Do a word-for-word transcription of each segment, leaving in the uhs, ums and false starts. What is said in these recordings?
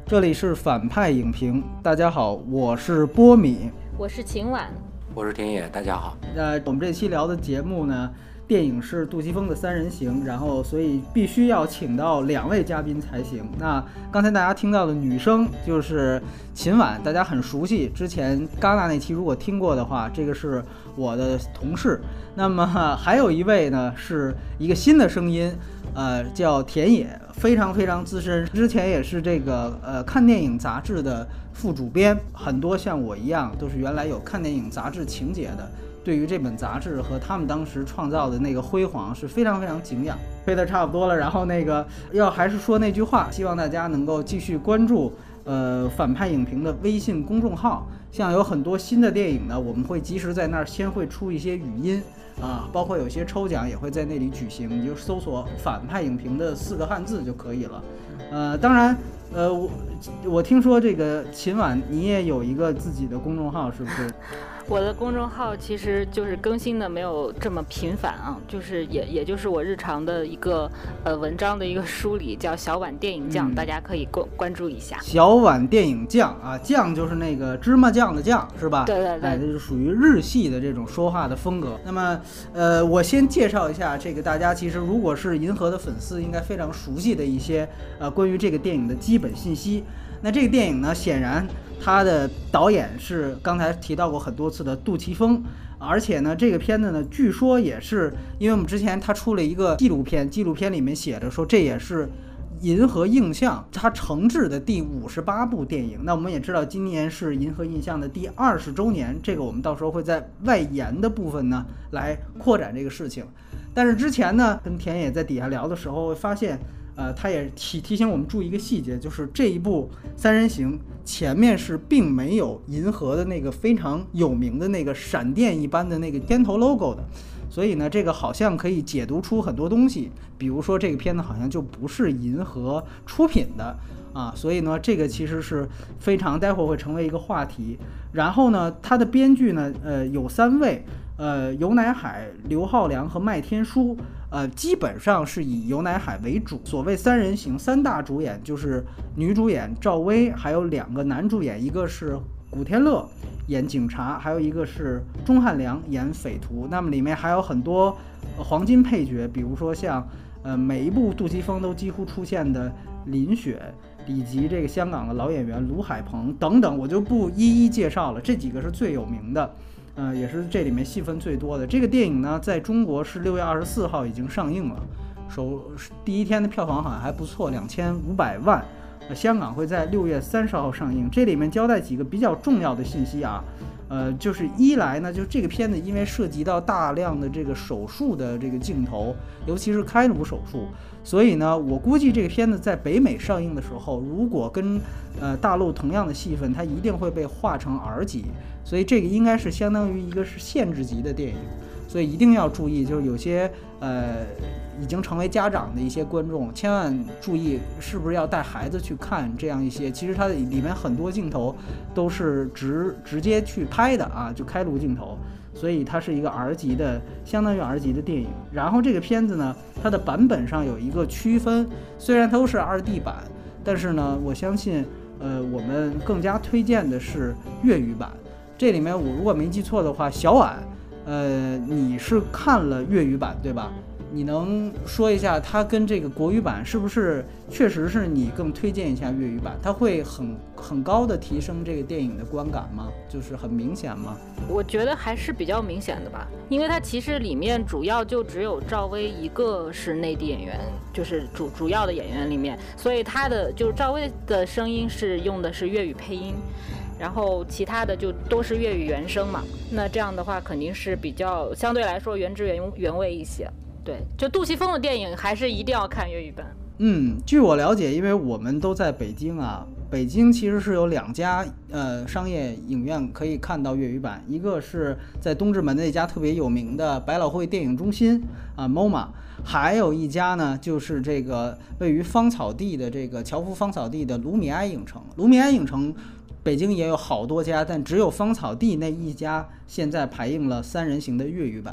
这里是反派影评。大家好，我是波米， 我是秦晚， 我是田野。大家好。 呃，我们这期聊的节目呢，电影是杜琪峰的《三人行》，然后所以必须要请到两位嘉宾才行。那刚才大家听到的女生就是秦晚，大家很熟悉，之前戛纳那期如果听过的话，这个是我的同事。那么还有一位呢，是一个新的声音，呃，叫田野，非常非常资深，之前也是这个呃看电影杂志的副主编，很多像我一样都是原来有看电影杂志情节的。对于这本杂志和他们当时创造的那个辉煌是非常非常敬仰。推的差不多了，然后那个要还是说那句话，希望大家能够继续关注呃反派影评的微信公众号，像有很多新的电影呢，我们会及时在那儿先会出一些语音啊，包括有些抽奖也会在那里举行，你就搜索反派影评的四个汉字就可以了。呃，当然呃我我听说这个秦晚你也有一个自己的公众号，是不是？ 我的公众号其实就是更新的没有这么频繁啊，就是也也就是我日常的一个呃文章的一个梳理，叫小碗电影酱、嗯、大家可以关关注一下。 小碗电影酱啊，酱就是那个芝麻酱的酱是吧？ 对对对， 哎，这是属于日系的这种说话的风格。那么呃，我先介绍一下这个大家其实如果是银河的粉丝应该非常熟悉的一些呃关于这个电影的基本信息。那这个电影呢，显然他的导演是刚才提到过很多次的杜琪峰，而且呢，这个片子呢，据说也是因为我们之前他出了一个纪录片，纪录片里面写着说这也是银河映像他承制的第五十八部电影。那我们也知道今年是银河映像的第二十周年，这个我们到时候会在外延的部分呢来扩展这个事情。但是之前呢，跟田野在底下聊的时候会发现。呃，他也提提醒我们注意一个细节，就是这一部三人行前面是并没有银河的那个非常有名的那个闪电一般的那个片头 logo 的，所以呢，这个好像可以解读出很多东西，比如说这个片子好像就不是银河出品的啊，所以呢，这个其实是非常待会儿会成为一个话题。然后呢，它的编剧呢，呃，有三位。呃，游乃海、刘浩良和麦天舒，呃，基本上是以游乃海为主。所谓三人行，三大主演就是女主演赵薇，还有两个男主演，一个是古天乐演警察，还有一个是钟汉良演匪徒。那么里面还有很多、呃、黄金配角，比如说像呃每一部杜琪峰都几乎出现的林雪，以及这个香港的老演员卢海鹏等等，我就不一一介绍了，这几个是最有名的。呃，也是这里面戏份最多的。这个电影呢，在中国是六月二十四号已经上映了，首第一天的票房好像还不错，两千五百万。呃，香港会在六月三十号上映。这里面交代几个比较重要的信息啊，呃，就是一来呢，就这个片子因为涉及到大量的这个手术的这个镜头，尤其是开颅手术，所以呢，我估计这个片子在北美上映的时候，如果跟呃大陆同样的戏份，它一定会被划成 R 级。所以这个应该是相当于一个是限制级的电影，所以一定要注意，就是有些呃已经成为家长的一些观众，千万注意是不是要带孩子去看这样一些。其实它里面很多镜头都是直直接去拍的啊，就开颅镜头，所以它是一个 R 级的，相当于 R 级的电影。然后这个片子呢，它的版本上有一个区分，虽然都是 二 D 版，但是呢，我相信呃我们更加推荐的是粤语版。这里面我如果没记错的话，小婉，呃，你是看了粤语版对吧？你能说一下它跟这个国语版是不是确实是你更推荐一下粤语版？它会很很高的提升这个电影的观感吗？就是很明显吗？ 我觉得还是比较明显的吧，因为它其实里面主要就只有赵薇一个是内地演员，就是主主要的演员里面，所以它的就是赵薇的声音是用的是粤语配音。然后其他的就都是粤语原声嘛，那这样的话肯定是比较相对来说原汁原原味一些。对，就杜琪峰的电影还是一定要看粤语版。 嗯，据我了解，因为我们都在北京啊，北京其实是有两家呃商业影院可以看到粤语版，一个是在东直门那家特别有名的百老汇电影中心啊 M O M A， 还有一家呢就是这个位于芳草地的这个侨福芳草地的卢米埃影城。卢米埃影城北京也有好多家，但只有芳草地那一家现在排映了三人行的粤语版。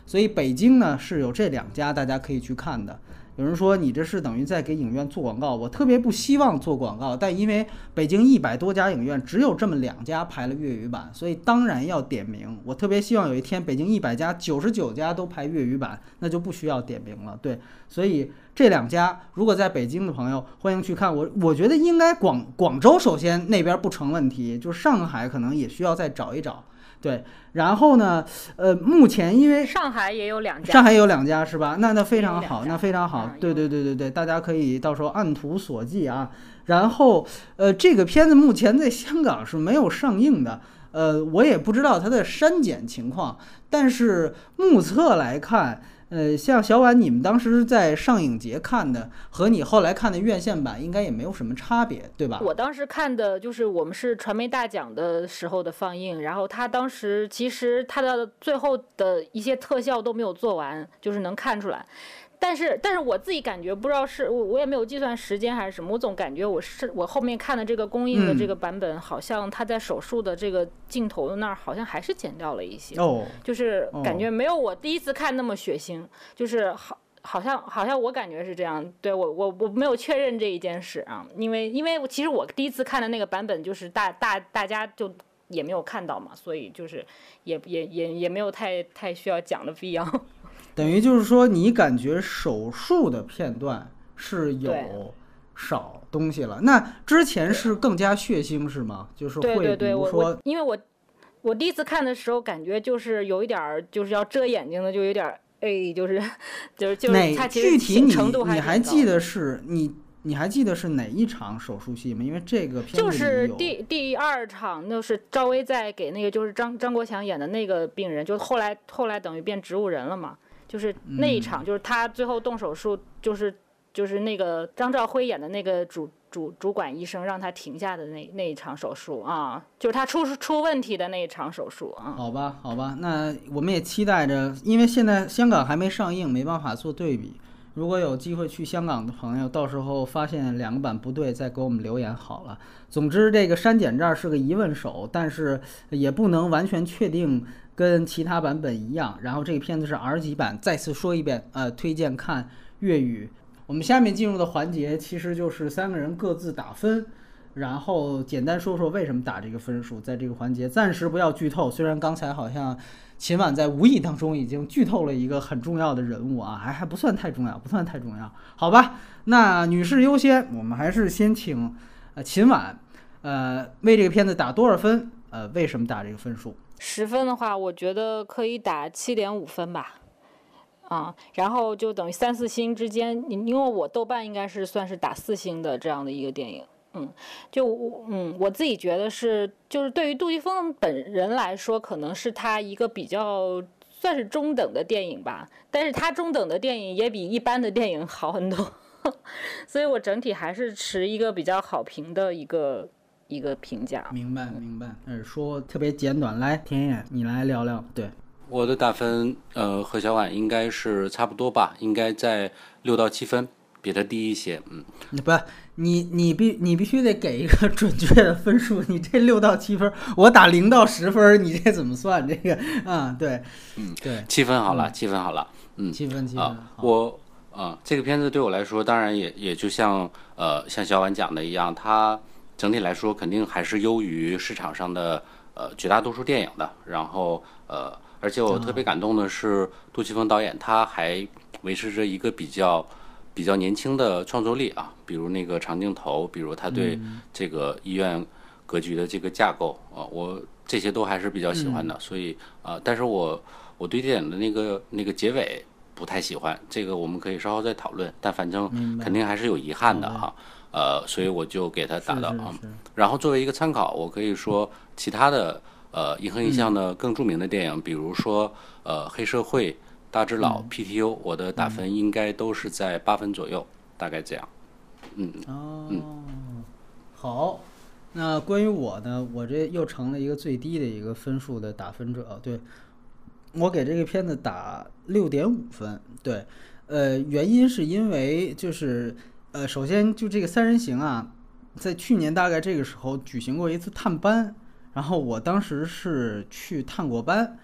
所以北京呢是有这两家大家可以去看的。有人说你这是等于在给影院做广告，我特别不希望做广告，但因为北京一百多家影院只有这么两家排了粤语版，所以当然要点名。我特别希望有一天北京一百家九十九家都排粤语版，那就不需要点名了。对，所以这两家如果在北京的朋友欢迎去看。我我觉得应该广广州首先那边不成问题，就上海可能也需要再找一找。对，然后呢，呃，目前因为上海也有两家， 上海有两家是吧？那那非常好，那非常好。对对对对对，大家可以到时候按图索骥啊。然后，呃，这个片子目前在香港是没有上映的，呃，我也不知道它的删减情况，但是目测来看。呃，像小婉，你们当时在上影节看的和你后来看的院线版应该也没有什么差别，对吧？ 我当时看的就是我们是传媒大奖的时候的放映，然后他当时其实他的最后的一些特效都没有做完，就是能看出来。但是，但是我自己感觉不知道是我，我也没有计算时间还是什么，我总感觉我是我后面看的这个公映的这个版本，好像他在手术的这个镜头那儿好像还是剪掉了一些， 哦， 就是感觉没有我第一次看那么血腥，就是好。好像好像我感觉是这样，对我我我没有确认这一件事啊，因为因为其实我第一次看的那个版本就是大大大家就也没有看到嘛，所以就是也也也也没有太太需要讲的必要。 等于就是说，你感觉手术的片段是有少东西了，那之前是更加血腥是吗？就是会比如说， 对对对，因为我我第一次看的时候感觉就是有一点就是要遮眼睛的，就有点哎，就是就是就是它其实具体你程度还你还记得是你你还记得是哪一场手术戏吗？因为这个片子就是第第二场，那是赵薇在给那个就是张张国强演的那个病人，就后来后来等于变植物人了嘛。就是那一场，就是他最后动手术，就是就是那个张兆辉演的那个主主主管医生让他停下的那那一场手术啊，就是他出出问题的那一场手术啊。 好吧，好吧，那我们也期待着，因为现在香港还没上映，没办法做对比。如果有机会去香港的朋友，到时候发现两个版不对，再给我们留言好了。总之，这个删减这儿是个疑问手，但是也不能完全确定跟其他版本一样。然后这个片子是 R 级版，再次说一遍，呃，推荐看粤语。我们下面进入的环节其实就是三个人各自打分，然后简单说说为什么打这个分数。在这个环节暂时不要剧透，虽然刚才好像秦晚在无意当中已经剧透了一个很重要的人物啊，还还不算太重要，不算太重要，好吧？那女士优先，我们还是先请呃秦晚，呃，为这个片子打多少分？呃，为什么打这个分数？ 十分的话，我觉得可以打七点五分吧。啊、嗯，然后就等于三四星之间，因为我豆瓣应该是算是打四星的这样的一个电影。嗯，就嗯，我自己觉得是，就是对于杜琪峰本人来说，可能是他一个比较算是中等的电影吧，但是他中等的电影也比一般的电影好很多，所以我整体还是持一个比较好评的一个一个评价。 明白明白，呃，说特别简短，来田野你来聊聊。对， 我的打分呃和小婉应该是差不多吧，应该在六到七分，比他低一些。嗯， 不，你你必你必须得给一个准确的分数，你这六到七分，我打零到十分，你这怎么算？这个啊、嗯，对， 嗯， 对， 七分好了， 嗯、 七分好了，嗯， 七分七分。 啊、我啊、呃，这个片子对我来说，当然也也就像呃像小婉讲的一样，它整体来说肯定还是优于市场上的呃绝大多数电影的。然后呃，而且我特别感动的是，杜琪峰导演他还维持着一个比较。比较年轻的创作力啊，比如那个长镜头，比如他对这个医院格局的这个架构啊，我这些都还是比较喜欢的。所以啊，但是我我对电影的那个那个结尾不太喜欢，这个我们可以稍后再讨论。但反正肯定还是有遗憾的啊，呃，所以我就给他打到啊。然后作为一个参考，我可以说其他的呃银河映像的更著名的电影，比如说呃黑社会。大智老 P T U， 我的打分应该都是在八分左右，大概这样。嗯哦， 嗯， 好，那关于我呢，我这又成了一个最低的一个分数的打分者。对，我给这个片子打六点五分。对，呃，原因是因为就是呃，首先就这个三人行啊，在去年大概这个时候举行过一次探班，然后我当时是去探过班。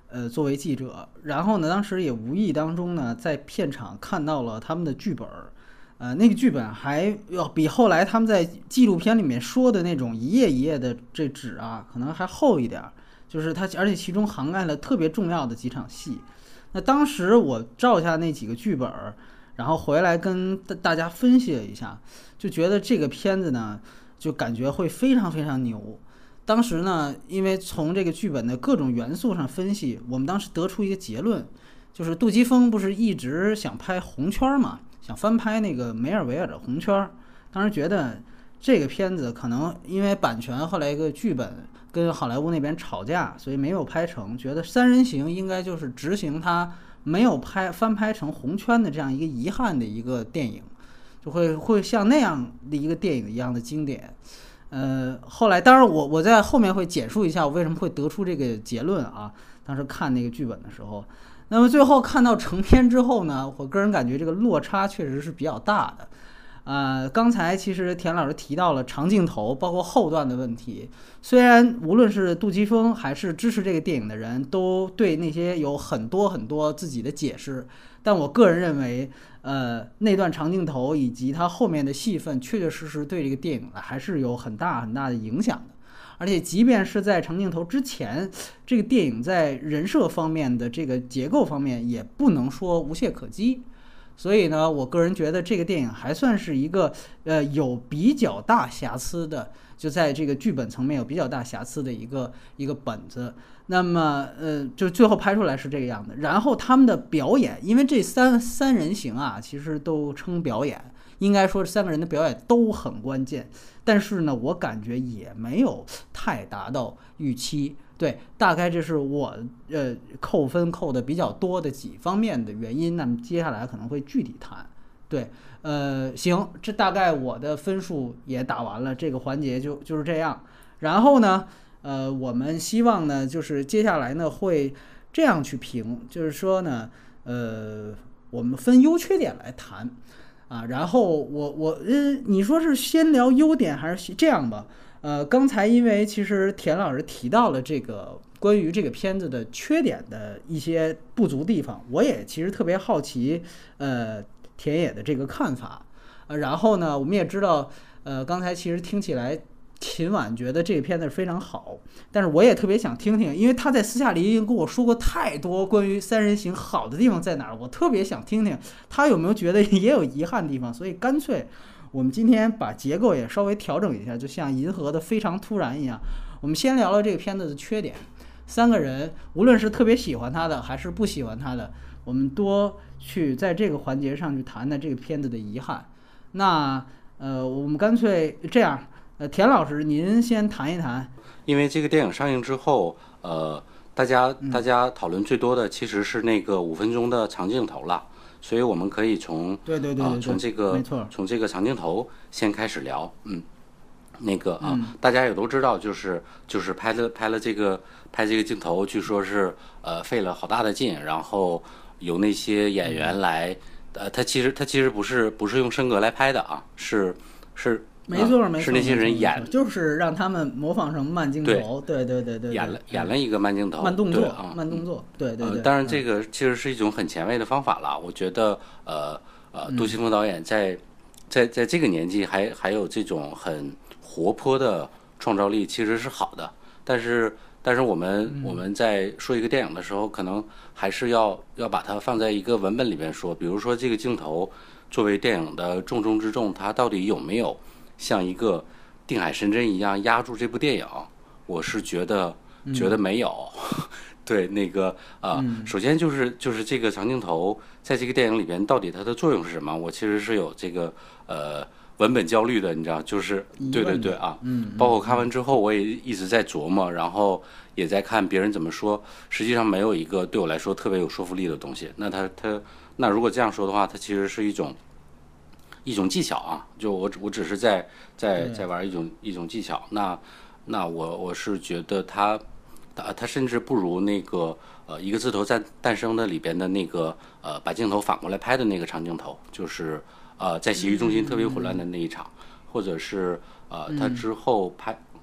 呃作为记者，然后呢，当时也无意当中呢在片场看到了他们的剧本。呃，那个剧本还要比后来他们在纪录片里面说的那种一页一页的这纸啊，可能还厚一点，就是它，而且其中涵盖了特别重要的几场戏。那当时我照下那几个剧本，然后回来跟大家分析了一下，就觉得这个片子呢，就感觉会非常非常牛。当时呢，因为从这个剧本的各种元素上分析，我们当时得出一个结论，就是杜琪峰不是一直想拍红圈嘛？想翻拍那个梅尔维尔的红圈，当时觉得这个片子可能因为版权，后来一个剧本跟好莱坞那边吵架，所以没有拍成。觉得三人行应该就是执行他没有拍翻拍成红圈的这样一个遗憾的一个电影，就会会像那样的一个电影一样的经典。呃，后来当然我我在后面会简述一下我为什么会得出这个结论啊。当时看那个剧本的时候。那么最后看到成片之后呢，我个人感觉这个落差确实是比较大的。呃，刚才其实田老师提到了长镜头，包括后段的问题。虽然无论是杜琪峰还是支持这个电影的人都对那些有很多很多自己的解释，但我个人认为，呃，那段长镜头以及它后面的戏份，确确实实对这个电影还是有很大很大的影响的。而且即便是在长镜头之前，这个电影在人设方面的这个结构方面也不能说无懈可击。所以呢，我个人觉得这个电影还算是一个呃有比较大瑕疵的，就在这个剧本层面有比较大瑕疵的一个一个本子。那么呃，就最后拍出来是这个样子。然后他们的表演，因为这三三人行啊，其实都称表演。应该说三个人的表演都很关键，但是呢，我感觉也没有太达到预期。对，大概这是我呃扣分扣的比较多的几方面的原因。那么接下来可能会具体谈。对，呃，行，这大概我的分数也打完了，这个环节就就是这样。然后呢，呃，我们希望呢，就是接下来呢会这样去评，就是说呢，呃，我们分优缺点来谈。啊，然后我我呃，你说是先聊优点还是这样吧？呃，刚才因为其实田老师提到了这个关于这个片子的缺点的一些不足地方，我也其实特别好奇，呃，田野的这个看法。呃，然后呢，我们也知道，呃，刚才其实听起来秦晚觉得这个片子非常好，但是我也特别想听听，因为他在私下里已经跟我说过太多关于三人行好的地方在哪儿，我特别想听听他有没有觉得也有遗憾的地方。所以干脆我们今天把结构也稍微调整一下，就像银河的非常突然一样，我们先聊聊这个片子的缺点。三个人无论是特别喜欢他的还是不喜欢他的，我们多去在这个环节上去谈谈这个片子的遗憾。那呃，我们干脆这样。呃，田老师，您先谈一谈。 因为这个电影上映之后，呃，大家大家讨论最多的其实是那个五分钟的长镜头了，所以我们可以从对对对呃从这个没错从这个长镜头先开始聊。嗯，那个啊， 嗯、 大家也都知道，就是就是拍了拍了这个拍这个镜头，据说是呃费了好大的劲，然后由那些演员来，呃，他其实他其实不是不是用升格来拍的啊，是是。 没错，没错， 是那些人演， 就是让他们模仿成慢镜头，对对对对， 演了演了一个慢镜头， 慢动作啊， 慢动作，对对对。 当然，这个其实是一种很前卫的方法了。我觉得，呃呃，杜琪峰导演在在在这个年纪还还有这种很活泼的创造力，其实是好的。但是，但是我们我们在说一个电影的时候，可能还是要要把它放在一个文本里边说。比如说，这个镜头作为电影的重中之重，它到底有没有像一个定海神针一样压住这部电影？我是觉得觉得没有。嗯、对，那个啊、呃嗯，首先就是就是这个长镜头在这个电影里边到底它的作用是什么？我其实是有这个呃文本焦虑的，你知道，就是对对对啊， 嗯， 包括看完之后我也一直在琢磨，然后也在看别人怎么说，实际上没有一个对我来说特别有说服力的东西。那它它那如果这样说的话，它其实是一种。一种技巧啊，就我我只是在在在玩一种一种技巧。那那我我是觉得它，它它甚至不如那个呃一个字头在诞生的里边的那个呃把镜头反过来拍的那个长镜头，就是呃在洗浴中心特别混乱的那一场， 嗯、 或者是呃他之后拍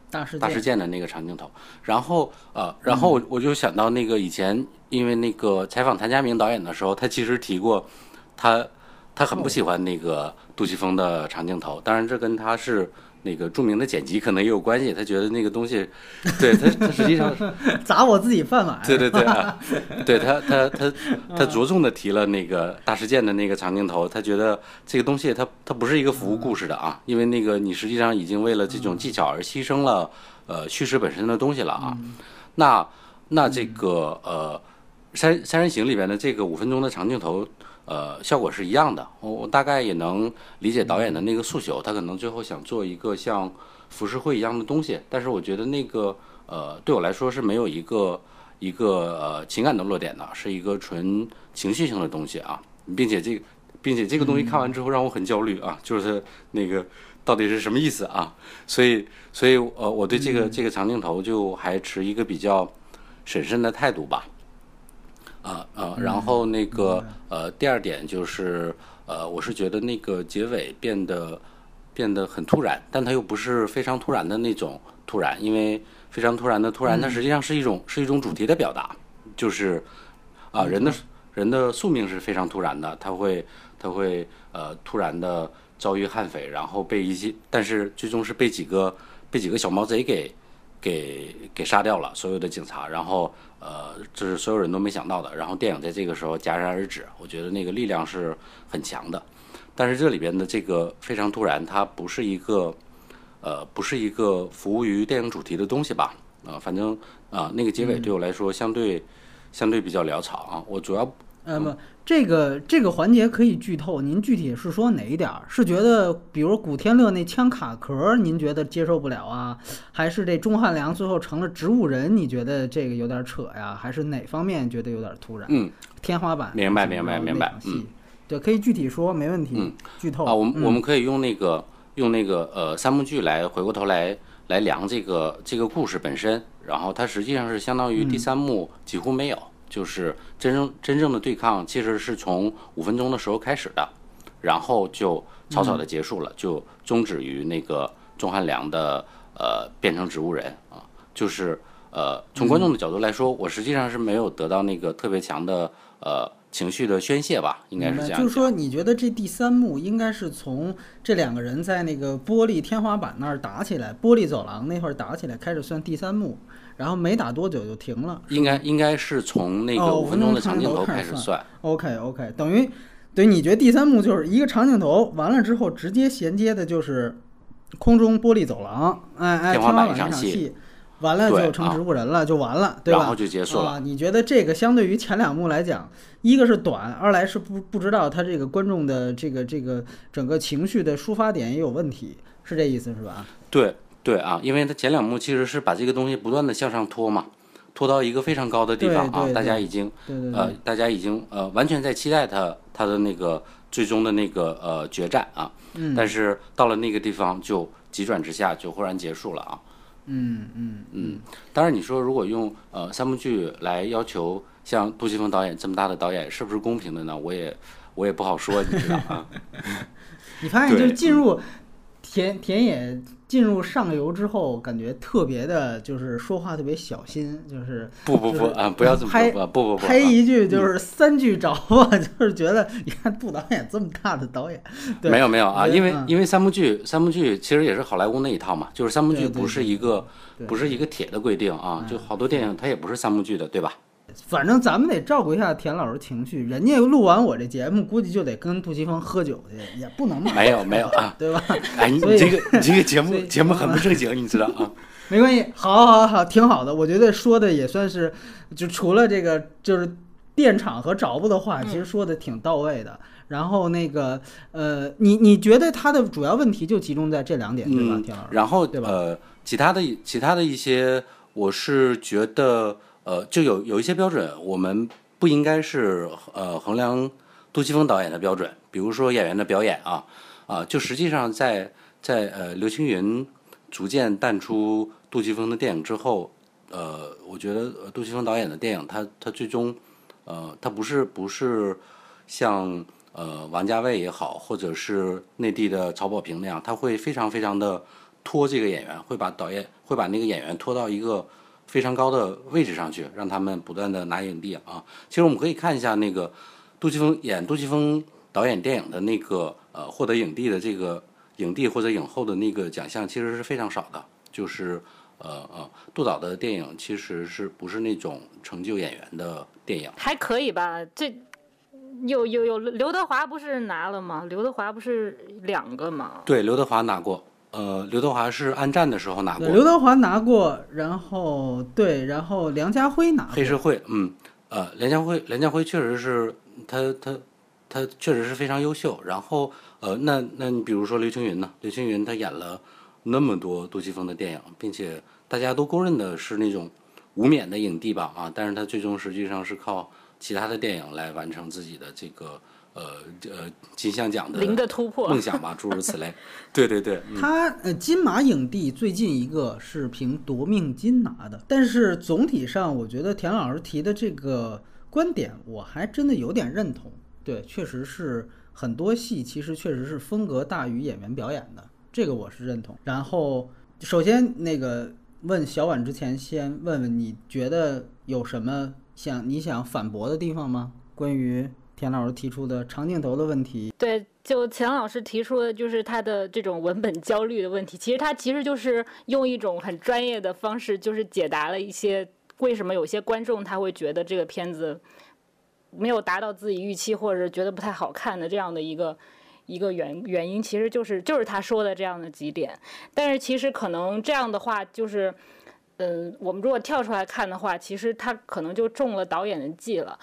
大事大事件的那个长镜头。然后呃，然后我我就想到那个以前，因为那个采访谭家明导演的时候，他其实提过，他他很不喜欢那个杜琪峰的长镜头。当然，这跟他是那个著名的剪辑可能也有关系。他觉得那个东西，对他他实际上砸我自己饭碗。 对对对啊，对他他他他着重的提了那个大事件的那个长镜头。他觉得这个东西它它不是一个服务故事的啊，因为那个你实际上已经为了这种技巧而牺牲了呃叙事本身的东西了啊。那那这个呃三三人行里边的这个五分钟的长镜头。呃，效果是一样的，我我大概也能理解导演的那个诉求，他可能最后想做一个像浮世绘一样的东西，但是我觉得那个呃，对我来说是没有一个一个呃情感的落点的，是一个纯情绪性的东西啊，并且这个并且这个东西看完之后让我很焦虑啊，就是那个到底是什么意思啊？所以所以呃，我对这个这个长镜头就还持一个比较审慎的态度吧。啊呃，然后那个呃，第二点就是呃，我是觉得那个结尾变得变得很突然，但它又不是非常突然的那种突然，因为非常突然的突然，它实际上是一种是一种主题的表达，就是啊、呃，人的人的宿命是非常突然的，他会他会呃突然的遭遇悍匪，然后被一些，但是最终是被几个被几个小毛贼给给给杀掉了所有的警察，然后呃这是所有人都没想到的，然后电影在这个时候戛然而止，我觉得那个力量是很强的。但是这里边的这个非常突然，它不是一个呃不是一个服务于电影主题的东西吧？啊、呃，反正啊、呃、那个结尾对我来说相对、嗯、相对比较潦草啊。我主要呃不，这个这个环节可以剧透，您具体是说哪一点？是觉得比如古天乐那枪卡壳，您觉得接受不了啊？还是这钟汉良最后成了植物人，你觉得这个有点扯呀？还是哪方面觉得有点突然？ 嗯， 天花板。 明白明白明白。嗯， 对，可以具体说，没问题。 嗯， 剧透啊，我们、 嗯、 我们可以用那个用那个呃三幕剧来回过头来来量这个这个故事本身，然后它实际上是相当于第三幕几乎没有。嗯，就是真正真正的对抗，其实是从五分钟的时候开始的，然后就草草的结束了，嗯、就终止于那个钟汉良的呃变成植物人啊，就是呃从观众的角度来说，嗯、我实际上是没有得到那个特别强的呃情绪的宣泄吧，应该是这样。 就是说，你觉得这第三幕应该是从这两个人在那个玻璃天花板那儿打起来，玻璃走廊那块儿打起来开始算第三幕。然后没打多久就停了， 应该应该是从那个五分钟的长镜头开始算。 哦、OK OK， 等于对，你觉得第三幕就是一个长镜头完了之后，直接衔接的就是空中玻璃走廊，哎哎， 天花板一场戏， 完了就成植物人了，啊、就完了，对吧？ 然后就结束了。 啊，你觉得这个相对于前两幕来讲，一个是短，二来是不不知道他这个观众的这个这个整个情绪的抒发点也有问题，是这意思是吧？ 对。对啊，因为它前两幕其实是把这个东西不断的向上拖嘛，拖到一个非常高的地方啊， 对对对大家已经对对对呃，大家已经呃完全在期待它它的那个最终的那个呃决战啊， 嗯， 但是到了那个地方就急转直下，就忽然结束了啊。 嗯嗯嗯，当然你说如果用呃三部剧来要求像杜琪峰导演这么大的导演是不是公平的呢？我也我也不好说，你知道啊。 你发现就进入田田野进入上游之后，感觉特别的，就是说话特别小心，就是不不不啊，不要这么说，不不不， 拍一句就是三句着啊，就是觉得你看杜导演这么大的导演，对没有没有啊，因为、 嗯、 因为三部剧三部剧其实也是好莱坞那一套嘛，就是三部剧不是一个不是一个铁的规定啊，就好多电影它也不是三部剧的，对吧？ 反正咱们得照顾一下田老师情绪，人家录完我这节目，估计就得跟杜琪峰喝酒去，也不能骂。 没有没有啊， 对吧？ 哎，你这个你这个节目节目很不正经，你知道啊？ 没关系，好好好，挺好的，我觉得说的也算是，就除了这个就是电场和着不的话，其实说的挺到位的。嗯、然后那个呃，你你觉得他的主要问题就集中在这两点，对吧？ 嗯、 田老师。 然后对吧？ 呃，其他的其他的一些，我是觉得。呃，就有有一些标准，我们不应该是呃衡量杜琪峰导演的标准，比如说演员的表演啊啊，就实际上在在呃刘青云逐渐淡出杜琪峰的电影之后，呃，我觉得杜琪峰导演的电影，他他最终呃他不是不是像呃王家卫也好，或者是内地的曹保平那样，他会非常非常的拖这个演员，会把导演会把那个演员拖到一个非常高的位置上去，让他们不断的拿影帝啊。其实我们可以看一下那个杜琪峰演杜琪峰导演电影的那个呃获得影帝的这个影帝或者影后的那个奖项，其实是非常少的。就是呃呃，杜导的电影其实是不是那种成就演员的电影？ 还可以吧，这有有有刘德华不是拿了吗？刘德华不是两个吗？ 对，刘德华拿过。呃，刘德华是暗战的时候拿过， 刘德华拿过，然后对，然后梁家辉拿过黑社会，嗯，呃，梁家辉，梁家辉确实是他他他确实是非常优秀。然后呃，那那你比如说刘青云呢？刘青云他演了那么多杜琪峰的电影，并且大家都公认的是那种无冕的影帝吧啊，但是他最终实际上是靠其他的电影来完成自己的这个。呃呃，金像奖的零的突破梦想吧，诸如此类。对对对， 嗯、他呃金马影帝最近一个是凭《夺命金》拿的，但是总体上我觉得田老师提的这个观点，我还真的有点认同。对，确实是很多戏其实确实是风格大于演员表演的，这个我是认同。然后首先那个问小婉之前，先问问你觉得有什么想你想反驳的地方吗？关于田老师提出的长镜头的问题。 对，就钱老师提出的就是他的这种文本焦虑的问题，其实他其实就是用一种很专业的方式，就是解答了一些为什么有些观众他会觉得这个片子没有达到自己预期，或者觉得不太好看的这样的一个一个原原因，其实就是就是他说的这样的几点。但是其实可能这样的话，就是嗯，我们如果跳出来看的话，其实他可能就中了导演的计了。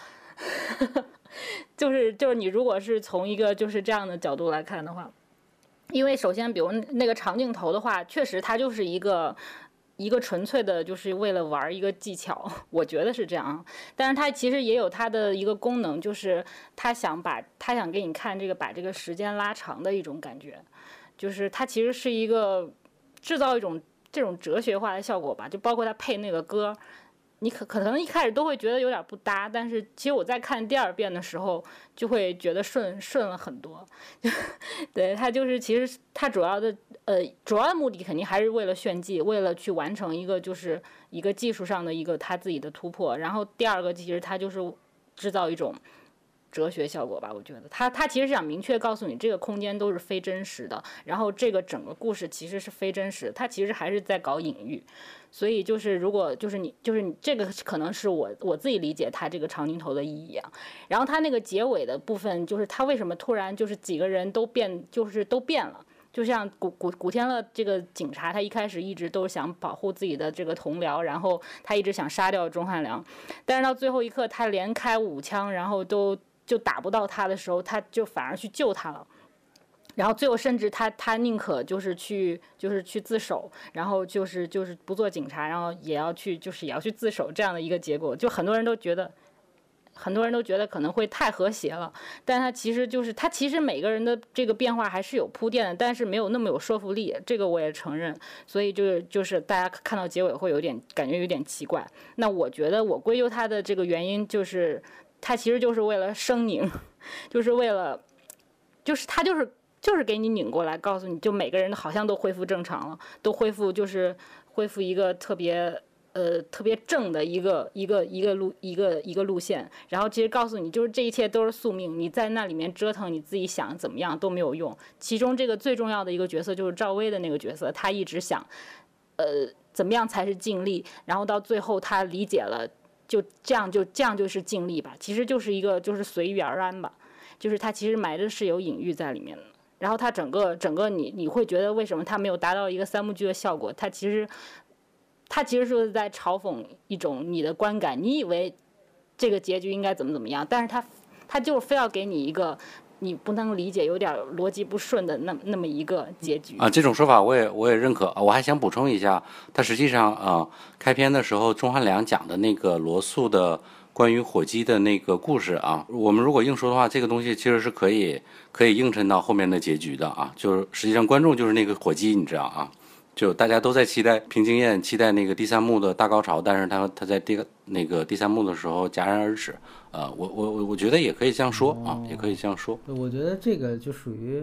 就是就是你如果是从一个就是这样的角度来看的话，因为首先比如那个长镜头的话，确实它就是一个一个纯粹的就是为了玩一个技巧，我觉得是这样。但是它其实也有它的一个功能，就是他想把他想给你看这个把这个时间拉长的一种感觉，就是它其实是一个制造一种这种哲学化的效果吧，就包括他配那个歌。你可可能一开始都会觉得有点不搭，但是其实我在看第二遍的时候就会觉得顺顺了很多。对，他就是其实他主要的呃主要的目的肯定还是为了炫技，为了去完成一个就是一个技术上的一个他自己的突破。然后第二个其实他就是制造一种哲学效果吧，我觉得他他其实是想明确告诉你这个空间都是非真实的，然后这个整个故事其实是非真实的，他其实还是在搞隐喻。所以就是如果就是你就是你这个可能是我我自己理解他这个长镜头的意义啊。然后他那个结尾的部分，就是他为什么突然就是几个人都变就是都变了，就像古古古天乐这个警察，他一开始一直都想保护自己的这个同僚，然后他一直想杀掉钟汉良，但是到最后一刻他连开五枪然后都就打不到他的时候，他就反而去救他了。然后最后甚至他他宁可就是去就是去自首，然后就是就是不做警察，然后也要去就是也要去自首这样的一个结果，就很多人都觉得很多人都觉得可能会太和谐了，但他其实就是他其实每个人的这个变化还是有铺垫的，但是没有那么有说服力，这个我也承认。所以就是就是大家看到结尾会有点感觉有点奇怪。那我觉得我归咎他的这个原因就是他其实就是为了生拧，就是为了就是他就是就是给你拧过来，告诉你就每个人好像都恢复正常了，都恢复就是恢复一个特别呃特别正的一个一个一个路一个一个路线，然后其实告诉你就是这一切都是宿命，你在那里面折腾你自己想怎么样都没有用。其中这个最重要的一个角色就是赵薇的那个角色，他一直想呃怎么样才是尽力，然后到最后他理解了，就这样就这样就是尽力吧，其实就是一个就是随遇而安吧，就是他其实埋的是有隐喻在里面的。然后它整个整个你你会觉得为什么它没有达到一个三幕剧的效果？它其实它其实是在嘲讽一种你的观感，你以为这个结局应该怎么怎么样，但是它它就是非要给你一个你不能理解、有点逻辑不顺的那那么一个结局啊。这种说法我也我也认可。我还想补充一下，它实际上啊、呃，开篇的时候钟汉良讲的那个罗素的关于火鸡的那个故事啊，我们如果硬说的话，这个东西其实是可以可以映衬到后面的结局的啊。就是实际上观众就是那个火鸡，你知道啊，就大家都在期待平津燕，期待那个第三幕的大高潮，但是他他在第那个第三幕的时候戛然而止。呃，我我我觉得也可以这样说啊，也可以这样说。 我觉得这个就属于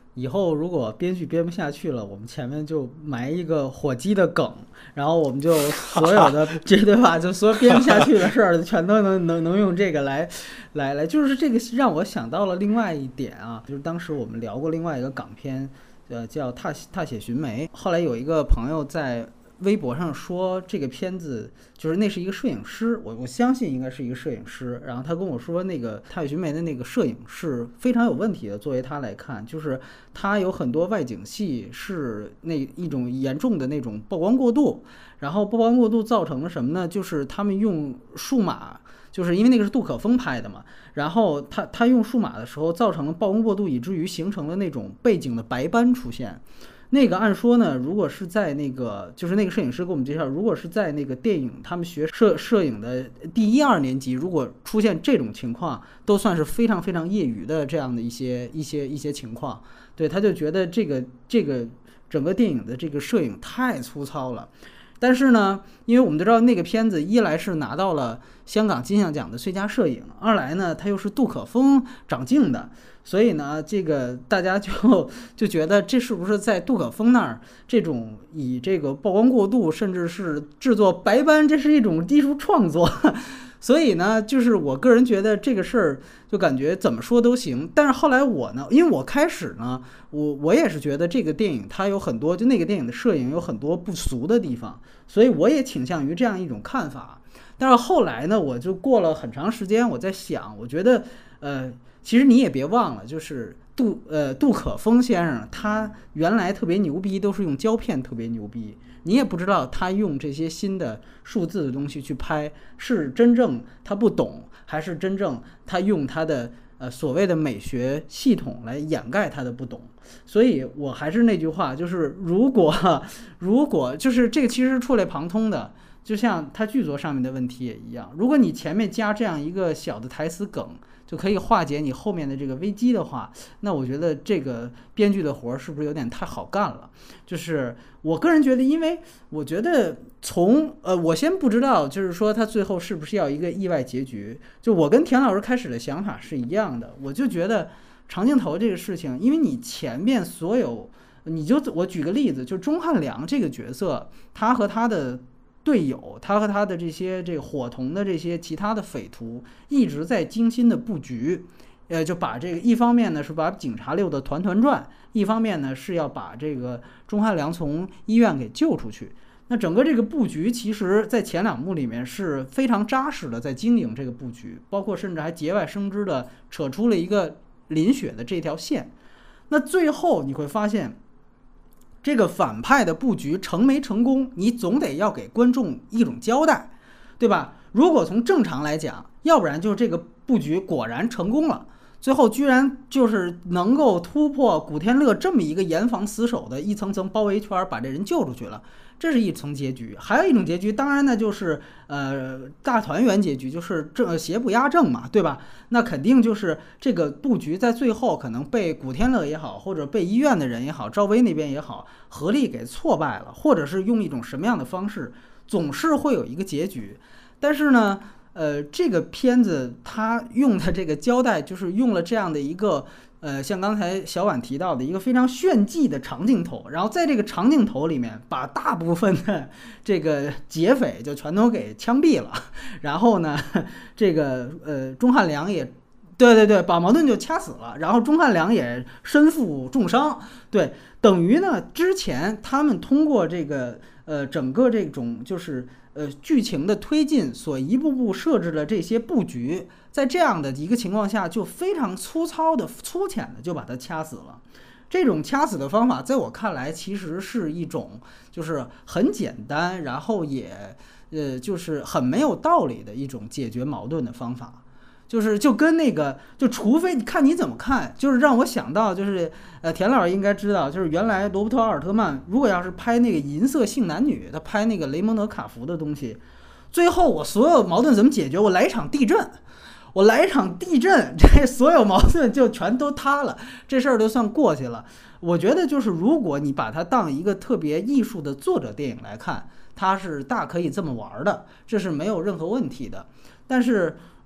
以后如果编剧编不下去了，我们前面就埋一个火鸡的梗，然后我们就所有的这对吧，就所有编不下去的事儿，全都能能能用这个来来来，就是这个让我想到了另外一点啊，就是当时我们聊过另外一个港片，呃，叫《踏踏血寻梅》，后来有一个朋友在微博上说这个片子就是那是一个摄影师，我我相信应该是一个摄影师，然后他跟我说那个《踏血寻梅》的那个摄影是非常有问题的，作为他来看，就是他有很多外景戏是那一种严重的那种曝光过度，然后曝光过度造成了什么呢？就是他们用数码，就是因为那个是杜可风拍的嘛，然后他他用数码的时候造成了曝光过度，以至于形成了那种背景的白斑出现。那个按说呢，如果是在那个就是那个摄影师给我们介绍，如果是在那个电影他们学摄摄影的第一二年级，如果出现这种情况，都算是非常非常业余的这样的一些一些一些情况。对，他就觉得这个这个整个电影的这个摄影太粗糙了。但是呢，因为我们都知道那个片子一来是拿到了香港金像奖的最佳摄影，二来呢它又是杜可风掌镜的，所以呢这个大家就就觉得这是不是在杜可风那儿这种以这个曝光过度甚至是制作白斑，这是一种艺术创作。所以呢就是我个人觉得这个事儿就感觉怎么说都行，但是后来我呢，因为我开始呢我我也是觉得这个电影它有很多，就那个电影的摄影有很多不俗的地方，所以我也倾向于这样一种看法。但是后来呢我就过了很长时间，我在想，我觉得呃其实你也别忘了，就是杜呃杜可风先生他原来特别牛逼都是用胶片特别牛逼，你也不知道他用这些新的数字的东西去拍是真正他不懂，还是真正他用他的呃所谓的美学系统来掩盖他的不懂。所以我还是那句话，就是如果如果就是这个其实是触类旁通的，就像他剧作上面的问题也一样，如果你前面加这样一个小的台词梗就可以化解你后面的这个危机的话，那我觉得这个编剧的活是不是有点太好干了？就是我个人觉得，因为我觉得从呃，我先不知道，就是说他最后是不是要一个意外结局，就我跟田老师开始的想法是一样的，我就觉得长镜头这个事情，因为你前面所有，你就我举个例子，就钟汉良这个角色，他和他的队友，他和他的这些这个伙同的这些其他的匪徒一直在精心的布局，呃，就把这个一方面呢是把警察溜得团团转，一方面呢是要把这个钟汉良从医院给救出去。那整个这个布局其实在前两幕里面是非常扎实的在经营这个布局，包括甚至还节外生枝的扯出了一个林雪的这条线。那最后你会发现这个反派的布局成没成功，你总得要给观众一种交代，对吧？如果从正常来讲，要不然就是这个布局果然成功了，最后居然就是能够突破古天乐这么一个严防死守的一层层包围圈，把这人救出去了，这是一层结局。还有一种结局，当然呢就是呃大团圆结局，就是正邪不压正嘛，对吧？那肯定就是这个布局在最后可能被古天乐也好，或者被医院的人也好，赵薇那边也好，合力给挫败了，或者是用一种什么样的方式，总是会有一个结局。但是呢呃，这个片子它用的这个交代，就是用了这样的一个呃，像刚才小婉提到的一个非常炫技的长镜头，然后在这个长镜头里面，把大部分的这个劫匪就全都给枪毙了，然后呢，这个呃钟汉良也，对对对，把矛盾就掐死了，然后钟汉良也身负重伤，对，等于呢之前他们通过这个呃整个这种就是呃剧情的推进所一步步设置的这些布局，在这样的一个情况下就非常粗糙的粗浅的就把它掐死了。这种掐死的方法在我看来其实是一种就是很简单，然后也呃就是很没有道理的一种解决矛盾的方法。就是就跟那个就除非你看你怎么看，就是让我想到就是呃田老师应该知道，就是原来罗伯特·奥尔特曼如果要是拍那个银色性男女，他拍那个雷蒙德·卡福的东西，最后我所有矛盾怎么解决？我来一场地震，我来一场地震，这所有矛盾就全都塌了，这事儿就算过去了。我觉得就是如果你把它当一个特别艺术的作者电影来看，它是大可以这么玩的，这是没有任何问题的。但是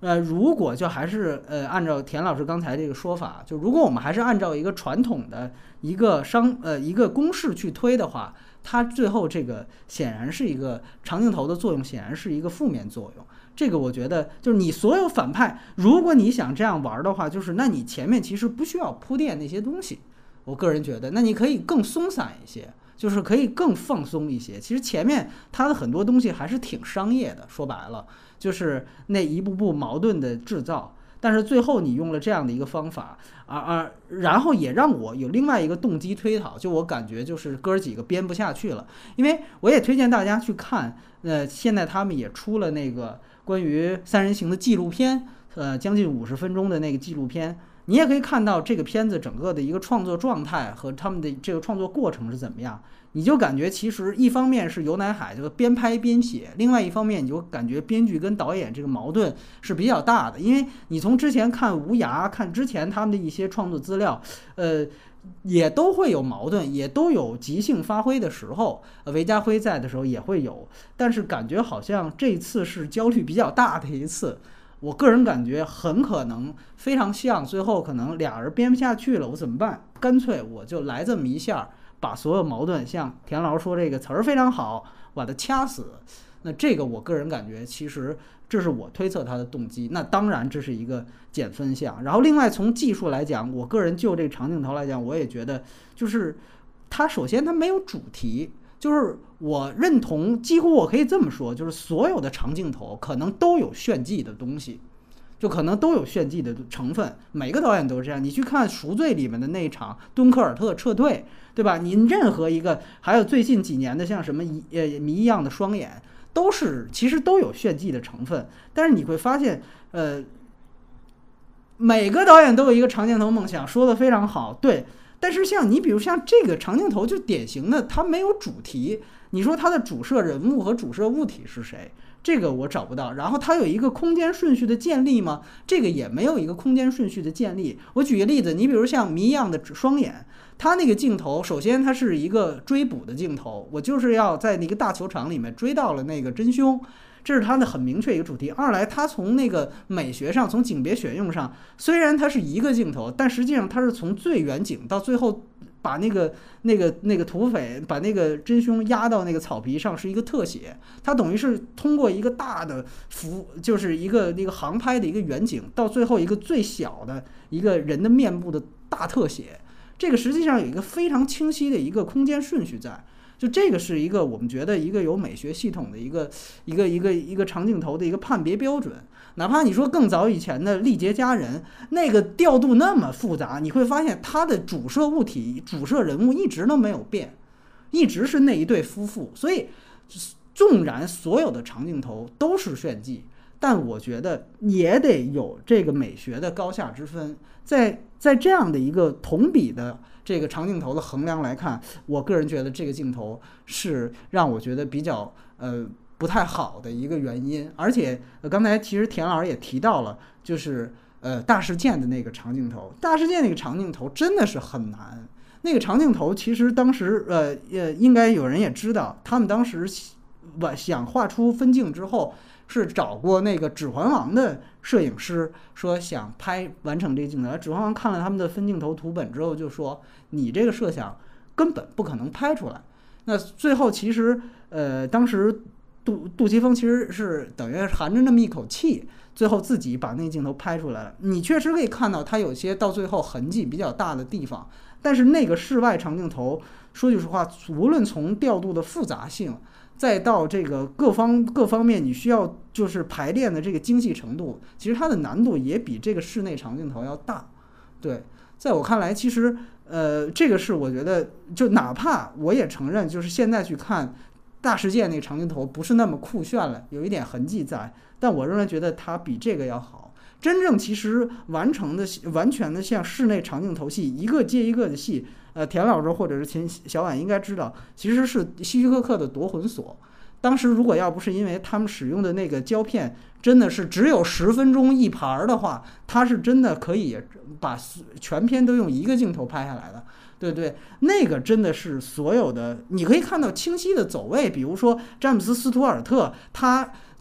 呃，如果就还是呃按照田老师刚才这个说法，就如果我们还是按照一个传统的一个商呃一个公式去推的话，它最后这个显然是一个长镜头的作用，显然是一个负面作用。这个我觉得就是你所有反派，如果你想这样玩的话，就是那你前面其实不需要铺垫那些东西。我个人觉得，那你可以更松散一些，就是可以更放松一些。其实前面它的很多东西还是挺商业的，说白了就是那一步步矛盾的制造。但是最后你用了这样的一个方法，而、啊、而、啊、然后也让我有另外一个动机推导，就我感觉就是哥儿几个编不下去了。因为我也推荐大家去看，呃，现在他们也出了那个关于三人行的纪录片，呃，将近五十分钟的那个纪录片。你也可以看到这个片子整个的一个创作状态和他们的这个创作过程是怎么样，你就感觉其实一方面是游乃海这个边拍边写，另外一方面你就感觉编剧跟导演这个矛盾是比较大的。因为你从之前看无涯，看之前他们的一些创作资料，呃，也都会有矛盾，也都有即兴发挥的时候，呃，韦家辉在的时候也会有，但是感觉好像这次是焦虑比较大的一次。我个人感觉很可能非常像最后可能俩人编不下去了，我怎么办？干脆我就来这么一下，把所有矛盾，像田老师说这个词儿非常好，把它掐死。那这个我个人感觉其实这是我推测他的动机。那当然这是一个减分项。然后另外从技术来讲，我个人就这个长镜头来讲，我也觉得就是它首先它没有主题。就是我认同，几乎我可以这么说，就是所有的长镜头可能都有炫技的东西，就可能都有炫技的成分。每个导演都是这样。你去看《赎罪》里面的那一场敦刻尔特撤退，对吧？你任何一个，还有最近几年的像什么呃谜一样的双眼，都是其实都有炫技的成分。但是你会发现，呃，每个导演都有一个长镜头梦想，说的非常好，对。但是像你比如像这个长镜头就典型的它没有主题，你说它的主摄人物和主摄物体是谁，这个我找不到。然后它有一个空间顺序的建立吗？这个也没有一个空间顺序的建立。我举个例子，你比如像谜一样的双眼，它那个镜头首先它是一个追捕的镜头，我就是要在那个大球场里面追到了那个真凶，这是它的很明确一个主题。二来它从那个美学上，从景别选用上，虽然它是一个镜头，但实际上它是从最远景到最后把那个那个那个土匪把那个真凶压到那个草皮上，是一个特写。它等于是通过一个大的幅，就是一个那个航拍的一个远景，到最后一个最小的一个人的面部的大特写。这个实际上有一个非常清晰的一个空间顺序在。就这个是一个我们觉得一个有美学系统的一个一个一个一个长镜头的一个判别标准。哪怕你说更早以前的历劫佳人，那个调度那么复杂，你会发现它的主摄物体、主摄人物一直都没有变，一直是那一对夫妇。所以纵然所有的长镜头都是炫技，但我觉得也得有这个美学的高下之分。在在这样的一个同比的这个长镜头的衡量来看，我个人觉得这个镜头是让我觉得比较呃不太好的一个原因。而且、呃、刚才其实田老师也提到了，就是呃大事件的那个长镜头，大事件那个长镜头真的是很难。那个长镜头其实当时呃呃应该有人也知道，他们当时想画出分镜之后，是找过那个《指环王》的摄影师，说想拍完成这个镜头。《指环王》看了他们的分镜头图本之后，就说你这个设想根本不可能拍出来。那最后其实呃，当时杜杜琪峰其实是等于含着那么一口气，最后自己把那个镜头拍出来了。你确实可以看到他有些到最后痕迹比较大的地方，但是那个室外长镜头，说句实话，无论从调度的复杂性，再到这个各方各方面你需要就是排练的这个精细程度，其实它的难度也比这个室内长镜头要大。对，在我看来，其实呃，这个是我觉得，就哪怕我也承认，就是现在去看大事件那个长镜头不是那么酷炫了，有一点痕迹在，但我仍然觉得它比这个要好。真正其实完成的完全的像室内长镜头戏，一个接一个的戏，呃，田老师或者是秦小婉应该知道，其实是希区柯克的夺魂锁。当时如果要不是因为他们使用的那个胶片真的是只有十分钟一盘的话，他是真的可以把全片都用一个镜头拍下来的。对对，那个真的是所有的，你可以看到清晰的走位，比如说詹姆斯·斯图尔特，他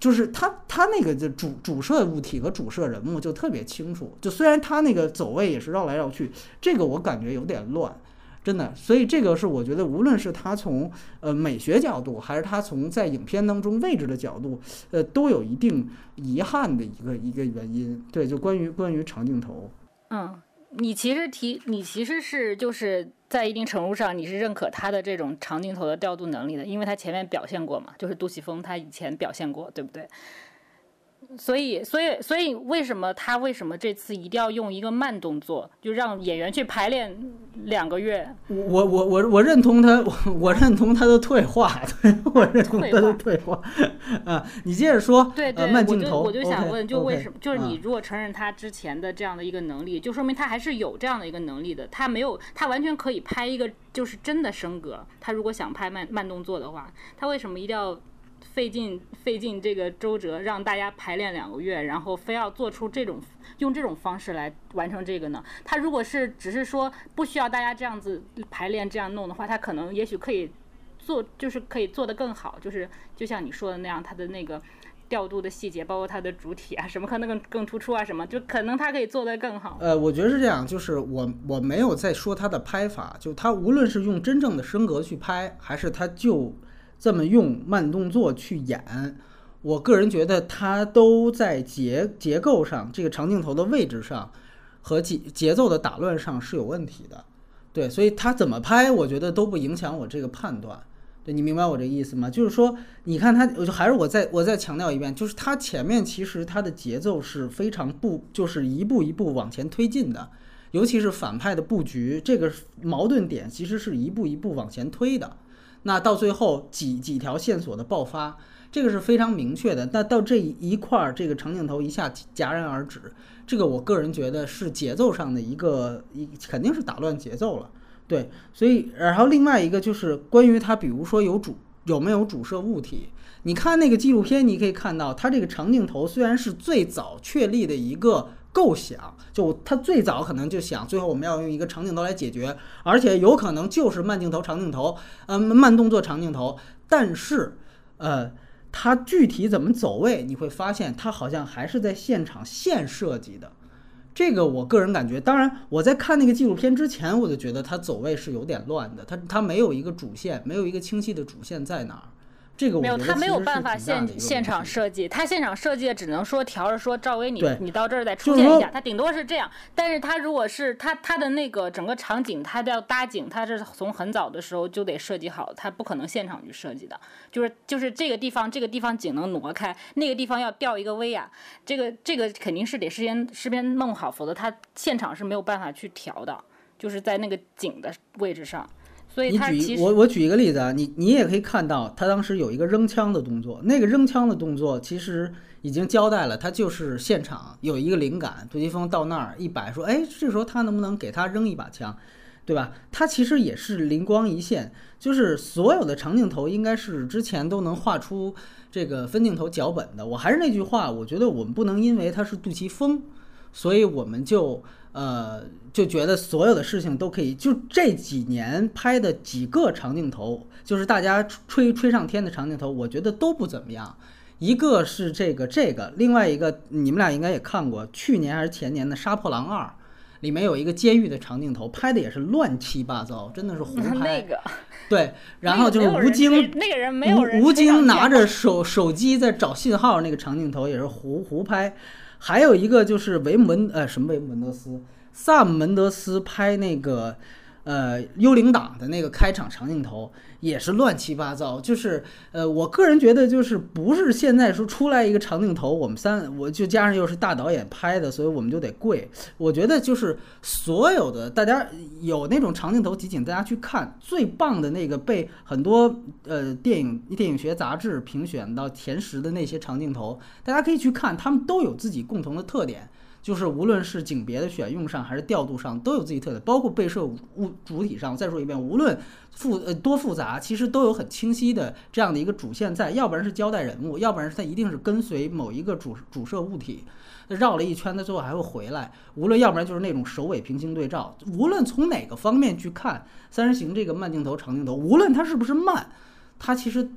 就是他他那个就主主摄物体和主摄人物就特别清楚，就虽然他那个走位也是绕来绕去，这个我感觉有点乱。真的，所以这个是我觉得，无论是他从呃美学角度，还是他从在影片当中位置的角度，呃，都有一定遗憾的一个一个原因。对，就关于关于长镜头， 嗯，你其实提你其实是就是在一定程度上你是认可他的这种长镜头的调度能力的，因为他前面表现过嘛，就是杜琪峰他以前表现过，对不对？所以，所以，所以，为什么他为什么这次一定要用一个慢动作，就让演员去排练两个月？ 我我我我认同他，我我认同他的退化，对，我认同他的退化。啊，你接着说。 对对， 呃、慢镜头， 我就我就想问， okay, 就为什么？ okay, 就是你如果承认他之前的这样的一个能力，就说明他还是有这样的一个能力的。他没有，他完全可以拍一个就是真的升格。他如果想拍慢慢动作的话，他为什么一定要？费尽费尽这个周折让大家排练两个月，然后非要做出这种用这种方式来完成这个呢？他如果是只是说不需要大家这样子排练这样弄的话，他可能也许可以做，就是可以做得更好，就是就像你说的那样，他的那个调度的细节，包括他的主体啊什么可能更更突出啊什么，就可能他可以做得更好。 呃，我觉得是这样，就是我我没有在说他的拍法，就他无论是用真正的升格去拍，还是他就这么用慢动作去演，我个人觉得他都在结结构上，这个长镜头的位置上和节节奏的打乱上是有问题的。对，所以他怎么拍，我觉得都不影响我这个判断。对，你明白我这个意思吗？就是说，你看他，我就还是我再我再强调一遍，就是他前面其实他的节奏是非常不，就是一步一步往前推进的，尤其是反派的布局，这个矛盾点其实是一步一步往前推的。那到最后几几条线索的爆发，这个是非常明确的。那到这一块这个长镜头一下戛然而止，这个我个人觉得是节奏上的一个一肯定是打乱节奏了。对，所以然后另外一个就是关于它，比如说有主有没有主摄物体，你看那个纪录片，你可以看到它这个长镜头虽然是最早确立的一个构想，就他最早可能就想最后我们要用一个长镜头来解决，而且有可能就是慢镜头长镜头，呃，慢动作长镜头，但是呃，它具体怎么走位，你会发现它好像还是在现场现设计的。这个我个人感觉，当然我在看那个纪录片之前，我就觉得它走位是有点乱的，它它没有一个主线，没有一个清晰的主线在哪儿。这个我没有，他没有办法现现场设计，他现场设计只能说调着说赵薇你你到这儿再出现一下，他顶多是这样。但是他如果是他他的那个整个场景，他要搭景，他是从很早的时候就得设计好，他不可能现场去设计的。就是就是这个地方这个地方景能挪开，那个地方要调一个威亚，这个这个肯定是得事先事先弄好，否则他现场是没有办法去调的，就是在那个景的位置上。所以他你举我我举一个例子啊，你你也可以看到，他当时有一个扔枪的动作，那个扔枪的动作其实已经交代了，他就是现场有一个灵感，杜琪峰到那儿一摆说，哎，这时候他能不能给他扔一把枪，对吧？他其实也是灵光一现，就是所有的长镜头应该是之前都能画出这个分镜头脚本的。我还是那句话，我觉得我们不能因为他是杜琪峰，所以我们就呃，就觉得所有的事情都可以，就这几年拍的几个长镜头，就是大家吹吹上天的长镜头，我觉得都不怎么样。一个是这个这个，另外一个你们俩应该也看过，去年还是前年的《杀破狼二》，里面有一个监狱的长镜头，拍的也是乱七八糟，真的是胡拍。 那个对，然后就是吴京， 那个人没有人， 吴京拿着手手机在找信号，那个长镜头也是胡胡拍。还有一个就是维姆文呃什么维姆文德斯，萨姆门德斯拍那个呃幽灵党的那个开场长镜头也是乱七八糟，就是呃我个人觉得就是不是现在说出来一个长镜头，我们三我就加上又是大导演拍的，所以我们就得跪。我觉得就是所有的大家有那种长镜头集锦，大家去看最棒的那个被很多呃电影电影学杂志评选到前十的那些长镜头，大家可以去看，他们都有自己共同的特点。就是无论是景别的选用上还是调度上都有自己特点，包括被摄物主体上，再说一遍，无论复呃多复杂，其实都有很清晰的这样的一个主线在，要不然是交代人物，要不然是它一定是跟随某一个主主摄物体绕了一圈，它最后还会回来。无论要不然就是那种首尾平行对照，无论从哪个方面去看三人行这个慢镜头长镜头，无论它是不是慢，它其实都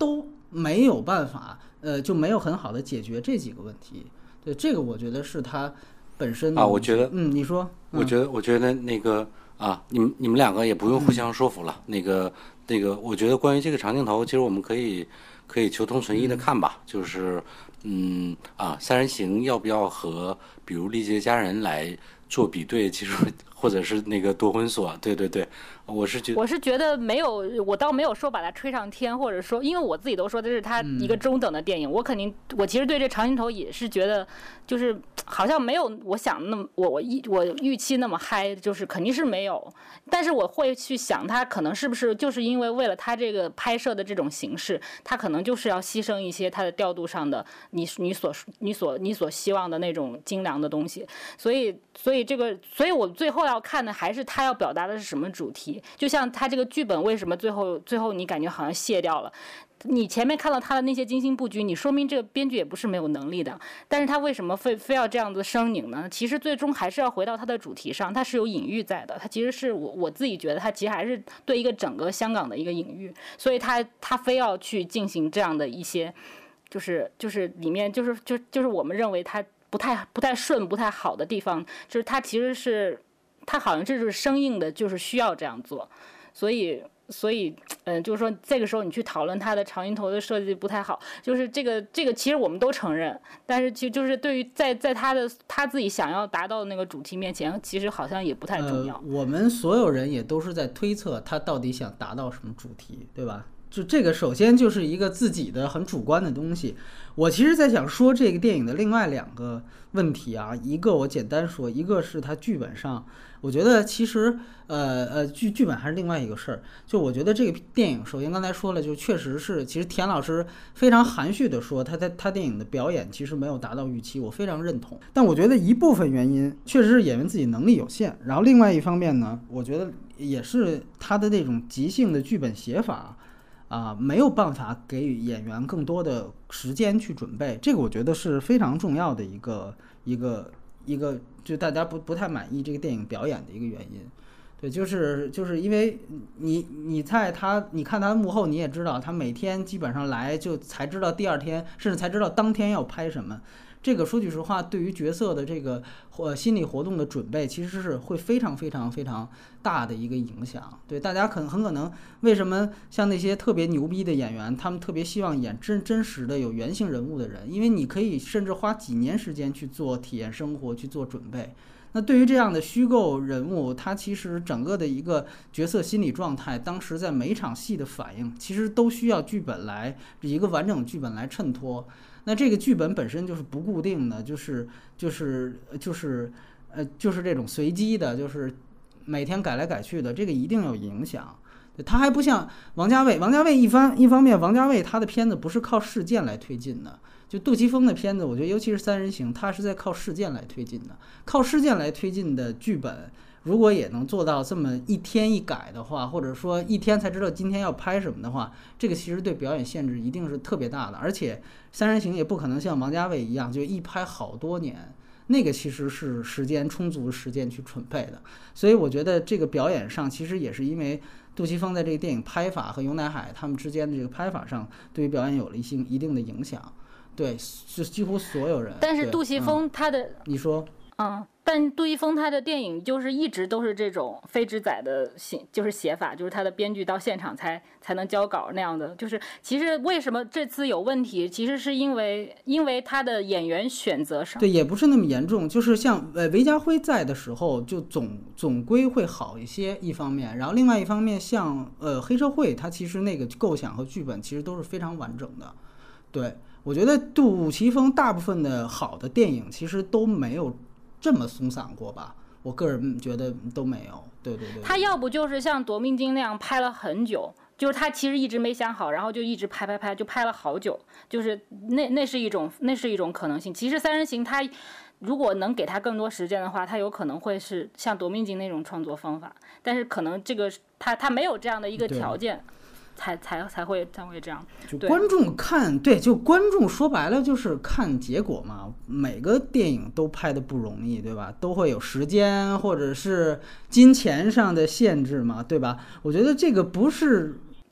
没有办法，呃，就没有很好的解决这几个问题。对，这个我觉得是它本身的啊，我觉得， 嗯，你说， 嗯、我觉得，我觉得那个啊，你们你们两个也不用互相说服了。嗯、那个那个，我觉得关于这个长镜头，其实我们可以可以求同存异的看吧，嗯、就是嗯啊，三人行要不要和比如《历劫佳人》来做比对，其实或者是那个夺魂锁，对对对，我是觉得我是觉得没有，我倒没有说把它吹上天，或者说，因为我自己都说这是它一个中等的电影，嗯、我肯定我其实对这长镜头也是觉得，就是好像没有我想那么我我预我预期那么嗨，就是肯定是没有，但是我会去想它可能是不是就是因为为了它这个拍摄的这种形式，它可能就是要牺牲一些它的调度上的你你所你所你所希望的那种精良的东西，所以所以这个所以我最后要看的还是他要表达的是什么主题。就像他这个剧本为什么最后最后你感觉好像卸掉了，你前面看到他的那些精心布局，你说明这个编剧也不是没有能力的，但是他为什么非非要这样子生拧呢？其实最终还是要回到他的主题上，他是有隐喻在的，他其实是我我自己觉得他其实还是对一个整个香港的一个隐喻，所以他他非要去进行这样的一些就是就是里面就是就就是我们认为他不太不太顺不太好的地方，就是他其实是他好像这就是生硬的，就是需要这样做，所以所以嗯、呃，就是说这个时候你去讨论他的长镜头的设计不太好，就是这个这个其实我们都承认，但是其实就是对于在在他的他自己想要达到的那个主题面前，其实好像也不太重要。 呃、我们所有人也都是在推测他到底想达到什么主题，对吧？就这个首先就是一个自己的很主观的东西。我其实在想说这个电影的另外两个问题啊，一个我简单说，一个是它剧本上，我觉得其实呃呃剧剧本还是另外一个事儿。就我觉得这个电影，首先刚才说了，就确实是，其实田老师非常含蓄的说，他在他电影的表演其实没有达到预期，我非常认同。但我觉得一部分原因确实是演员自己能力有限，然后另外一方面呢，我觉得也是他的那种即兴的剧本写法。啊，没有办法给予演员更多的时间去准备，这个我觉得是非常重要的一个一个一个，就大家不不太满意这个电影表演的一个原因。对，就是就是因为你你在他你看他幕后，你也知道他每天基本上来就才知道第二天，甚至才知道当天要拍什么。这个说句实话，对于角色的这个呃心理活动的准备，其实是会非常非常非常大的一个影响。对，大家可能很可能为什么像那些特别牛逼的演员，他们特别希望演真真实的有原型人物的人，因为你可以甚至花几年时间去做体验生活，去做准备。那对于这样的虚构人物，他其实整个的一个角色心理状态，当时在每一场戏的反应，其实都需要剧本来一个完整剧本来衬托。那这个剧本本身就是不固定的，就是就是就是呃就是这种随机的，就是每天改来改去的，这个一定有影响。他还不像王家卫，王家卫一方一方面，王家卫他的片子不是靠事件来推进的。就杜琪峰的片子，我觉得尤其是三人行，他是在靠事件来推进的。靠事件来推进的剧本，如果也能做到这么一天一改的话，或者说一天才知道今天要拍什么的话，这个其实对表演限制一定是特别大的。而且三人行也不可能像王家卫一样，就一拍好多年，那个其实是时间充足的时间去准备的。所以我觉得这个表演上，其实也是因为杜琪峰在这个电影拍法和尤乃海他们之间的这个拍法上，对于表演有了一些一定的影响。对，是几乎所有人。 但是杜琪峰他的、嗯， 你说， 嗯，但杜琪峰他的电影就是一直都是这种非直载的写，就是写法，就是他的编剧到现场才才能交稿那样的。就是其实为什么这次有问题，其实是因为因为他的演员选择上， 对，也不是那么严重。就是像呃韦家辉在的时候，就总总归会好一些，一方面，然后另外一方面，像呃黑社会，它其实那个构想和剧本其实都是非常完整的，对。我觉得杜琪峰大部分的好的电影其实都没有这么松散过吧，我个人觉得都没有。对对 对, 对， 他要不就是像夺命金那样拍了很久，就是他其实一直没想好，然后就一直拍拍拍，就拍了好久，就是那那是一种那是一种可能性。其实三人行他如果能给他更多时间的话，他有可能会是像夺命金那种创作方法，但是可能这个他他没有这样的一个条件。才才才会才会这样， 就观众看，对，就观众说白了就是看结果嘛。每个电影都拍的不容易，对吧？都会有时间或者是金钱上的限制嘛，对吧？我觉得这个不是。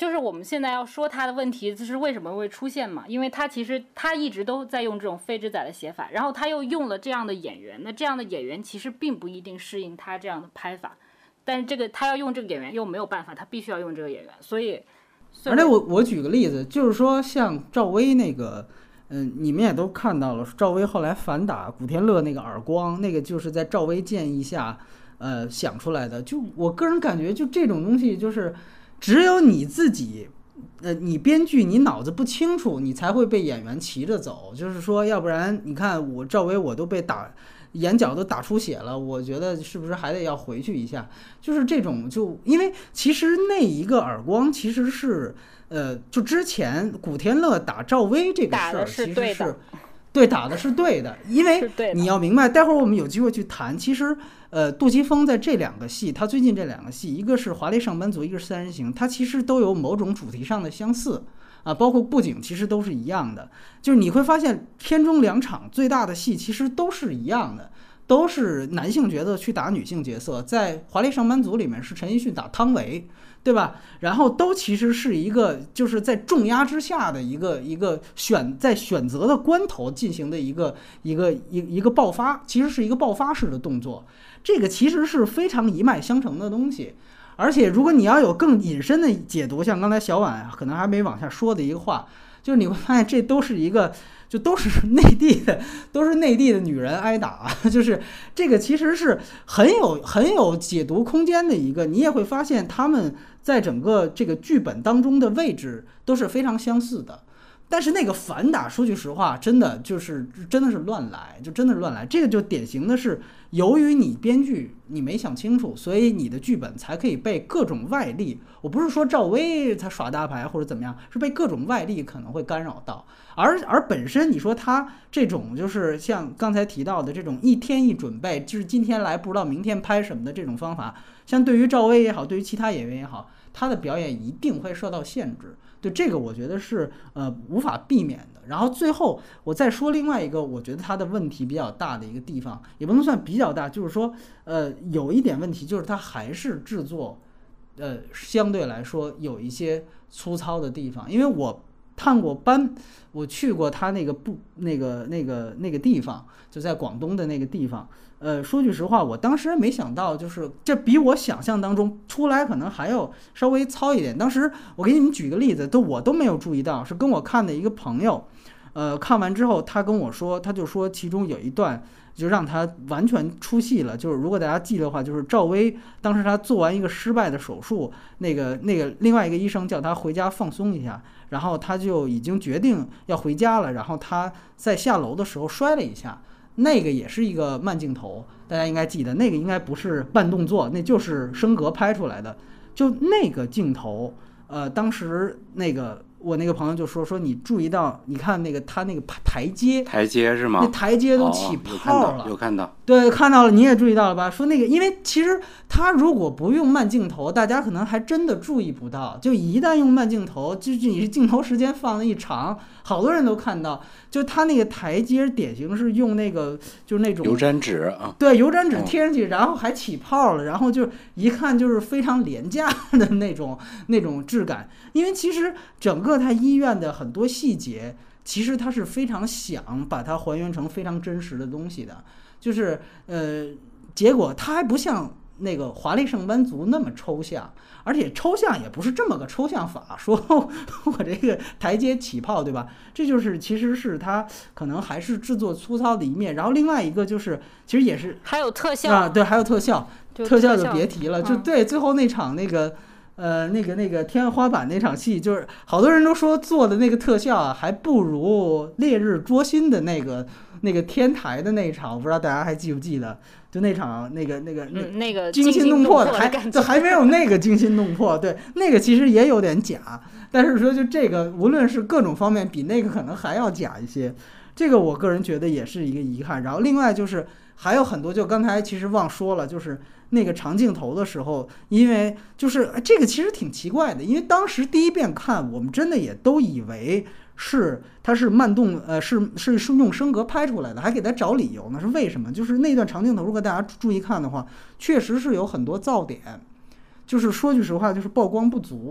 就是我们现在要说他的问题，就是为什么会出现嘛？因为他其实他一直都在用这种非直仔的写法，然后他又用了这样的演员，那这样的演员其实并不一定适应他这样的拍法，但是这个他要用这个演员又没有办法，他必须要用这个演员，所以。 而且我我举个例子，就是说像赵薇那个，嗯、呃，你们也都看到了，赵薇后来反打古天乐那个耳光，那个就是在赵薇建议下，呃，想出来的。就我个人感觉，就这种东西，就是只有你自己，呃，你编剧你脑子不清楚，你才会被演员骑着走。就是说，要不然你看我赵薇，我都被打。眼角都打出血了，我觉得是不是还得要回去一下？就是这种，就因为其实那一个耳光其实是，呃，就之前古天乐打赵薇这个事儿，其实是对打的是对的，因为你要明白，待会儿我们有机会去谈。其实，呃，杜琪峰在这两个戏，他最近这两个戏，一个是《华丽上班族》，一个是《三人行》，他其实都有某种主题上的相似。啊，包括布景其实都是一样的，就是你会发现片中两场最大的戏其实都是一样的，都是男性角色去打女性角色，在《华丽上班族》里面是陈奕迅打汤唯，对吧？然后都其实是一个就是在重压之下的一个一个选在选择的关头进行的一个一个一一个爆发，其实是一个爆发式的动作，这个其实是非常一脉相承的东西。而且如果你要有更引申的解读，像刚才小婉可能还没往下说的一个话，就是你会发现这都是一个就都是内地的都是内地的女人挨打，就是这个其实是很有很有解读空间的一个，你也会发现他们在整个这个剧本当中的位置都是非常相似的。但是那个反打，说句实话，真的就是真的是乱来，就真的是乱来。这个就典型的是，由于你编剧你没想清楚，所以你的剧本才可以被各种外力。我不是说赵薇她耍大牌或者怎么样，是被各种外力可能会干扰到。而而本身你说他这种就是像刚才提到的这种一天一准备，就是今天来不知道明天拍什么的这种方法，像对于赵薇也好，对于其他演员也好，他的表演一定会受到限制。对这个我觉得是呃无法避免的。然后最后我再说另外一个我觉得他的问题比较大的一个地方，也不能算比较大，就是说呃有一点问题，就是他还是制作呃相对来说有一些粗糙的地方。因为我探过班，我去过他那个不那个那个那个地方，就在广东的那个地方。呃，说句实话，我当时没想到，就是这比我想象当中出来可能还要稍微糙一点。当时我给你们举个例子，都我都没有注意到，是跟我看的一个朋友，呃，看完之后他跟我说，他就说其中有一段就让他完全出戏了。就是如果大家记得的话，就是赵薇当时他做完一个失败的手术，那个那个另外一个医生叫他回家放松一下，然后他就已经决定要回家了，然后他在下楼的时候摔了一下。那个也是一个慢镜头，大家应该记得，那个应该不是慢动作，那就是升格拍出来的。就那个镜头，呃，当时那个我那个朋友就说说你注意到，你看那个他那个台阶， 台阶是吗？ 那台阶都起泡了， 哦、有看到， 对，看到了，你也注意到了吧？说那个，因为其实他如果不用慢镜头，大家可能还真的注意不到。就一旦用慢镜头，就就你镜头时间放的一长，好多人都看到。就他那个台阶，典型是用那个就是那种油毡纸啊， 对，油毡纸贴上去，然后还起泡了，然后就一看就是非常廉价的那种那种质感。因为其实整个他医院的很多细节，其实他是非常想把它还原成非常真实的东西的。就是呃，结果它还不像那个华丽上班族那么抽象，而且抽象也不是这么个抽象法，说我这个台阶起泡，对吧？这就是其实是它可能还是制作粗糙的一面。然后另外一个就是其实也是还有特效啊，对，还有特效， 特特效就别提了， 嗯、 就对最后那场那个。呃，那个那个天花板那场戏，就是好多人都说做的那个特效啊，还不如《烈日灼心》的那个那个天台的那一场，我不知道大家还记不记得？就那场那个那个那嗯那个惊心动魄的，还就还没有那个惊心动魄，对，那个其实也有点假，但是说就这个，无论是各种方面，比那个可能还要假一些。这个我个人觉得也是一个遗憾。然后另外就是还有很多，就刚才其实忘说了，就是那个长镜头的时候，因为就是这个其实挺奇怪的，因为当时第一遍看，我们真的也都以为是它是慢动，呃，是是是用升格拍出来的，还给他找理由呢，是为什么？就是那段长镜头，如果大家注意看的话，确实是有很多噪点，就是说句实话，就是曝光不足。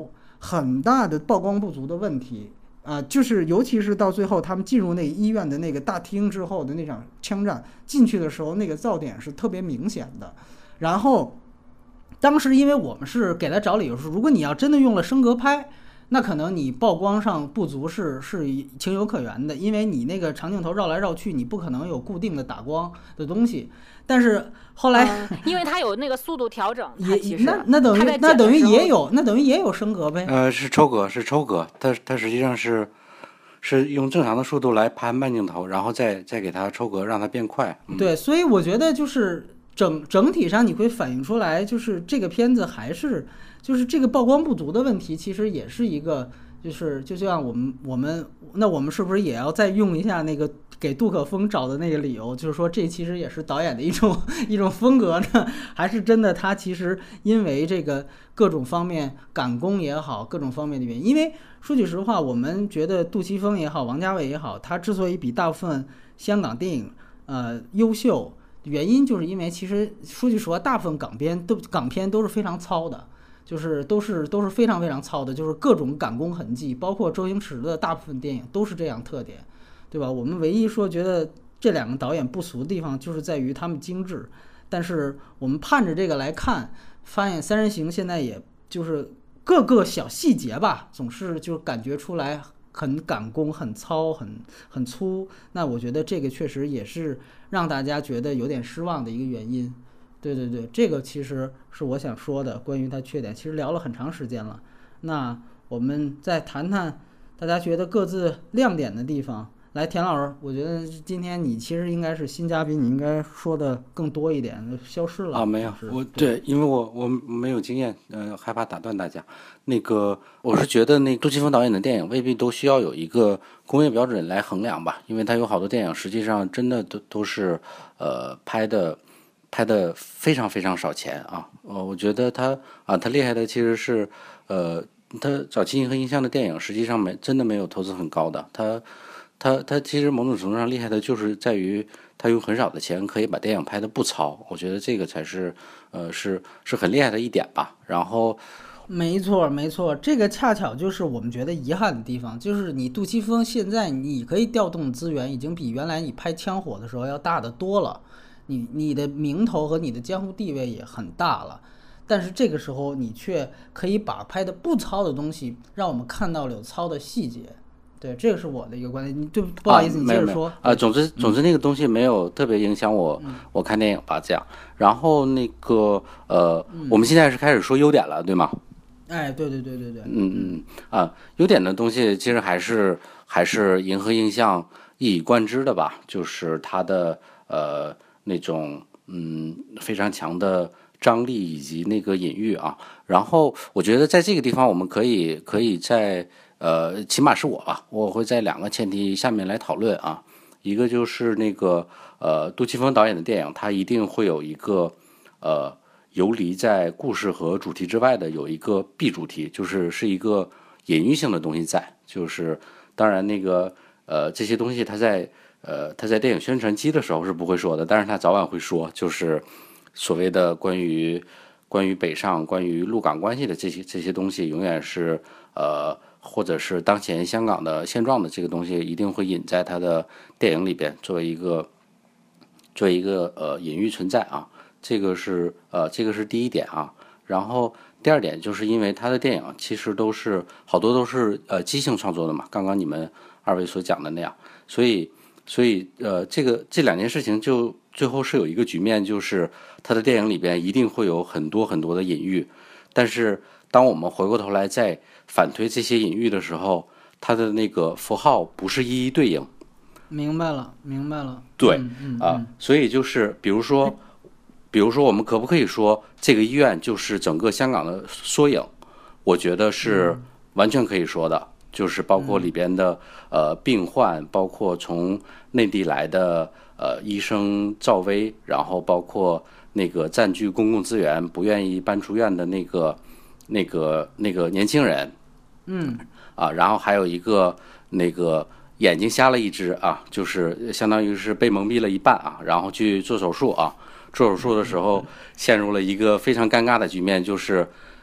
很大的曝光不足的问题啊、呃，就是尤其是到最后他们进入那个医院的那个大厅之后的那场枪战，进去的时候那个噪点是特别明显的。然后当时因为我们是给他找理由说，如果你要真的用了升格拍，那可能你曝光上不足是是情有可原的，因为你那个长镜头绕来绕去，你不可能有固定的打光的东西。但是后来、 嗯、因为它有那个速度调整， 也其实那那等于那等于也有那等于也有升格呗。 呃，是抽格是抽格，它它实际上是是用正常的速度来拍慢镜头，然后再再给它抽格，让它变快。嗯、 对，所以我觉得就是整整体上你会反映出来，就是这个片子还是就是这个曝光不足的问题，其实也是一个。就是就像我们我们那我们是不是也要再用一下那个给杜可风找的那个理由，就是说这其实也是导演的一种一种风格呢？还是真的他其实因为这个各种方面赶工也好，各种方面的原因？因为说句实话，我们觉得杜琪峰也好，王家卫也好，他之所以比大部分香港电影呃优秀，原因就是因为其实说句实话，大部分港片都港片都是非常糙的。就是都是都是非常非常糙的，就是各种赶工痕迹，包括周星驰的大部分电影都是这样特点，对吧？我们唯一说觉得这两个导演不俗的地方，就是在于他们精致。但是我们盼着这个来看，发现《三人行》现在也就是各个小细节吧，总是就感觉出来很赶工、很糙、很很粗。那我觉得这个确实也是让大家觉得有点失望的一个原因。对对对，这个其实是我想说的关于它缺点，其实聊了很长时间了。那我们再谈谈大家觉得各自亮点的地方。来，田老师，我觉得今天你其实应该是新嘉宾，你应该说的更多一点，消失了啊？没有，我对，因为我我没有经验，呃，害怕打断大家。那个，我是觉得那杜琪峰导演的电影未必都需要有一个工业标准来衡量吧，因为他有好多电影实际上真的都都是呃拍的。拍的非常非常少钱啊，呃，我觉得他啊，他厉害的其实是，呃，他早期银河映像的电影实际上没真的没有投资很高的，他他他其实某种程度上厉害的就是在于他用很少的钱可以把电影拍得不糙，我觉得这个才是呃是是很厉害的一点吧。然后， 没错没错，这个恰巧就是我们觉得遗憾的地方，就是你杜琪峰现在你可以调动资源，已经比原来你拍枪火的时候要大得多了。你你的名头和你的江湖地位也很大了，但是这个时候你却可以把拍的不糙的东西让我们看到了有糙的细节。对，这个是我的一个观点。你对不好意思， 啊、 你接着说啊、呃。总之总之那个东西没有特别影响我、嗯、我看电影吧，这样。然后那个呃、嗯，我们现在是开始说优点了，对吗？ 哎，对对对对对。 嗯嗯啊，优点的东西其实还是还是银河映像一以贯之的吧，就是它的呃。那种嗯非常强的张力以及那个隐喻啊，然后我觉得在这个地方我们可以可以在呃起码是我吧，我会在两个前提下面来讨论啊，一个就是那个呃杜琪峰导演的电影，它一定会有一个呃游离在故事和主题之外的有一个 B 主题，就是是一个隐喻性的东西在，就是当然那个呃这些东西它在。呃，他在电影宣传期的时候是不会说的，但是他早晚会说，就是所谓的关于关于北上、关于陆港关系的这些这些东西，永远是呃，或者是当前香港的现状的这个东西，一定会引在他的电影里边，作为一个作为一个呃隐喻存在啊。这个是呃这个是第一点啊。然后第二点就是因为他的电影其实都是好多都是呃即兴创作的嘛，刚刚你们二位所讲的那样，所以。所以，呃，这个这两件事情就最后是有一个局面，就是他的电影里边一定会有很多很多的隐喻，但是当我们回过头来再反推这些隐喻的时候，它的那个符号不是一一对应。 明白了，明白了。 对， 嗯嗯、 啊、呃，所以就是比如说，比如说我们可不可以说这个医院就是整个香港的缩影？我觉得是完全可以说的。嗯，就是包括里边的呃病患，包括从内地来的呃医生赵薇，然后包括那个占据公共资源不愿意搬出院的那个那个那个年轻人， 嗯啊，然后还有一个那个眼睛瞎了一只啊，就是相当于是被蒙蔽了一半啊，然后去做手术啊，做手术的时候陷入了一个非常尴尬的局面，就是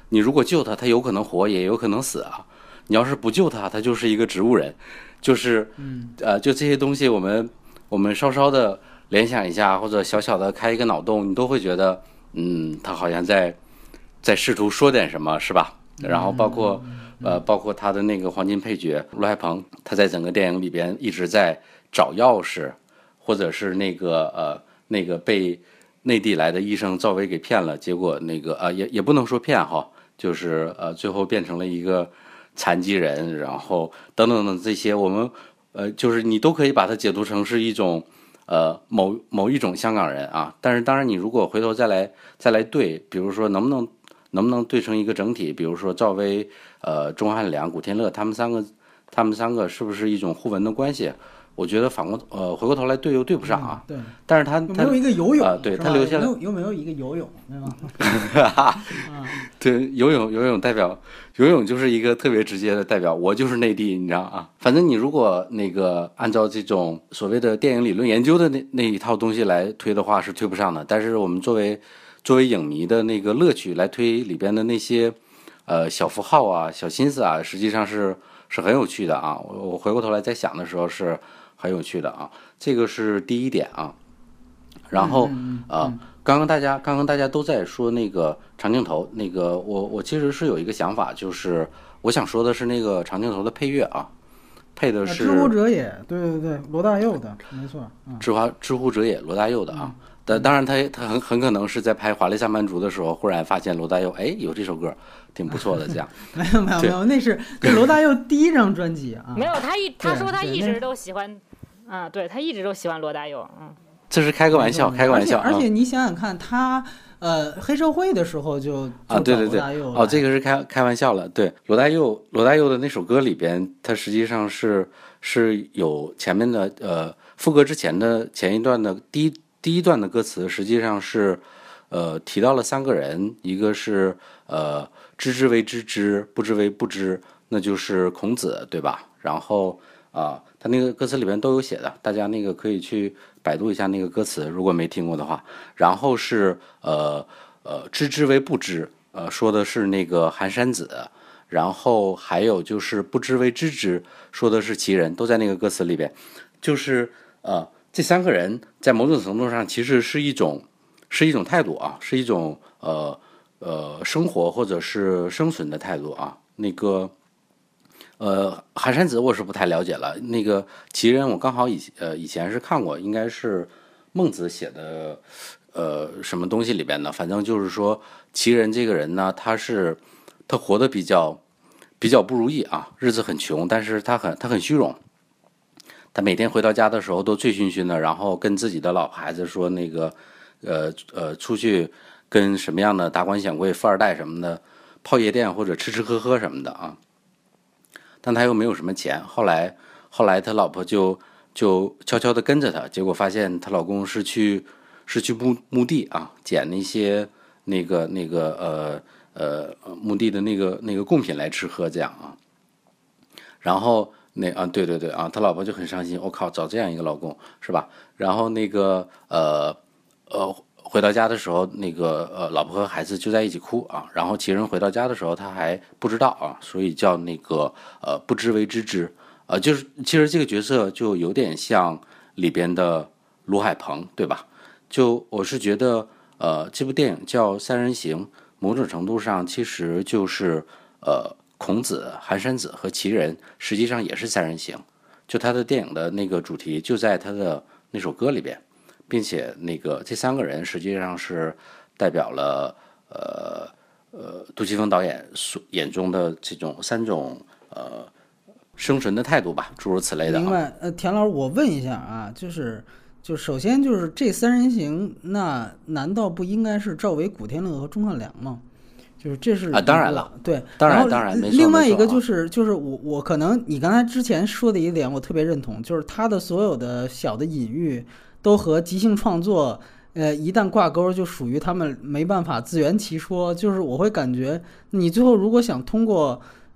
你如果救他，他有可能活，也有可能死啊。你要是不救他，他就是一个植物人，就是呃，就这些东西，我们我们稍稍的联想一下，或者小小的开一个脑洞，你都会觉得，嗯，他好像在在试图说点什么，是吧？然后包括呃，包括他的那个黄金配角卢海鹏，他在整个电影里边一直在找钥匙，或者是那个呃那个被内地来的医生赵薇给骗了，结果那个呃也也不能说骗哈，就是呃最后变成了一个残疾人，然后等等等这些，我们呃就是你都可以把它解读成是一种呃某某一种香港人啊。但是当然你如果回头再来再来对，比如说能不能能不能对成一个整体，比如说赵薇、呃钟汉良、古天乐他们三个他们三个是不是一种互文的关系？我觉得反过呃回过头来对又对不上啊。 嗯、对， 但是他他没有一个游泳啊、呃，对他留下了有没有一个游泳，对吧？ 对，游泳游泳代表游泳就是一个特别直接的代表，我就是内地，你知道啊。反正你如果那个按照这种所谓的电影理论研究的那那一套东西来推的话，是推不上的。但是我们作为作为影迷的那个乐趣来推里边的那些呃小符号啊、小心思啊，实际上是是很有趣的啊。我我回过头来再想的时候是很有趣的啊，这个是第一点啊。然后啊、 嗯呃，刚刚大家刚刚大家都在说那个长镜头，那个我我其实是有一个想法，就是我想说的是那个长镜头的配乐啊，配的是知乎者也，对对对，罗大佑的，没错。嗯、 知乎知乎者也，罗大佑的啊。但、嗯、当然他他很很可能是在拍《华丽上班族》的时候，忽然发现罗大佑哎有这首歌挺不错的，这样。 没有没有没有，那是那罗大佑第一张专辑啊。 没有，他一他说他一直都喜欢，啊，对他一直都喜欢罗大佑，嗯。 这是开个玩笑，开个玩笑。 而且而且你想想看，他呃黑社会的时候就啊，对对对，哦，这个是开开玩笑了。对，罗大佑罗大佑的那首歌里边，他实际上是是有前面的呃副歌之前的前一段的第一第一段的歌词，实际上是呃提到了三个人，一个是呃知之为知之，不知为不知，那就是孔子，对吧？然后啊，他那个歌词里边都有写的，大家那个可以去百度一下那个歌词，如果没听过的话。然后是呃呃知之为不知，呃说的是那个寒山子。然后还有就是不知为知之，说的是齐人，都在那个歌词里边。就是呃这三个人在某种程度上其实是一种是一种态度啊，是一种呃呃生活或者是生存的态度啊。那个呃，寒山子我是不太了解了。那个齐人我刚好以呃以前是看过，应该是孟子写的呃什么东西里边的。反正就是说齐人这个人呢，他是他活得比较比较不如意啊，日子很穷，但是他很他很虚荣。他每天回到家的时候都醉醺醺的，然后跟自己的老婆孩子说那个呃呃出去跟什么样的达官显贵、富二代什么的泡夜店或者吃吃喝喝什么的啊。但他又没有什么钱，后来后来他老婆就就悄悄地跟着他，结果发现她老公是去是去墓墓地啊，捡那些那个那个呃呃墓地的那个那个贡品来吃喝这样啊。然后那啊对对对啊，他老婆就很伤心，我、哦、靠，找这样一个老公是吧？然后那个呃呃回到家的时候，那个呃老婆和孩子就在一起哭啊。然后齐人回到家的时候，他还不知道啊，所以叫那个呃不知为知之，呃就是其实这个角色就有点像里边的卢海鹏，对吧？就我是觉得呃这部电影叫《三人行》，某种程度上其实就是呃孔子、寒山子和齐人，实际上也是三人行。就他的电影的那个主题就在他的那首歌里边。并且那个这三个人实际上是代表了呃呃杜琪峰导演所眼中的这种三种呃生存的态度吧，诸如此类的。 明白。呃，田老师，我问一下啊，就是就首先就是这三人行，那难道不应该是赵薇、古天乐和钟汉良吗？就是这是啊，当然了， 对， 当然当然没错。 另外一个就是就是我我可能你刚才之前说的一点我特别认同，就是他的所有的小的隐喻。都和即兴创作，呃，一旦挂钩，就属于他们没办法自圆其说。就是我会感觉，你最后如果想通过，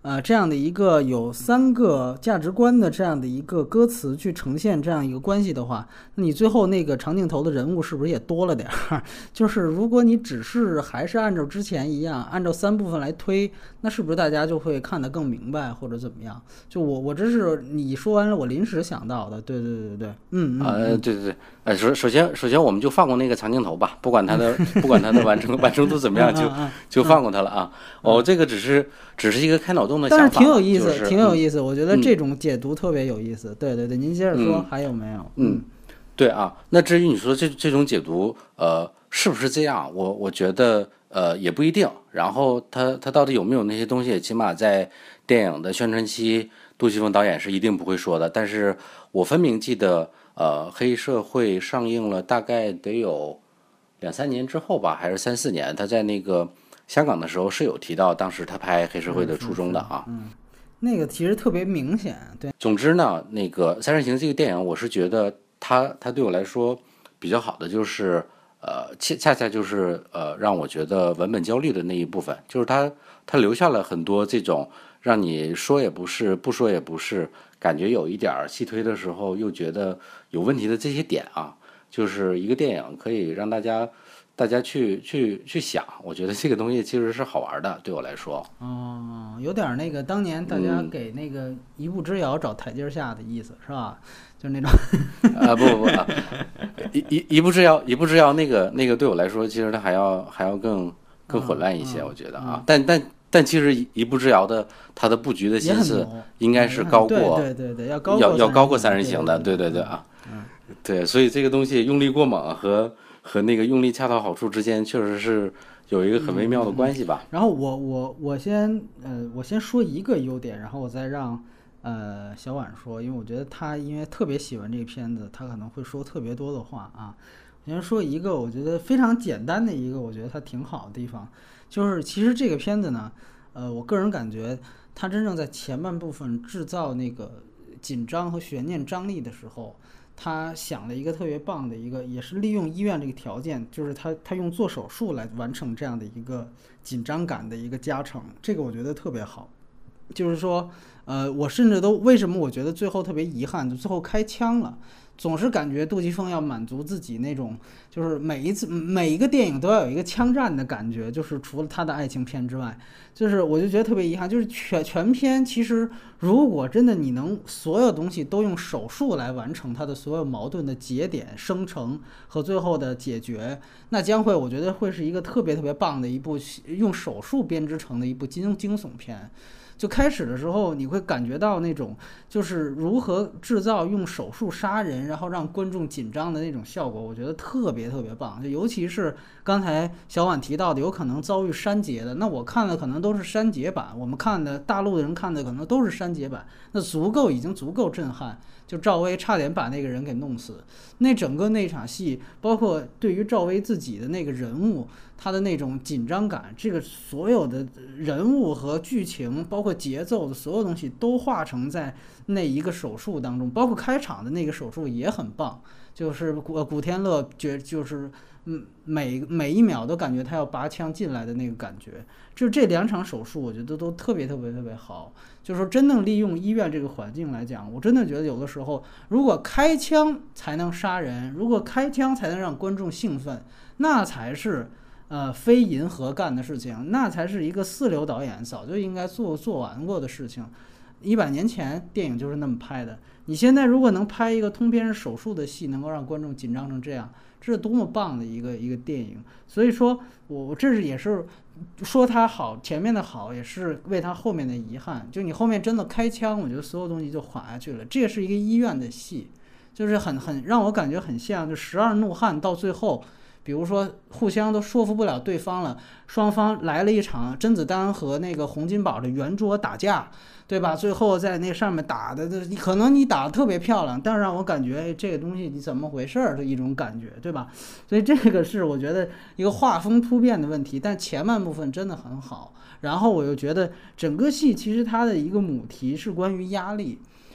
呃，这样的一个有三个价值观的这样的一个歌词去呈现这样一个关系的话，那你最后那个长镜头的人物是不是也多了点儿？就是如果你只是还是按照之前一样，按照三部分来推，那是不是大家就会看得更明白或者怎么样？就我我这是你说完了，我临时想到的。对对对对，嗯嗯呃，对对对，呃，首首先首先我们就放过那个长镜头吧，不管它的不管它的完成完成度怎么样，就就放过它了啊。哦，这个只是只是一个开脑洞的想法， 但是挺有意思， 就是、 挺有意思。我觉得这种解读特别有意思。嗯、对对对，您接着说，嗯、还有没有？ 嗯，对啊。那至于你说这这种解读，呃，是不是这样？我我觉得呃也不一定。然后他他到底有没有那些东西，起码在电影的宣传期，杜琪峰导演是一定不会说的。但是我分明记得，呃，黑社会上映了大概得有两三年之后吧，还是三四年，他在那个香港的时候是有提到当时他拍黑社会的初衷的啊。 嗯，那个其实特别明显。对， 总之呢，那个《三人行》这个电影，我是觉得它它对我来说比较好的就是，呃，恰恰恰就是呃，让我觉得文本焦虑的那一部分，就是它它留下了很多这种让你说也不是，不说也不是，感觉有一点细推的时候又觉得有问题的这些点啊，就是一个电影可以让大家。大家去去去想，我觉得这个东西其实是好玩的，对我来说。 哦，有点那个当年大家给那个一步之遥找台阶下的意思、嗯、是吧？就那种啊不不不，啊、一一一步之遥，一步之遥那个那个对我来说，其实它还要还要更更混乱一些，嗯、我觉得啊。嗯、但但但其实一步之遥的它的布局的心思应该是高过， 对对对，要高要要高过三人行的，对对对啊。 嗯， 对，所以这个东西用力过猛和。和那个用力恰到好处之间，确实是有一个很微妙的关系吧。 嗯、然后我我我先呃我先说一个优点，然后我再让呃小婉说，因为我觉得他因为特别喜欢这个片子，他可能会说特别多的话啊。我先说一个我觉得非常简单的一个，我觉得它挺好的地方，就是其实这个片子呢，呃，我个人感觉它真正在前半部分制造那个紧张和悬念张力的时候。他想了一个特别棒的一个，也是利用医院这个条件，就是他他用做手术来完成这样的一个紧张感的一个加成，这个我觉得特别好。就是说，呃，我甚至都为什么我觉得最后特别遗憾，就最后开枪了。总是感觉杜琪峰要满足自己那种，就是每一次每一个电影都要有一个枪战的感觉，就是除了他的爱情片之外，就是我就觉得特别遗憾，就是全全片其实如果真的你能所有东西都用手术来完成它的所有矛盾的节点生成和最后的解决，那将会我觉得会是一个特别特别棒的一部用手术编织成的一部惊惊悚片。就开始的时候你会感觉到那种就是如何制造用手术杀人然后让观众紧张的那种效果，我觉得特别特别棒。就尤其是刚才小婉提到的有可能遭遇删节的，那我看的可能都是删节版，我们看的大陆的人看的可能都是删节版，那足够已经足够震撼，就赵薇差点把那个人给弄死。那整个那场戏包括对于赵薇自己的那个人物他的那种紧张感，这个所有的人物和剧情包括节奏的所有东西都化成在那一个手术当中，包括开场的那个手术也很棒，就是古古天乐觉就是嗯每每一秒都感觉他要拔枪进来的那个感觉，就这两场手术我觉得都特别特别特别好。就是说真正利用医院这个环境来讲，我真的觉得有的时候如果开枪才能杀人，如果开枪才能让观众兴奋，那才是呃，非银河干的事情，那才是一个四流导演早就应该做做完过的事情。一百年前电影就是那么拍的。你现在如果能拍一个通篇是手术的戏，能够让观众紧张成这样，这是多么棒的一个一个电影。所以说我这是也是说它好，前面的好也是为它后面的遗憾。就你后面真的开枪，我觉得所有东西就缓下去了。这是一个医院的戏，就是很很让我感觉很像就十二怒汉到最后。比如说互相都说服不了对方了，双方来了一场甄子丹和那个洪金宝的圆桌打架，对吧？最后在那上面打的，可能你打得特别漂亮，但是让我感觉，哎，这个东西你怎么回事儿的一种感觉，对吧？所以这个是我觉得一个画风突变的问题，但前半部分真的很好。然后我又觉得整个戏其实它的一个母题是关于压力。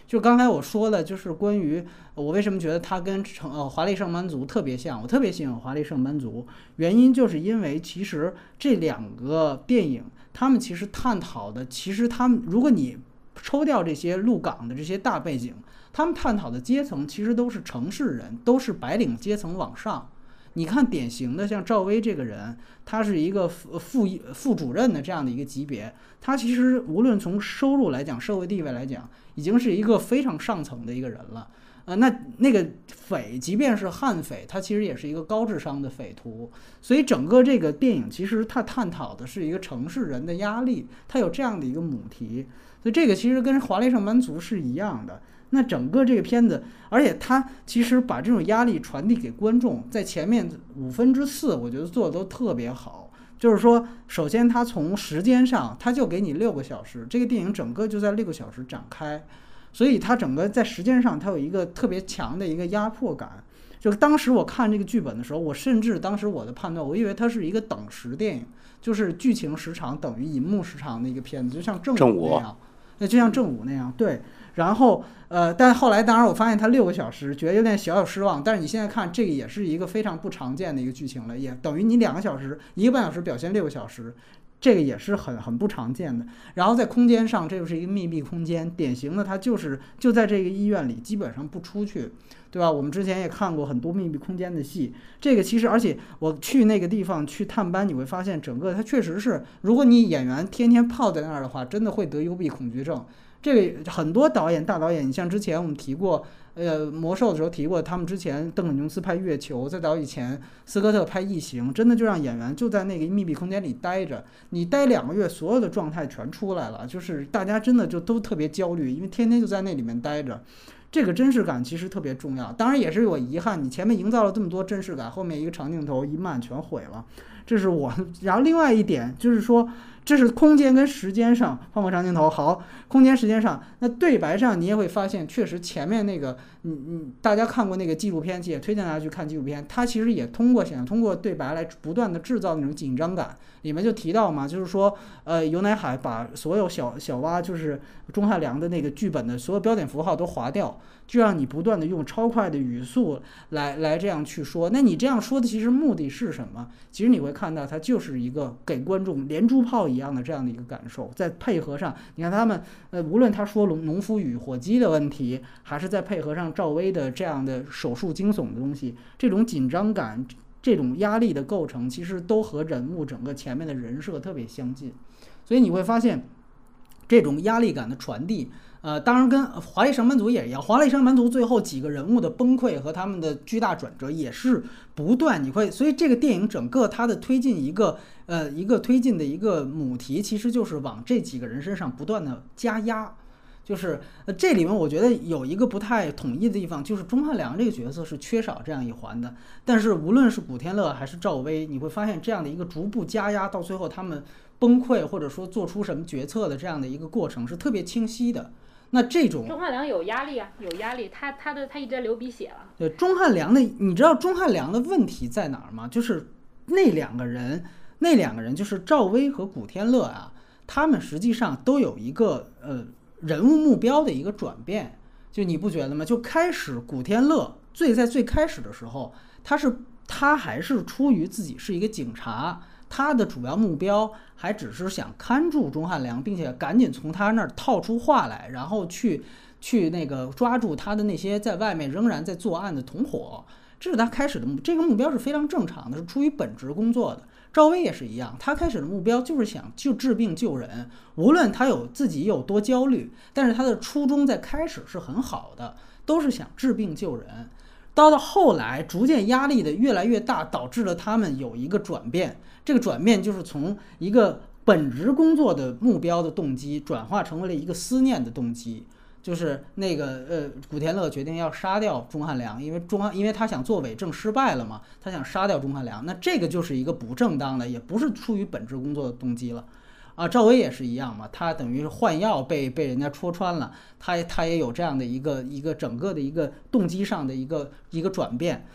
就刚才我说的，就是关于我为什么觉得它跟成呃华丽上班族特别像，我特别喜欢华丽上班族，原因就是因为其实这两个电影，他们其实探讨的，其实他们如果你抽掉这些鹿港的这些大背景，他们探讨的阶层其实都是城市人，都是白领阶层往上。你看典型的像赵薇这个人，他是一个副副副主任的这样的一个级别，他其实无论从收入来讲，社会地位来讲，已经是一个非常上层的一个人了。呃，那那个匪，即便是悍匪，他其实也是一个高智商的匪徒。所以整个这个电影其实它探讨的是一个城市人的压力，它有这样的一个母题。所以这个其实跟华丽上班族是一样的。那整个这个片子，而且他其实把这种压力传递给观众，在前面五分之四，我觉得做的都特别好。就是说，首先他从时间上，他就给你六个小时，这个电影整个就在六个小时展开，所以它整个在时间上，它有一个特别强的一个压迫感。就当时我看这个剧本的时候，我甚至当时我的判断，我以为它是一个等时电影，就是剧情时长等于银幕时长的一个片子，就像正午那样，那就像正午那样，对。然后呃，但后来当然我发现它六个小时，觉得有点小小失望。但是你现在看这个也是一个非常不常见的一个剧情了，也等于你两个小时一个半小时表现六个小时，这个也是很很不常见的。然后在空间上，这就是一个密闭空间，典型的它就是就在这个医院里，基本上不出去，对吧？我们之前也看过很多密闭空间的戏，这个其实而且我去那个地方去探班，你会发现整个它确实是，如果你演员天天泡在那儿的话，真的会得幽闭恐惧症。这个很多导演大导演，你像之前我们提过，呃，魔兽的时候提过，他们之前邓肯琼斯拍月球，在早以前斯科特拍异形，真的就让演员就在那个密闭空间里待着，你待两个月，所有的状态全出来了，就是大家真的就都特别焦虑，因为天天就在那里面待着。这个真实感其实特别重要，当然也是有遗憾，你前面营造了这么多真实感，后面一个长镜头一慢全毁了，这是我。然后另外一点就是说，这是空间跟时间上放过长镜头，好，空间时间上，那对白上你也会发现，确实前面那个，你你大家看过那个纪录片，也推荐大家去看纪录片，它其实也通过想通过对白来不断的制造那种紧张感。里面就提到嘛，就是说，呃，游乃海把所有小小蛙就是钟汉良的那个剧本的所有标点符号都划掉，就让你不断的用超快的语速来来这样去说。那你这样说的其实目的是什么？其实你会看到它就是一个给观众连珠炮一样的这样的一个感受，在配合上，你看他们，呃，无论他说农农夫与火鸡的问题，还是在配合上赵薇的这样的手术惊悚的东西，这种紧张感。这种压力的构成其实都和人物整个前面的人设特别相近，所以你会发现这种压力感的传递，呃，当然跟华丽上班族也一样，华丽上班族最后几个人物的崩溃和他们的巨大转折也是不断，你会，所以这个电影整个它的推进一个呃一个推进的一个母题，其实就是往这几个人身上不断的加压。就是呃，这里面我觉得有一个不太统一的地方，就是钟汉良这个角色是缺少这样一环的。但是无论是古天乐还是赵薇，你会发现这样的一个逐步加压，到最后他们崩溃或者说做出什么决策的这样的一个过程是特别清晰的。那这种钟汉良有压力啊，有压力，他他的他一直在流鼻血了。 对，钟汉良的，你知道钟汉良的问题在哪儿吗？就是那两个人，那两个人就是赵薇和古天乐啊，他们实际上都有一个呃。人物目标的一个转变，就你不觉得吗？就开始古天乐最在最开始的时候，他是他还是出于自己是一个警察，他的主要目标还只是想看住钟汉良，并且赶紧从他那儿套出话来，然后去去那个抓住他的那些在外面仍然在作案的同伙，这是他开始的目，这个目标是非常正常的，是出于本职工作的。赵薇也是一样，他开始的目标就是想就治病救人，无论他有自己有多焦虑，但是他的初衷在开始是很好的，都是想治病救人。到到后来逐渐压力的越来越大，导致了他们有一个转变，这个转变就是从一个本职工作的目标的动机转化成为了一个思念的动机。就是那个呃，古天乐决定要杀掉钟汉良，因为钟汉因为他想做伪证失败了嘛，他想杀掉钟汉良，那这个就是一个不正当的，也不是出于本职工作的动机了。啊，赵薇也是一样嘛，他等于是换药被被人家戳穿了，他他也有这样的一个一个整个的一个动机上的一个一个转变。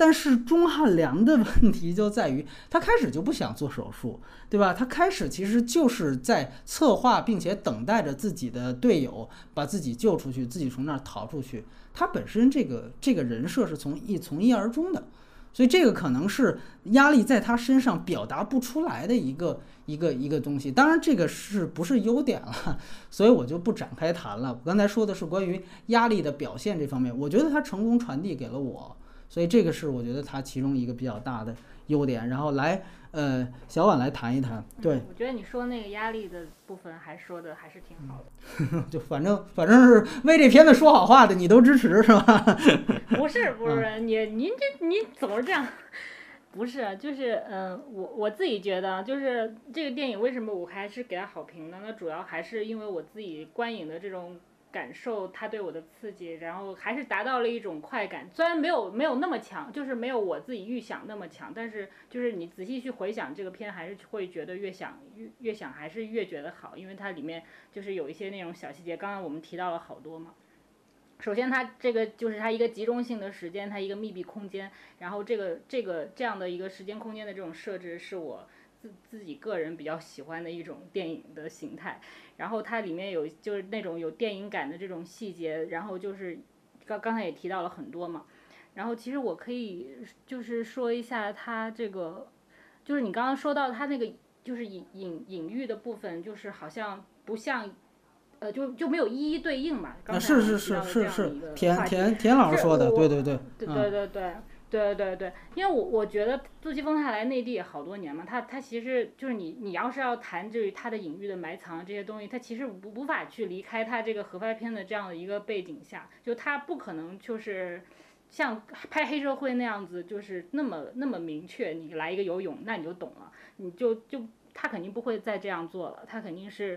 但是钟汉良的问题就在于，他开始就不想做手术，对吧？他开始其实就是在策划，并且等待着自己的队友把自己救出去，自己从那儿逃出去。他本身这个这个人设是从一从一而终的，所以这个可能是压力在他身上表达不出来的一个一个一个东西。当然，这个是不是优点了？所以我就不展开谈了。我刚才说的是关于压力的表现这方面，我觉得他成功传递给了我。所以这个是我觉得它其中一个比较大的优点，然后来呃小婉来谈一谈。对、嗯， 我觉得你说那个压力的部分还说的还是挺好的。 就反正反正是为这片子说好话的，你都支持是吧？ 不是不是，嗯、你您这你总是这样。不是，就是嗯、呃，我我自己觉得，就是这个电影为什么我还是给它好评呢？那主要还是因为我自己观影的这种感受，它对我的刺激，然后还是达到了一种快感。虽然没有没有那么强，就是没有我自己预想那么强，但是就是你仔细去回想这个片，还是会觉得越想越越想还是越觉得好，因为它里面就是有一些那种小细节。刚刚我们提到了好多嘛。首先，它这个就是它一个集中性的时间，它一个密闭空间，然后这个这个这样的一个时间空间的这种设置，是我自自己个人比较喜欢的一种电影的形态。然后它里面有就是那种有电影感的这种细节，然后就是刚刚才也提到了很多嘛。然后其实我可以就是说一下它这个，就是你刚刚说到它那个就是隐隐隐喻的部分，就是好像不像。呃，就就没有一一对应嘛？刚才是是是是是，田田田老师说的，对对对， 对对对对对对对，因为我我觉得杜琪峰他来内地也好多年嘛，他他其实就是你你要是要谈至于他的隐喻的埋藏这些东西，他其实无无法去离开他这个合拍片的这样的一个背景下，就他不可能就是像拍黑社会那样子，就是那么那么明确，你来一个游泳，那你就懂了，你就就他肯定不会再这样做了，他肯定是。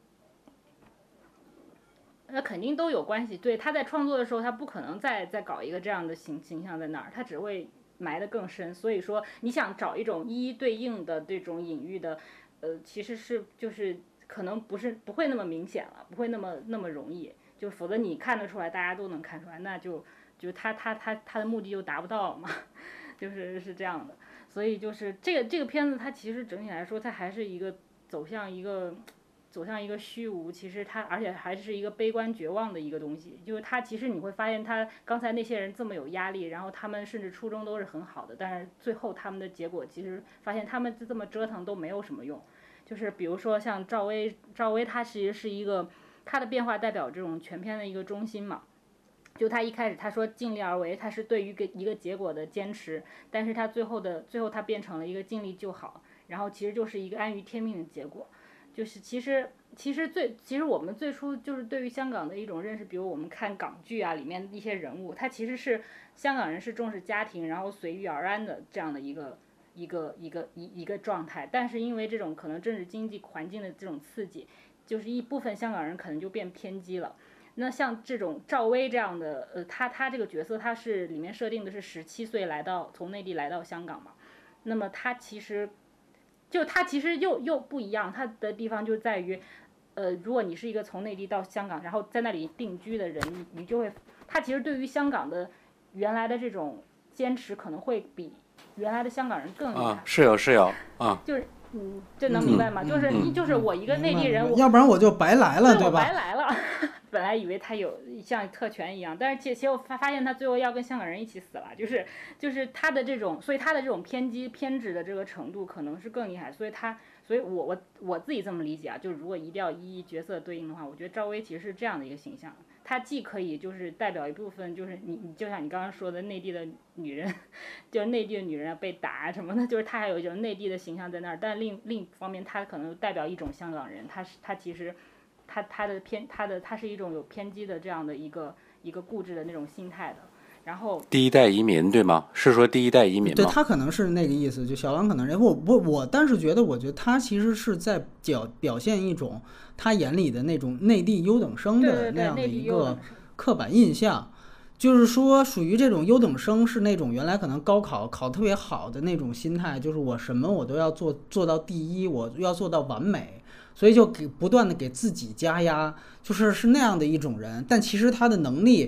那肯定都有关系，对，他在创作的时候，他不可能再再搞一个这样的形形象在那儿，他只会埋得更深。所以说，你想找一种一一对应的这种隐喻的，呃，其实是就是可能不是不会那么明显了，不会那么那么容易，就否则你看得出来，大家都能看出来，那就就他他他他的目的就达不到嘛，就是是这样的。所以就是这个这个片子，它其实整体来说，它还是一个走向一个。走向一个虚无，其实它而且还是一个悲观绝望的一个东西。就是它其实你会发现，他刚才那些人这么有压力，然后他们甚至初衷都是很好的，但是最后他们的结果其实发现他们这么折腾都没有什么用。就是比如说像赵薇，赵薇她其实是一个她的变化代表这种全片的一个中心嘛。就他一开始他说尽力而为，他是对于一个一个结果的坚持，但是他最后的最后他变成了一个尽力就好，然后其实就是一个安于天命的结果。就是其实其实最其实我们最初就是对于香港的一种认识，比如我们看港剧啊里面一些人物，他其实是香港人是重视家庭，然后随遇而安的这样的一个一个一个一一个状态。但是因为这种可能政治经济环境的这种刺激，就是一部分香港人可能就变偏激了。那像这种赵薇这样的，呃，他他这个角色他是里面设定的是十七岁来到从内地来到香港嘛，那么他其实。就它其实又又不一样，它的地方就在于，呃，如果你是一个从内地到香港，然后在那里定居的人，你你就会，他其实对于香港的原来的这种坚持，可能会比原来的香港人更厉害。 啊，是有是有啊。 就是嗯，这能明白吗？嗯、就是你、嗯、就是我一个内地人，我要不然我就白来了， 对吧？ 白来了。本来以为他有像特权一样，但是结果发发现他最后要跟香港人一起死了，就是就是他的这种，所以他的这种偏激偏执的这个程度可能是更厉害，所以他，所以我我我自己这么理解啊，就是如果一定要一一角色对应的话，我觉得赵薇其实是这样的一个形象，她既可以就是代表一部分，就是你你就像你刚刚说的内地的女人，就是内地的女人被打什么的，就是她还有一种内地的形象在那儿，但另另一方面，她可能代表一种香港人，她是她其实。他他的偏他的他是一种有偏激的这样的一个一个固执的那种心态的，然后第一代移民对吗？是说第一代移民吗？ 对，他可能是那个意思，就小王可能认为我我我，但是觉得我觉得他其实是在表表现一种他眼里的那种内地优等生的那样的一个刻板印象，就是说属于这种优等生是那种原来可能高考考特别好的那种心态，就是我什么我都要做做到第一，我要做到完美。所以就给不断的给自己加压，就是是那样的一种人，但其实他的能力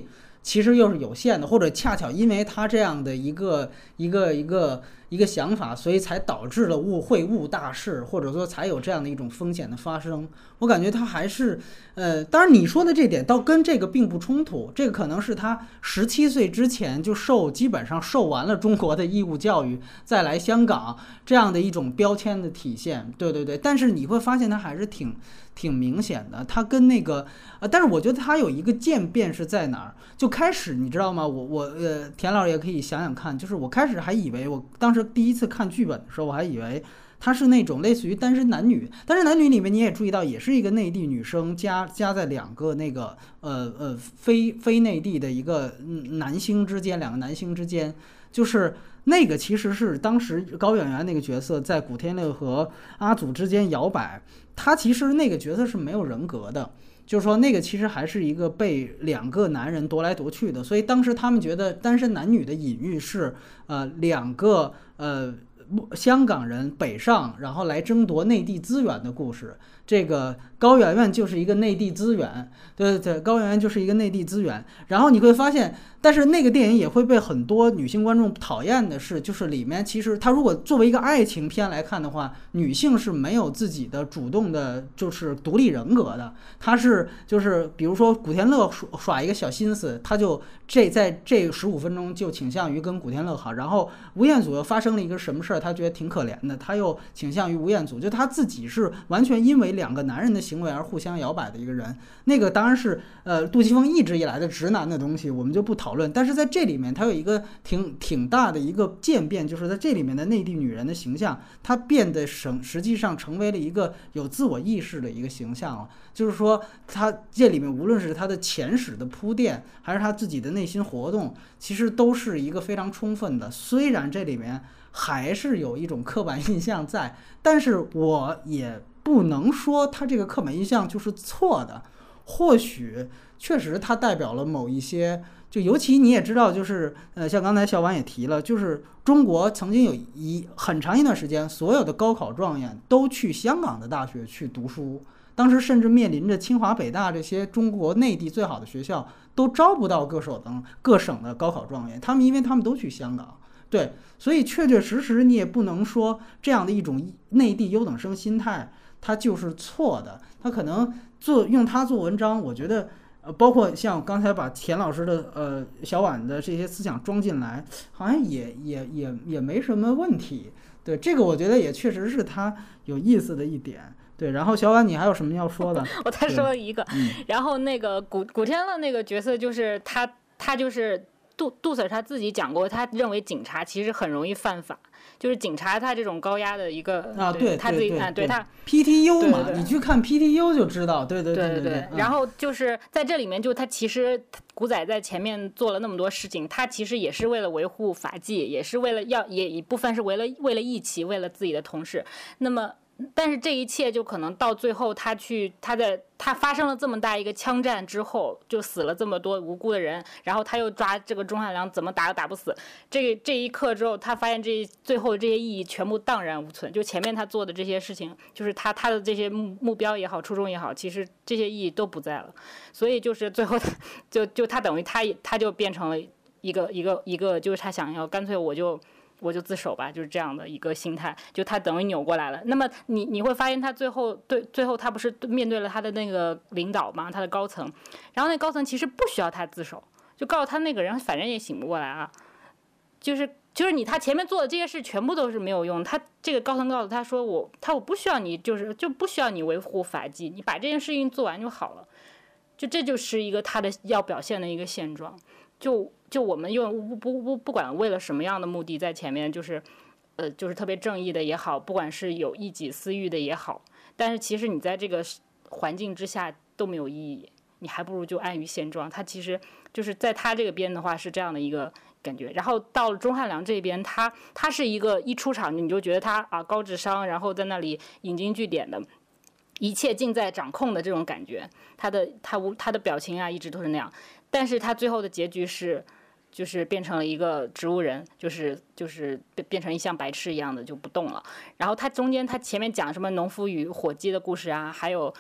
其实又是有限的，或者恰巧因为他这样的一个一个一个一个想法，所以才导致了误会误大事，或者说才有这样的一种风险的发生。我感觉他还是，呃，当然你说的这点倒跟这个并不冲突，这个可能是他十七岁之前就受基本上受完了中国的义务教育，再来香港这样的一种标签的体现。对对对，但是你会发现他还是挺挺明显的，他跟那个呃，但是我觉得他有一个渐变是在哪儿？就开始你知道吗？我我呃，田老师也可以想想看，就是我开始还以为，我当时第一次看剧本的时候，我还以为它是那种类似于单身男女，单身男女里面你也注意到，也是一个内地女生加加在两个那个呃呃非非内地的一个男星之间，两个男星之间，就是那个其实是当时高圆圆那个角色在古天乐和阿祖之间摇摆，他其实那个角色是没有人格的。就是说，那个其实还是一个被两个男人夺来夺去的，所以当时他们觉得单身男女的隐喻是，呃，两个呃香港人北上，然后来争夺内地资源的故事。这个高圆圆就是一个内地资源，对对对，高圆圆就是一个内地资源。然后你会发现，但是那个电影也会被很多女性观众讨厌的是，就是里面其实它如果作为一个爱情片来看的话，女性是没有自己的主动的，就是独立人格的。她是就是比如说古天乐耍一个小心思，他就这在这十五分钟就倾向于跟古天乐好，然后吴彦祖又发生了一个什么事儿，他觉得挺可怜的，他又倾向于吴彦祖，就他自己是完全因为两个男人的行为而互相摇摆的一个人。那个当然是呃杜琪峰一直以来的直男的东西，我们就不讨论。但是在这里面，他有一个挺挺大的一个渐变，就是在这里面的内地女人的形象，她变得实实际上成为了一个有自我意识的一个形象了。就是说，她这里面无论是她的前史的铺垫，还是她自己的内心活动，其实都是一个非常充分的。虽然这里面还是有一种刻板印象在，但是我也不能说他这个刻板印象就是错的，或许确实它代表了某一些，就尤其你也知道，就是呃，像刚才小婉也提了，就是中国曾经有一很长一段时间，所有的高考状元都去香港的大学去读书，当时甚至面临着清华北大这些中国内地最好的学校都招不到各省的各省的高考状元，他们因为他们都去香港。对，所以确确实实你也不能说这样的一种内地优等生心态它就是错的，他可能做用它做文章，我觉得呃，包括像刚才把田老师的呃小婉的这些思想装进来，好像也也也也没什么问题。对，这个我觉得也确实是他有意思的一点。对，然后小婉你还有什么要说的？ 我再说了一个，嗯、然后那个古古天乐那个角色就是他，他就是杜杜 Sir 他自己讲过，他认为警察其实很容易犯法。就是警察他这种高压的一个啊，对， 他自己啊， 对他 P T U 嘛， 对对对你去看 P T U 就知道，对对对对对。然后就是在这里面，就他其实古仔在前面做了那么多事情，他其实也是为了维护法纪，也是为了要，也一部分是为了为了义气，为了自己的同事。那么。但是这一切就可能到最后，他去他在他发生了这么大一个枪战之后，就死了这么多无辜的人，然后他又抓这个钟汉良，怎么打都打不死。这这一刻之后，他发现这最后这些意义全部荡然无存。就前面他做的这些事情，就是他他的这些目目标也好，初衷也好，其实这些意义都不在了。所以就是最后，就就他等于他他就变成了一个一个一个，就是他想要干脆我就。我就自首吧，就是这样的一个心态，就他等于扭过来了。那么你你会发现，他最后对最后他不是面对了他的那个领导嘛，他的高层，然后那高层其实不需要他自首，就告诉他那个人反正也醒不过来啊，就是就是你他前面做的这些事全部都是没有用。他这个高层告诉他说我他我不需要你，就是就不需要你维护法纪，你把这件事情做完就好了。就这就是一个他的要表现的一个现状。就就我们用不不不不管为了什么样的目的在前面，就是呃就是特别正义的也好，不管是有一己私欲的也好，但是其实你在这个环境之下都没有意义，你还不如就安于现状。他其实就是在他这个边的话是这样的一个感觉。然后到了钟汉良这边，他他是一个一出场你就觉得他啊高智商，然后在那里引经据典的，一切尽在掌控的这种感觉。他的他他的表情啊一直都是那样。但是他最后的结局是，就是变成了一个植物人，就是就是变成一像白痴一样的就不动了。然后他中间他前面讲什么农夫与火鸡的故事啊，还有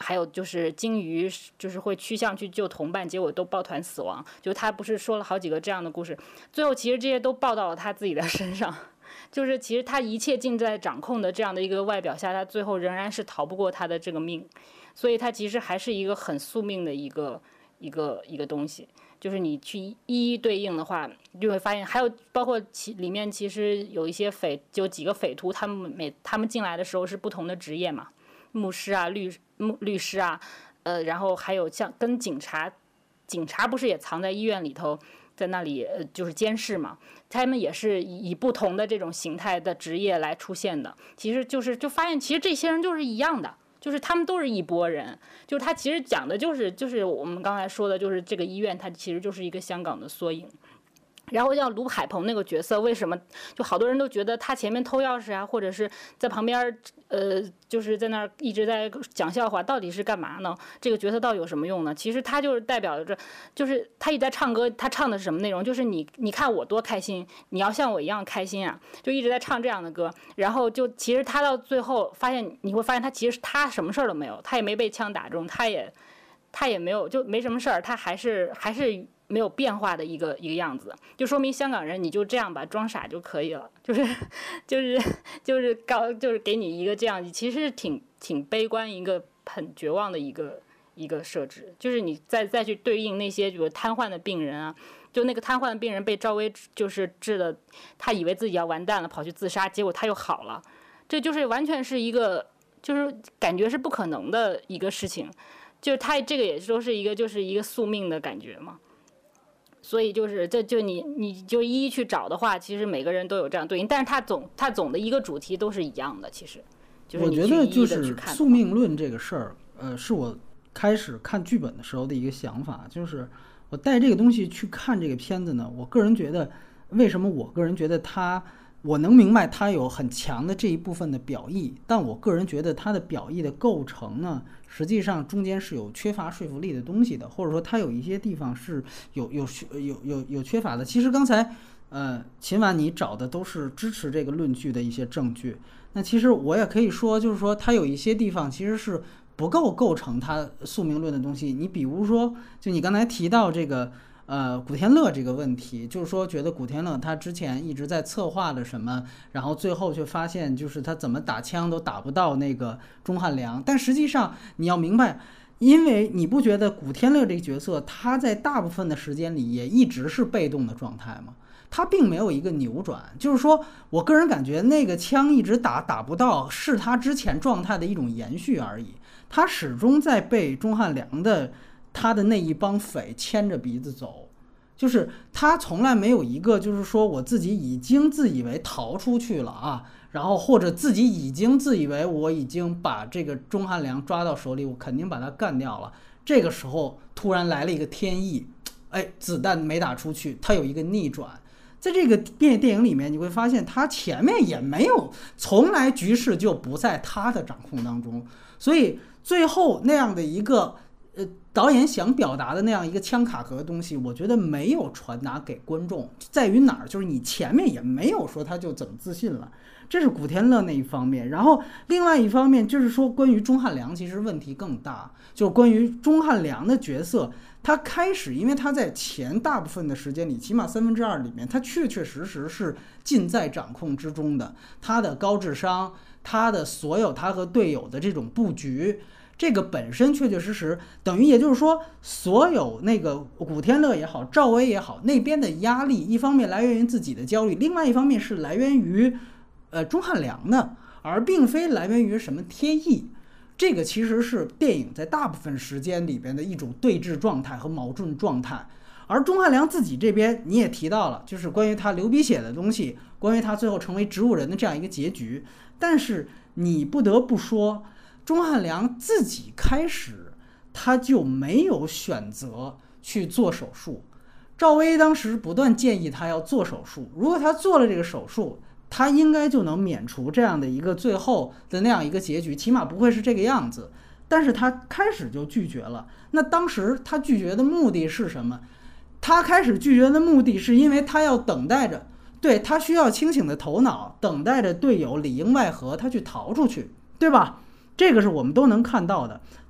还有就是鲸鱼就是会趋向去救同伴，结果都抱团死亡，就他不是说了好几个这样的故事，最后其实这些都报到了他自己的身上，就是其实他一切尽在掌控的这样的一个外表下，他最后仍然是逃不过他的这个命，所以他其实还是一个很宿命的一个一个一个东西。就是你去一一对应的话，你就会发现，还有包括其里面其实有一些匪，就几个匪徒，他们每他们进来的时候是不同的职业嘛，牧师啊、律律师啊，呃，然后还有像跟警察，警察不是也藏在医院里头，在那里呃就是监视嘛，他们也是以以不同的这种形态的职业来出现的。其实就是就发现，其实这些人就是一样的。就是他们都是一拨人，就是他其实讲的就是就是我们刚才说的，就是这个医院它其实就是一个香港的缩影。然后像卢海鹏那个角色，为什么就好多人都觉得他前面偷钥匙啊，或者是在旁边呃就是在那儿一直在讲笑话，到底是干嘛呢？这个角色到底有什么用呢？其实他就是代表着，就是他一直在唱歌，他唱的是什么内容？就是你你看我多开心，你要像我一样开心啊，就一直在唱这样的歌。然后就其实他到最后发现，你会发现他其实他什么事儿都没有，他也没被枪打中，他也他也没有就没什么事儿，他还是还是。没有变化的一个一个样子，就说明香港人你就这样吧，装傻就可以了，就是就是就是高就是给你一个这样，其实挺挺悲观一个很绝望的一个一个设置，就是你再再去对应那些比如瘫痪的病人啊，就那个瘫痪的病人被赵薇就是治了，他以为自己要完蛋了，跑去自杀，结果他又好了，这就是完全是一个就是感觉是不可能的一个事情，就是他这个也说是一个就是一个宿命的感觉嘛。所以就是这就你你就一一去找的话，其实每个人都有这样对应，但是它总它总的一个主题都是一样的。其实，就是我觉得就是宿命论这个事儿，呃，是我开始看剧本的时候的一个想法，就是我带这个东西去看这个片子呢，我个人觉得，为什么我个人觉得它，我能明白它有很强的这一部分的表意，但我个人觉得它的表意的构成呢，实际上中间是有缺乏说服力的东西的，或者说它有一些地方是有有有有有缺乏的。其实刚才呃秦晚你找的都是支持这个论据的一些证据，那其实我也可以说，就是说它有一些地方其实是不够构成它宿命论的东西。你比如说，就你刚才提到这个呃，古天乐这个问题，就是说觉得古天乐他之前一直在策划的什么，然后最后却发现就是他怎么打枪都打不到那个钟汉良。但实际上你要明白，因为你不觉得古天乐这个角色他在大部分的时间里也一直是被动的状态吗？他并没有一个扭转，就是说我个人感觉那个枪一直打打不到是他之前状态的一种延续而已，他始终在被钟汉良的他的那一帮匪牵着鼻子走，就是他从来没有一个就是说我自己已经自以为逃出去了啊，然后或者自己已经自以为我已经把这个钟汉良抓到手里，我肯定把他干掉了，这个时候突然来了一个天意，哎，子弹没打出去，他有一个逆转。在这个电电影里面你会发现他前面也没有，从来局势就不在他的掌控当中，所以最后那样的一个呃，导演想表达的那样一个枪卡壳的东西，我觉得没有传达给观众，在于哪儿？就是你前面也没有说他就怎么自信了，这是古天乐那一方面。然后另外一方面就是说，关于钟汉良其实问题更大，就是关于钟汉良的角色，他开始因为他在前大部分的时间里，起码三分之二里面，他确确实实是尽在掌控之中的，他的高智商，他的所有他和队友的这种布局。这个本身确确实实等于，也就是说，所有那个古天乐也好，赵薇也好，那边的压力，一方面来源于自己的焦虑，另外一方面是来源于，呃，钟汉良的，而并非来源于什么天意。这个其实是电影在大部分时间里边的一种对峙状态和矛盾状态。而钟汉良自己这边，你也提到了，就是关于他流鼻血的东西，关于他最后成为植物人的这样一个结局。但是你不得不说，钟汉良自己开始他就没有选择去做手术，赵薇当时不断建议他要做手术，如果他做了这个手术，他应该就能免除这样的一个最后的那样一个结局，起码不会是这个样子。但是他开始就拒绝了。那当时他拒绝的目的是什么？他开始拒绝的目的是因为他要等待着，对，他需要清醒的头脑，等待着队友里应外合，他去逃出去，对吧？这个是我们都能看到的。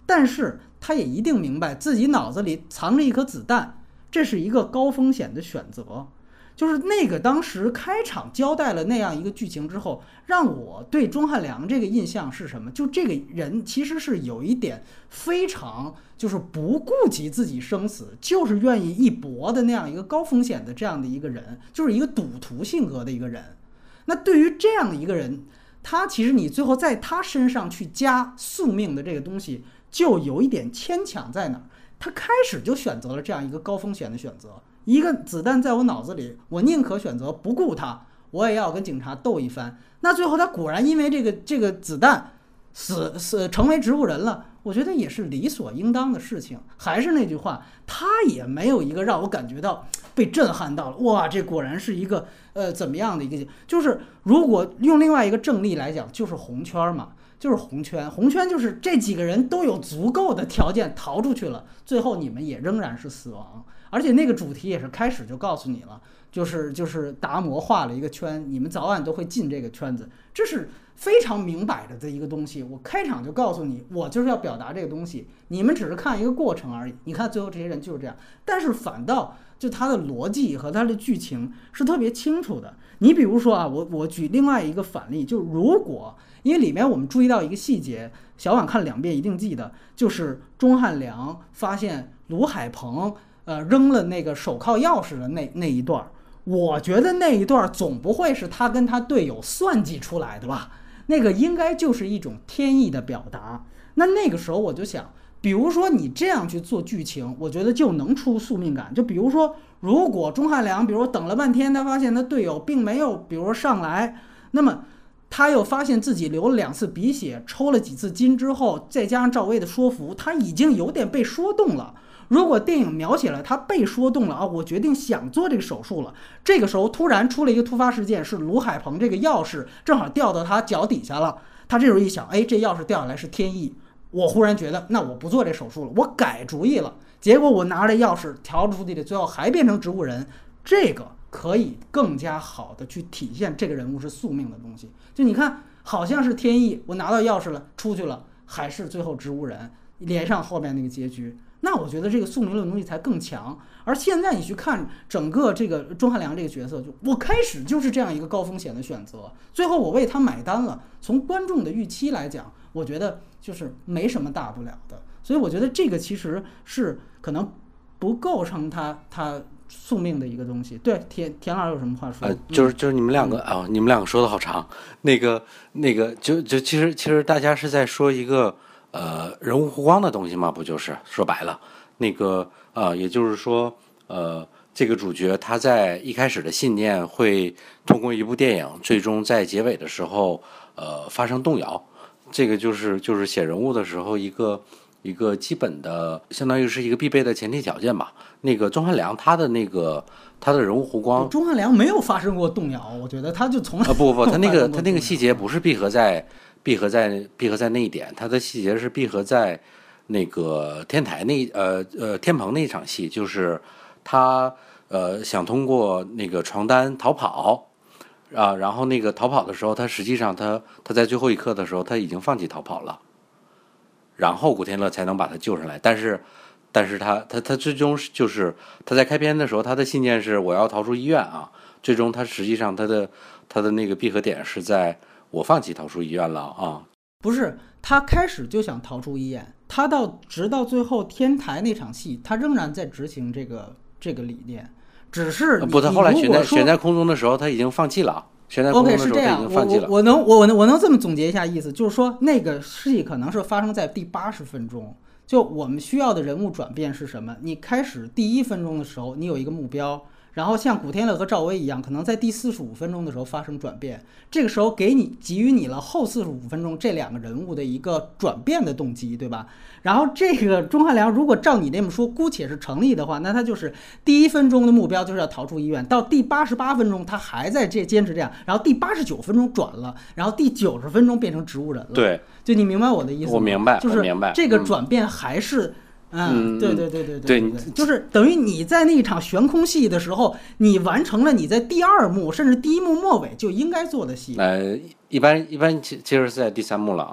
但是他也一定明白自己脑子里藏着一颗子弹，这是一个高风险的选择。就是那个当时开场交代了那样一个剧情之后，让我对钟汉良这个印象是什么？就这个人其实是有一点非常就是不顾及自己生死，就是愿意一搏的那样一个高风险的这样的一个人，就是一个赌徒性格的一个人。那对于这样的一个人，他其实你最后在他身上去加宿命的这个东西，就有一点牵强在哪儿？他开始就选择了这样一个高风险的选择。一个子弹在我脑子里，我宁可选择不顾它，我也要跟警察斗一番。那最后他果然因为这个这个子弹死死成为植物人了，我觉得也是理所应当的事情。还是那句话，他也没有一个让我感觉到被震撼到了，哇，这果然是一个呃怎么样的一个，就是如果用另外一个正例来讲，就是红圈嘛。就是红圈，红圈就是这几个人都有足够的条件逃出去了，最后你们也仍然是死亡。而且那个主题也是开始就告诉你了，就是就是达摩画了一个圈，你们早晚都会进这个圈子，这是非常明摆着的一个东西。我开场就告诉你，我就是要表达这个东西，你们只是看一个过程而已。你看最后这些人就是这样，但是反倒就他的逻辑和他的剧情是特别清楚的。你比如说啊，我我举另外一个反例，就如果因为里面我们注意到一个细节，小婉看两遍一定记得，就是钟汉良发现卢海鹏呃扔了那个手铐钥匙的那那一段，我觉得那一段总不会是他跟他队友算计出来的吧？那个应该就是一种天意的表达。那那个时候我就想，比如说你这样去做剧情，我觉得就能出宿命感。就比如说，如果钟汉良，比如说等了半天，他发现他队友并没有，比如说上来，那么他又发现自己流了两次鼻血，抽了几次筋之后，再加上赵薇的说服，他已经有点被说动了。如果电影描写了他被说动了啊，我决定想做这个手术了，这个时候突然出了一个突发事件，是卢海鹏这个钥匙正好掉到他脚底下了，他这时候一想，哎，这钥匙掉下来是天意，我忽然觉得那我不做这手术了，我改主意了，结果我拿着钥匙调出去的，最后还变成植物人，这个可以更加好的去体现这个人物是宿命的东西。就你看好像是天意，我拿到钥匙了出去了，还是最后植物人，连上后面那个结局，那我觉得这个宿命论东西才更强。而现在你去看整个这个钟汉良这个角色，就我开始就是这样一个高风险的选择，最后我为他买单了，从观众的预期来讲，我觉得就是没什么大不了的。所以我觉得这个其实是可能不构成他他宿命的一个东西。对，田田老师有什么话说？ 呃，就是就是你们两个啊、哦，你们两个说的好长。那个那个就就其实其实大家是在说一个呃人物弧光的东西嘛，不就是说白了那个呃，也就是说呃这个主角他在一开始的信念会通过一部电影，最终在结尾的时候呃发生动摇。这个就是就是写人物的时候一个。一个基本的，相当于是一个必备的前提条件吧。那个钟汉良他的那个他的人物弧光， 钟汉良没有发生过动摇，我觉得他就从来啊不不不，他那个他那个细节不是闭合在闭合在闭合在那一点，他的细节是闭合在那个天台那呃呃天棚那一场戏，就是他呃想通过那个床单逃跑啊，然后那个逃跑的时候，他实际上他他在最后一刻的时候他已经放弃逃跑了。然后古天乐才能把他救上来，但是，但是他他他最终就是他在开篇的时候，他的信念是我要逃出医院啊。最终他实际上他的他的那个闭合点是在我放弃逃出医院了啊。 不是，他开始就想逃出医院，他到直到最后天台那场戏，他仍然在执行这个这个理念，只是不，他后来悬在悬在空中的时候，他已经放弃了。 OK， 是这样，我我我能我我能这么总结一下意思，就是说那个戏可能是发生在第八十分钟，就我们需要的人物转变是什么？你开始第一分钟的时候，你有一个目标，然后像古天乐和赵薇一样，可能在第四十五分钟的时候发生转变，这个时候给你给予你了后四十五分钟这两个人物的一个转变的动机，对吧？然后这个钟汉良如果照你那么说，姑且是成立的话，那他就是第一分钟的目标就是要逃出医院，到第八十八分钟他还在这坚持这样，然后第八十九分钟转了，然后第九十分钟变成植物人了。 对， 就你明白我的意思吗？ 我明白， 就是明白这个转变还是。嗯，对对对对对对，就是等于你在那一场悬空戏的时候，你完成了你在第二幕甚至第一幕末尾就应该做的戏。 呃，一般一般其其实是在第三幕了啊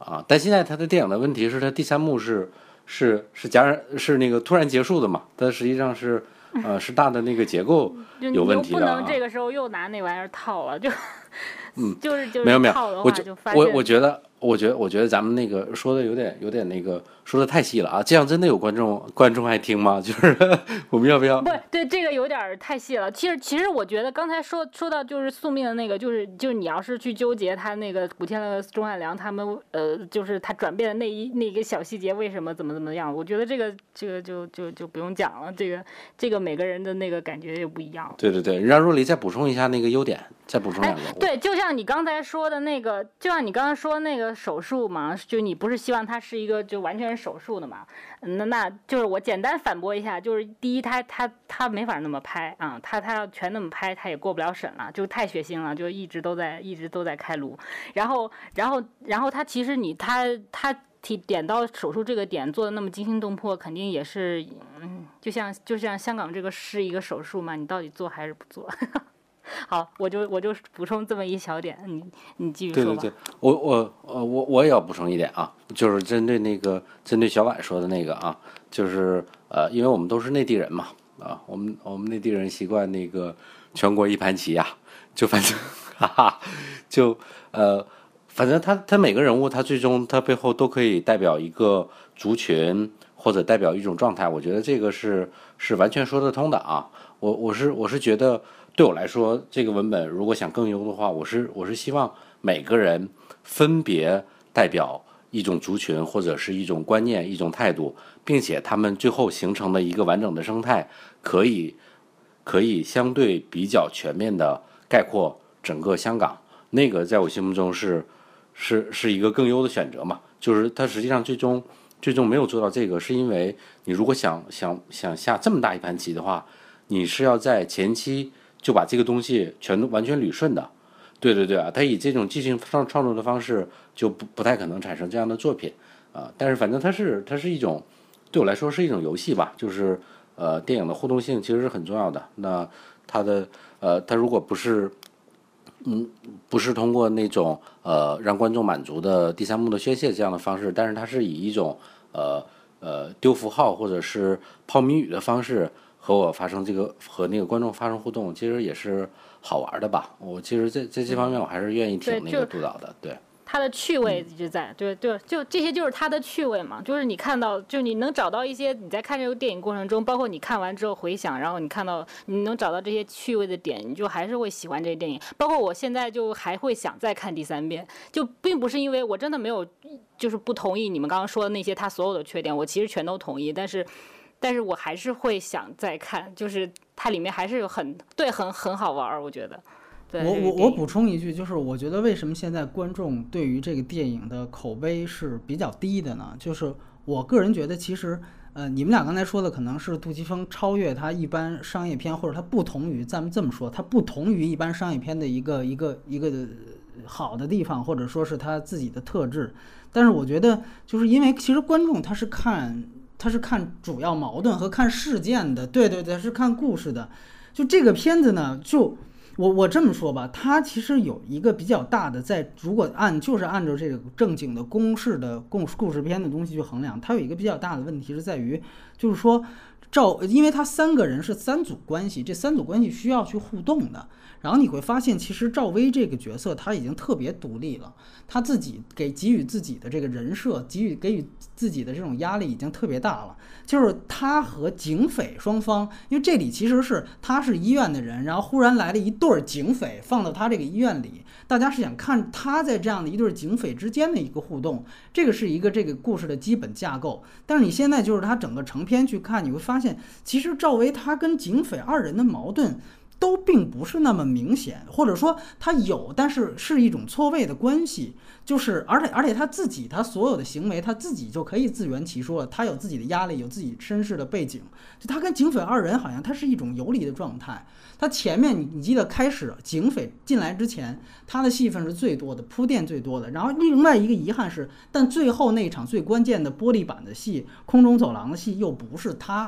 啊。但现在他的电影的问题是，他第三幕是是是戛然是那个突然结束的嘛，但实际上是呃是大的那个结构有问题的、啊。 就你又不能这个时候又拿那玩意儿套了，就嗯就是就是没有没有， 套的话我就就发现我我觉得。我觉得，我觉得咱们那个说的有点有点那个说的太细了啊，这样真的有观众观众爱听吗？就是我们要不要？ 不对，这个有点太细了。其实其实我觉得刚才说说到就是宿命的那个，就是就是你要是去纠结他那个古天乐、钟汉良他们呃，就是他转变的那一那一个小细节为什么怎么怎么样，我觉得这个这个就就就不用讲了。这个这个每个人的那个感觉也不一样。 对对对，让若黎再补充一下那个优点，再补充两个、 哎。对，就像你刚才说的那个，就像你刚才说那个。手术嘛，就你不是希望它是一个就完全是手术的嘛？那那就是我简单反驳一下，就是第一，他他他没法那么拍啊，他他要全那么拍，他也过不了审了，就太血腥了，就一直都在一直都在开颅。然后然后然后他其实你他他提点到手术这个点做的那么惊心动魄，肯定也是嗯，就像就像香港这个是一个手术嘛，你到底做还是不做？好，我就我就补充这么一小点，你你继续说吧。 对对对，我我呃我我也要补充一点啊，就是针对那个针对小婉说的那个啊，就是呃，因为我们都是内地人嘛，啊，我们我们内地人习惯那个全国一盘棋呀、啊，就反正哈哈，就呃，反正他他每个人物他最终他背后都可以代表一个族群或者代表一种状态，我觉得这个是是完全说得通的啊。我我是我是觉得。对我来说，这个文本如果想更优的话，我是我是希望每个人分别代表一种族群或者是一种观念、一种态度，并且他们最后形成的一个完整的生态，可以可以相对比较全面的概括整个香港。那个在我心目中是是是一个更优的选择嘛。就是它实际上最终最终没有做到这个，是因为你如果想想想下这么大一盘棋的话，你是要在前期。就把这个东西全都完全捋顺的，对对对啊，他以这种即兴创创作的方式就不不太可能产生这样的作品啊。但是反正它是它是一种对我来说是一种游戏吧，就是呃电影的互动性其实是很重要的。那它的呃它如果不是嗯不是通过那种呃让观众满足的第三幕的宣泄这样的方式，但是它是以一种呃呃丢符号或者是抛谜语的方式。和我发生这个和那个观众发生互动，其实也是好玩的吧。我其实在在这方面我还是愿意听那个督导的。对， 他的趣味一直在，对对，就这些就是他的趣味嘛。就是你看到，就你能找到一些你在看这个电影过程中，包括你看完之后回想，然后你看到你能找到这些趣味的点，你就还是会喜欢这个电影。包括我现在就还会想再看第三遍，就并不是因为我真的没有就是不同意你们刚刚说的那些他所有的缺点，我其实全都同意，但是。但是我还是会想再看，就是它里面还是有很对很很好玩，我觉得。对我我我补充一句，就是我觉得为什么现在观众对于这个电影的口碑是比较低的呢？就是我个人觉得，其实呃，你们俩刚才说的可能是杜琪峰超越他一般商业片，或者他不同于咱们这么说，他不同于一般商业片的一个一个一个好的地方，或者说是他自己的特质。但是我觉得，就是因为其实观众他是看。他是看主要矛盾和看事件的，对对对，是看故事的。就这个片子呢，就我我这么说吧，它其实有一个比较大的，在如果按就是按照这个正经的公式的故故事片的东西去衡量，它有一个比较大的问题是在于，就是说赵，因为他三个人是三组关系，这三组关系需要去互动的。然后你会发现，其实赵薇这个角色他已经特别独立了，他自己给给予自己的这个人设，给予给予自己的这种压力已经特别大了。就是他和警匪双方，因为这里其实是他是医院的人，然后忽然来了一对警匪放到他这个医院里，大家是想看他在这样的一对警匪之间的一个互动，这个是一个这个故事的基本架构。但是你现在就是他整个成片去看，你会发现，其实赵薇他跟警匪二人的矛盾。都并不是那么明显，或者说他有，但是是一种错位的关系，就是而且而且他自己他所有的行为他自己就可以自圆其说了，他有自己的压力，有自己身世的背景，就他跟警匪二人好像他是一种游离的状态。他前面你你记得开始警匪进来之前，他的戏份是最多的，铺垫最多的。然后另外一个遗憾是，但最后那场最关键的玻璃板的戏，空中走廊的戏又不是他。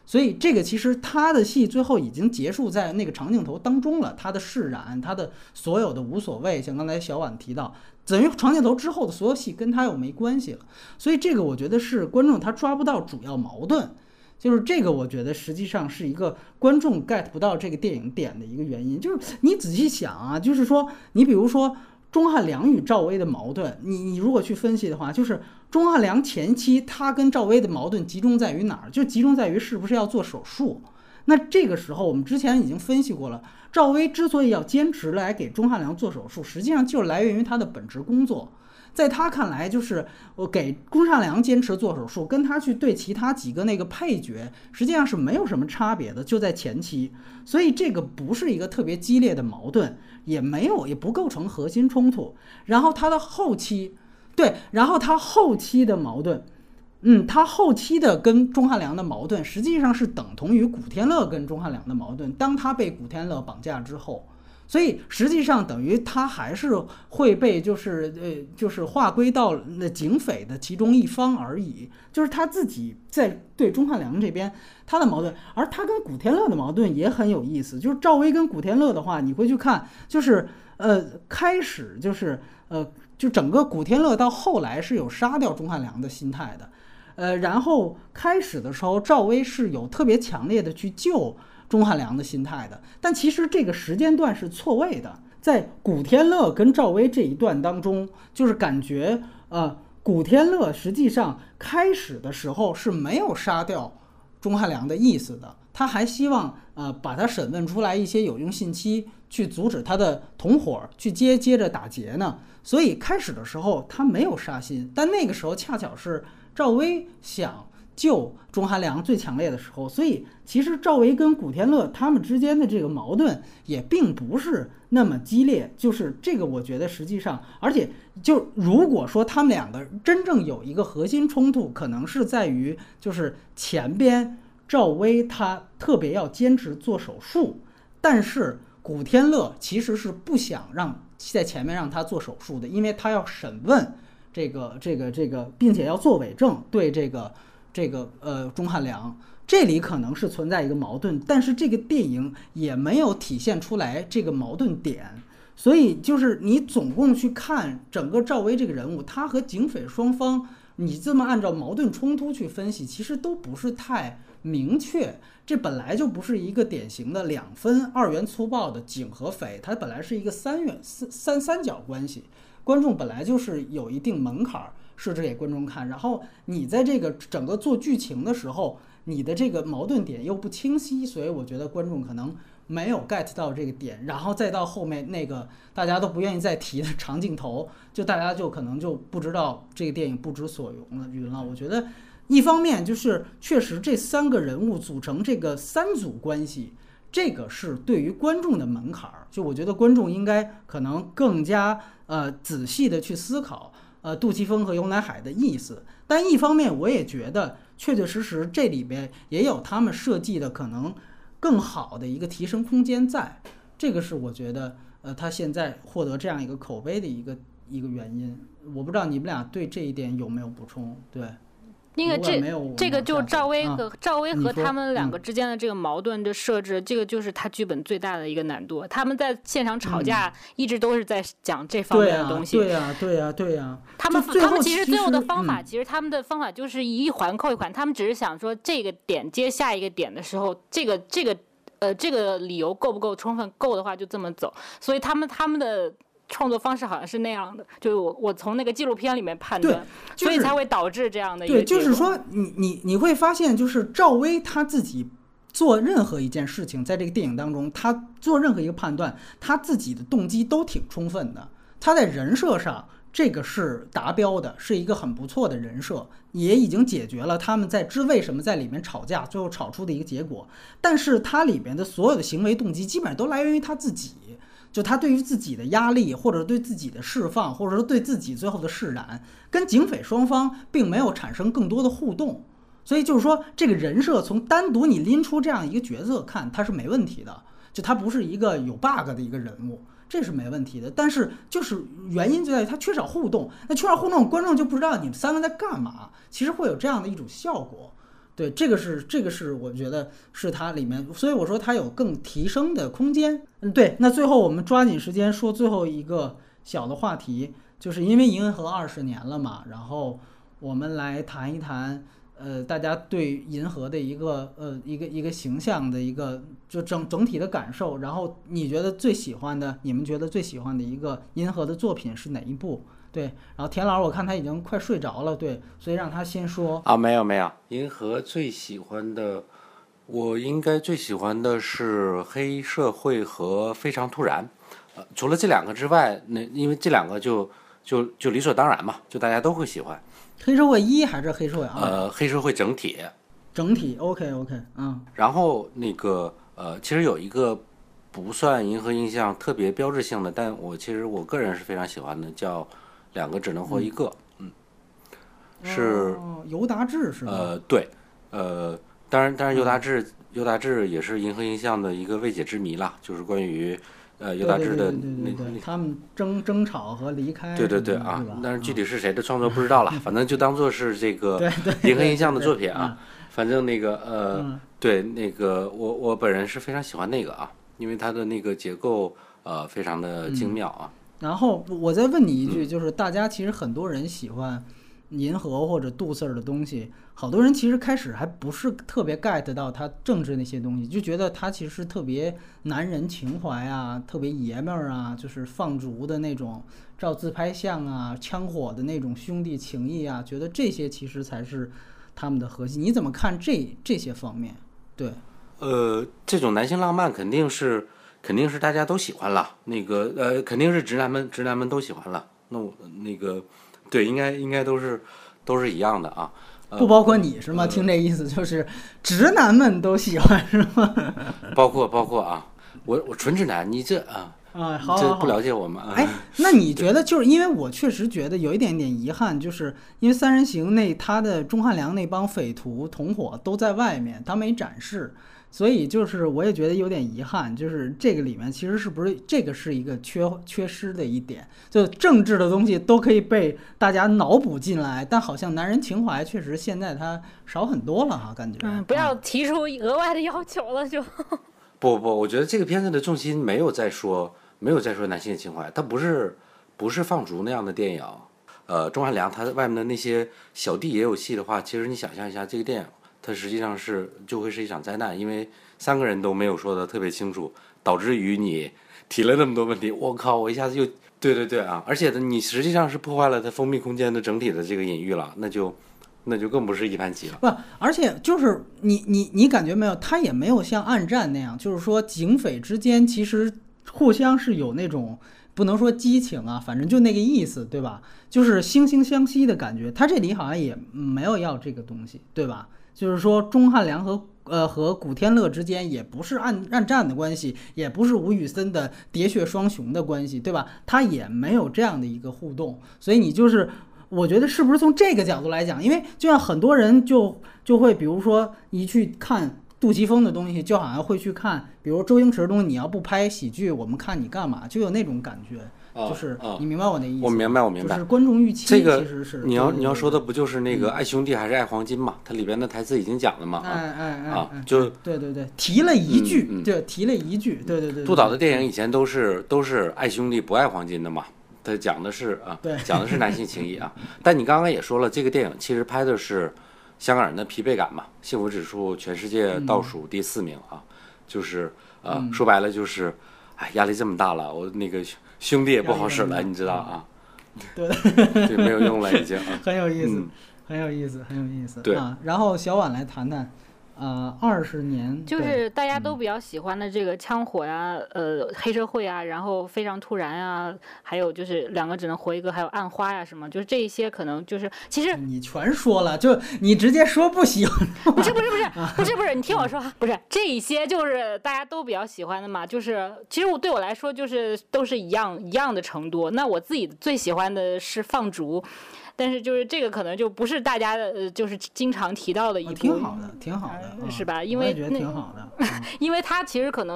所以这个其实他的戏最后已经结束在那个长镜头当中了，他的释然，他的所有的无所谓，像刚才小婉提到，等于长镜头之后的所有戏跟他又没关系了。所以这个我觉得是观众他抓不到主要矛盾，就是这个我觉得实际上是一个观众 get 不到这个电影点的一个原因。就是你仔细想啊，就是说你比如说钟汉良与赵薇的矛盾，你你如果去分析的话，就是钟汉良前期他跟赵薇的矛盾集中在于哪儿？就集中在于是不是要做手术。那这个时候我们之前已经分析过了，赵薇之所以要坚持来给钟汉良做手术，实际上就来源于他的本职工作。在他看来，就是我给钟汉良坚持做手术，跟他去对其他几个那个配角，实际上是没有什么差别的，就在前期。所以这个不是一个特别激烈的矛盾，也没有也不构成核心冲突。然后他的后期，对，然后他后期的矛盾，嗯，他后期的跟钟汉良的矛盾，实际上是等同于古天乐跟钟汉良的矛盾。当他被古天乐绑架之后。所以实际上等于他还是会被就是呃就是划归到那警匪的其中一方而已，就是他自己在对钟汉良这边他的矛盾，而他跟古天乐的矛盾也很有意思。就是赵薇跟古天乐的话，你会去看，就是呃开始就是呃就整个古天乐到后来是有杀掉钟汉良的心态的，呃然后开始的时候赵薇是有特别强烈的去救钟汉良的心态的，但其实这个时间段是错位的。在古天乐跟赵薇这一段当中，就是感觉呃，古天乐实际上开始的时候是没有杀掉钟汉良的意思的，他还希望呃把他审问出来一些有用信息，去阻止他的同伙去接接着打劫呢。所以开始的时候他没有杀心，但那个时候恰巧是赵薇想救钟汉良最强烈的时候，所以其实赵薇跟古天乐他们之间的这个矛盾也并不是那么激烈，就是这个我觉得实际上，而且就如果说他们两个真正有一个核心冲突，可能是在于就是前边赵薇她特别要坚持做手术，但是古天乐其实是不想让在前面让他做手术的，因为他要审问这个这个这个，并且要做伪证对这个这个呃钟汉良，这里可能是存在一个矛盾，但是这个电影也没有体现出来这个矛盾点。所以就是你总共去看整个赵薇这个人物，他和警匪双方，你这么按照矛盾冲突去分析，其实都不是太明确。这本来就不是一个典型的两分二元粗暴的警和匪，它本来是一个三元三三三角关系，观众本来就是有一定门槛设置给观众看，然后你在这个整个做剧情的时候，你的这个矛盾点又不清晰，所以我觉得观众可能没有 get 到这个点，然后再到后面那个大家都不愿意再提的长镜头，就大家就可能就不知道这个电影不知所云了云了。我觉得一方面就是确实这三个人物组成这个三组关系，这个是对于观众的门槛，就我觉得观众应该可能更加呃仔细的去思考呃，杜琪峰和游乃海的意思，但一方面我也觉得确确实实这里边也有他们设计的可能更好的一个提升空间在，这个是我觉得呃他现在获得这样一个口碑的一个一个原因。我不知道你们俩对这一点有没有补充？对。 因为这这个就赵薇和、啊、赵薇和他们两个之间的这个矛盾的设置、嗯，这个就是他剧本最大的一个难度。他们在现场吵架，一直都是在讲这方面的东西。 对呀、啊，对呀、啊，对呀、啊。 他们他们其实最后的方法， 嗯、 其实他们的方法就是一环扣一环。他们只是想说，这个点接下一个点的时候，这个这个呃这个理由够不够充分？够的话就这么走。所以他们他们的创作方式好像是那样的，就是我我从那个纪录片里面判断， 就是、 所以才会导致这样的一个对，就是说你你你会发现，就是赵薇她自己做任何一件事情，在这个电影当中，她做任何一个判断，她自己的动机都挺充分的，她在人设上这个是达标的，是一个很不错的人设，也已经解决了他们在知为什么在里面吵架，最后吵出的一个结果。但是它里面的所有的行为动机，基本上都来源于他自己。就他对于自己的压力，或者对自己的释放，或者说对自己最后的释然，跟警匪双方并没有产生更多的互动。所以就是说，这个人设从单独你拎出这样一个角色看，他是没问题的，就他不是一个有 bug 的一个人物，这是没问题的。但是就是原因就在于他缺少互动，那缺少互动，观众就不知道你们三个在干嘛，其实会有这样的一种效果。 对，这个是这个是我觉得是它里面，所以我说它有更提升的空间。嗯，对。那最后我们抓紧时间说最后一个小的话题，就是因为银河二十年了嘛，然后我们来谈一谈，呃，大家对银河的一个呃一个一个形象的一个就整整体的感受。然后你觉得最喜欢的，你们觉得最喜欢的一个银河的作品是哪一部？对，然后田老师我看他已经快睡着了，对，所以让他先说啊。没有没有，银河最喜欢的，我应该最喜欢的是黑社会和非常突然。呃，除了这两个之外，那因为这两个就就就理所当然嘛，就大家都会喜欢。 黑社会一还是黑社会二？ 呃，黑社会整体。 整体 OK OK 嗯。 然后那个呃，其实有一个不算银河印象特别标志性的，但我其实我个人是非常喜欢的，叫两个只能活一个。嗯，嗯是、 哦、尤达志是吧？ 呃，对，呃，当然当然尤达志、嗯、尤达志也是银河印象的一个未解之谜啦，就是关于呃尤达志的那他们争争吵和离开。 对对对啊，但是具体是谁的创作不知道了，反正就当做是这个银河印象的作品啊。反正那个呃、嗯，对，那个我我本人是非常喜欢那个啊，因为它的那个结构呃非常的精妙啊。 嗯，然后我再问你一句，就是大家其实很多人喜欢银河或者杜 Sir 的东西，好多人其实开始还不是特别 get 到他政治那些东西，就觉得他其实特别男人情怀啊，特别爷们儿啊，就是放逐的那种照自拍相啊，枪火的那种兄弟情谊啊，觉得这些其实才是他们的核心。你怎么看这这些方面？对， 呃，这种男性浪漫肯定是。肯定是大家都喜欢了，那个呃，肯定是直男们直男们都喜欢了。那我那个对，应该应该都是都是一样的啊。 呃、不包括你是吗？呃、听这意思就是直男们都喜欢是吗？ 包括包括啊，我我纯直男，你这啊啊，好， 这不了解我们啊。 哎，那你觉得就是因为我确实觉得有一点点遗憾，就是因为三人行那他的钟汉良那帮匪徒同伙都在外面，他没展示。所以就是我也觉得有点遗憾，就是这个里面其实是不是这个是一个缺缺失的一点，就政治的东西都可以被大家脑补进来，但好像男人情怀确实现在它少很多了哈，感觉。 嗯，不要提出额外的要求了就。 不不，我觉得这个片子的重心没有在说没有在说男性情怀，它不是不是放逐那样的电影。呃，钟汉良他外面的那些小弟也有戏的话，其实你想象一下这个电影。它实际上是就会是一场灾难，因为三个人都没有说的特别清楚，导致于你提了那么多问题，我靠，我一下子就对对对啊！而且呢，你实际上是破坏了它封闭空间的整体的这个隐喻了，那就那就更不是一盘棋了。 不，而且就是你你你感觉没有，它也没有像暗战那样，就是说警匪之间其实互相是有那种不能说激情啊，反正就那个意思，对吧？就是惺惺相惜的感觉。它这里好像也没有要这个东西，对吧？就是说，钟汉良和呃和古天乐之间也不是暗暗战的关系，也不是吴宇森的喋血双雄的关系，对吧？他也没有这样的一个互动，所以你就是，我觉得是不是从这个角度来讲，因为就像很多人就就会，比如说一去看杜琪峰的东西，就好像会去看，比如周星驰的东西，你要不拍喜剧，我们看你干嘛？就有那种感觉。 哦、 就是哦、 你明白我那意思？ 我明白，我明白。 就是观众预期这个其实是你要对对对你要说的不就是那个爱兄弟还是爱黄金嘛？它里边的台词已经讲了嘛？ 哎哎哎啊，就对对对，提了一句， 嗯嗯、 对，提了一句，对对 对, 对。 杜导的电影以前都是都是爱兄弟不爱黄金的嘛？他讲的是啊， 对， 讲的是男性情谊啊。但你刚刚也说了，这个电影其实拍的是香港人的疲惫感嘛？幸福指数全世界倒数第四名啊，嗯、就是呃、 嗯， 说白了就是，哎，压力这么大了，我那个。兄弟也不好使了，你知道啊？ 对， 对，没有用了已经。 很有意思、 嗯， 很有意思，很有意思。 对啊，然后小婉来谈谈，呃，二十年就是大家都比较喜欢的这个枪火呀，呃，黑社会啊，然后非常突然啊，还有就是两个只能活一个，还有暗花呀什么，就是这一些可能就是其实你全说了，就你直接说不喜欢， 不是不是不是不是不是，你听我说，不是这一些就是大家都比较喜欢的嘛，就是其实我对我来说就是都是一样一样的程度。那我自己最喜欢的是放逐。但是就是这个可能就不是大家的呃，就是经常提到的一部、 哦，挺好的，挺好的， 呃、是吧？ 嗯、 因为我也觉得挺好的，嗯、 因为它其实可能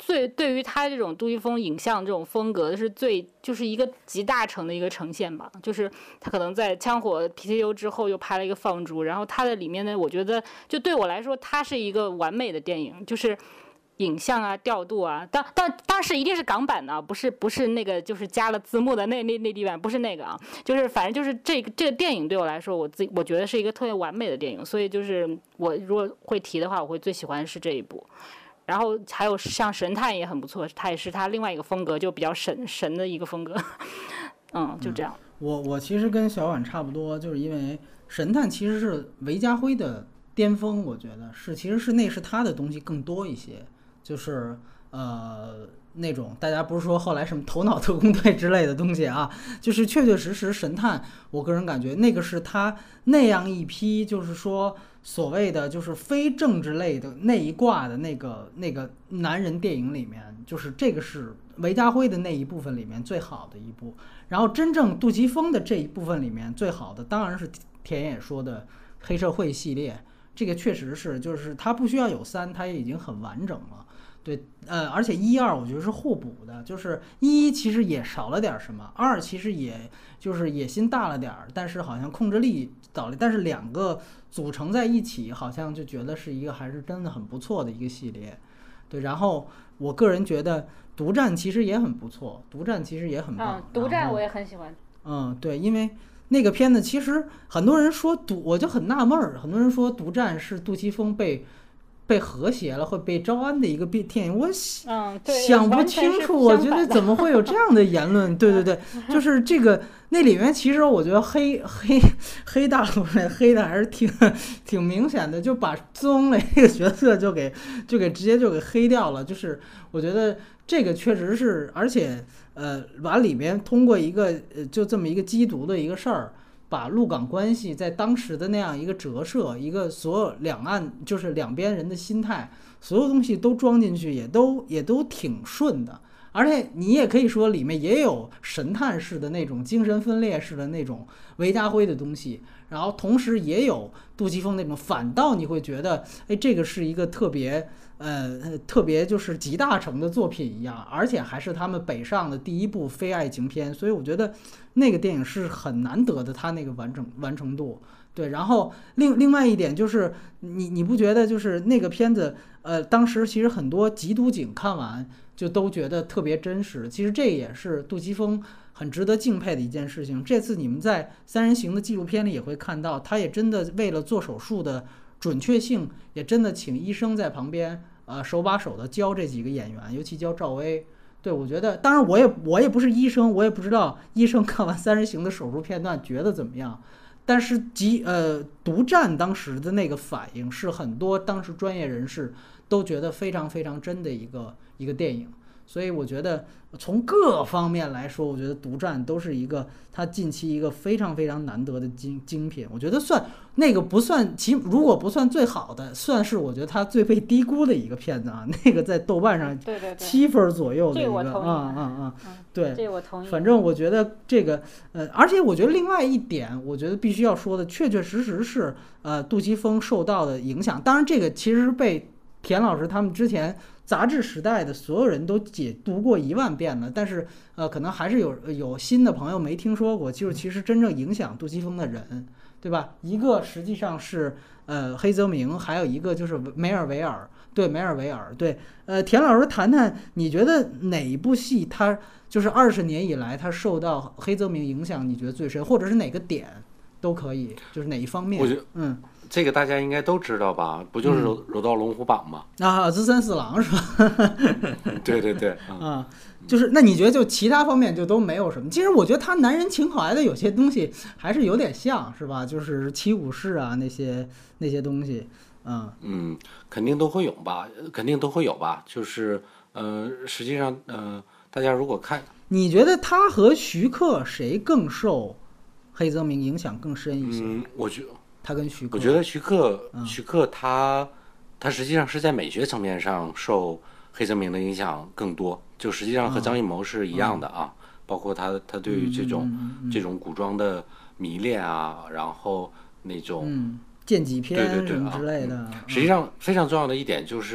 最对于他这种杜琪峰影像这种风格是最就是一个集大成的一个呈现吧。就是他可能在枪火 P C U 之后又拍了一个放逐，然后他的里面呢，我觉得就对我来说，它是一个完美的电影，就是影像啊、调度啊，当当当时一定是港版的，不是不是那个就是加了字幕的那那那地版，不是那个啊，就是反正就是这个这个电影对我来说，我自己我觉得是一个特别完美的电影，所以就是我如果会提的话，我会最喜欢是这一部。然后还有像神探也很不错，他也是他另外一个风格，就比较神神的一个风格。嗯，就这样。 嗯、我我其实跟小婉差不多，就是因为神探其实是韦家辉的巅峰，我觉得是其实是那是他的东西更多一些，就是呃那种大家不是说后来什么头脑特工队之类的东西啊，就是确确实实神探，我个人感觉那个是他那样一批就是说。所谓的就是非政治类的那一挂的那个那个男人电影里面，就是这个是韦家辉的那一部分里面最好的一部。然后真正杜琪峰的这一部分里面最好的，当然是田野说的黑社会系列。这个确实是，就是它不需要有三，它也已经很完整了。对，呃，而且一二我觉得是互补的，就是一其实也少了点什么，二其实也就是野心大了点儿，但是好像控制力倒了，但是两个组成在一起，好像就觉得是一个还是真的很不错的一个系列。对，然后我个人觉得独占其实也很不错，独占其实也很棒。 嗯，独占我也很喜欢。 嗯，对，因为那个片子其实很多人说独，我就很纳闷儿，很多人说独占是杜琪峰被。被和谐了，会被招安的一个电影，我嗯想不清楚，我觉得怎么会有这样的言论？对对对，就是这个那里面其实我觉得黑黑黑大陆人黑的还是挺挺明显的，就把宗磊这个角色就给就给直接就给黑掉了。就是我觉得这个确实是，而且呃，把里面通过一个呃就这么一个缉毒的一个事儿。把陆港关系在当时的那样一个折射，一个所有两岸就是两边人的心态，所有东西都装进去，也都也都挺顺的。而且你也可以说里面也有神探式的那种精神分裂式的那种韦家辉的东西，然后同时也有杜琪峰那种，反倒你会觉得，哎，这个是一个特别呃特别就是集大成的作品一样，而且还是他们北上的第一部非爱情片，所以我觉得那个电影是很难得的，它那个完整完成度。对，然后另另外一点就是你你不觉得就是那个片子呃当时其实很多缉毒警看完就都觉得特别真实，其实这也是杜琪峰很值得敬佩的一件事情。这次你们在三人行的纪录片里也会看到，他也真的为了做手术的准确性，也真的请医生在旁边呃手把手的教这几个演员，尤其教赵薇。对，我觉得当然我也我也不是医生，我也不知道医生看完三人行的手术片段觉得怎么样。但是极呃独占当时的那个反应是很多当时专业人士都觉得非常非常真的一个一个电影，所以我觉得从各方面来说，我觉得独占都是一个他近期一个非常非常难得的精精品。我觉得算那个不算其如果不算最好的，算是我觉得他最被低估的一个片子啊。那个在豆瓣上七分左右的一个，啊啊啊，对， 这我同意。 反正我觉得这个呃，而且我觉得另外一点，我觉得必须要说的，确确实实是呃杜琪峰受到的影响。当然，这个其实被田老师他们之前杂志时代的所有人都解读过一万遍了，但是呃，可能还是有有新的朋友没听说过。就是其实真正影响杜琪峰的人，对吧？一个实际上是呃黑泽明，还有一个就是梅尔维尔。对，梅尔维尔。对，呃，田老师谈谈，你觉得哪一部戏他就是二十年以来他受到黑泽明影响，你觉得最深，或者是哪个点都可以，就是哪一方面？ 我觉得， 嗯。 这个大家应该都知道吧？不就是柔柔道龙虎榜吗？ 啊，资三四郎是吧？ 对对对， 嗯、啊，就是那你觉得就其他方面就都没有什么？其实我觉得他男人情怀的有些东西还是有点像，是吧？就是七武士啊那些那些东西，嗯嗯，肯定都会有吧，肯定都会有吧。就是呃，实际上呃，大家如果看， 你觉得他和徐克谁更受黑泽明影响更深一些？ 嗯，我觉得。 他跟徐克， 我觉得徐克，嗯、徐克他他实际上是在美学层面上受黑泽明的影响更多，就实际上和张艺谋是一样的啊，嗯、包括他他对于这种、 嗯嗯、 这种古装的迷恋啊，然后那种嗯剑戟片对对对什么之类的、 啊嗯。实际上非常重要的一点就是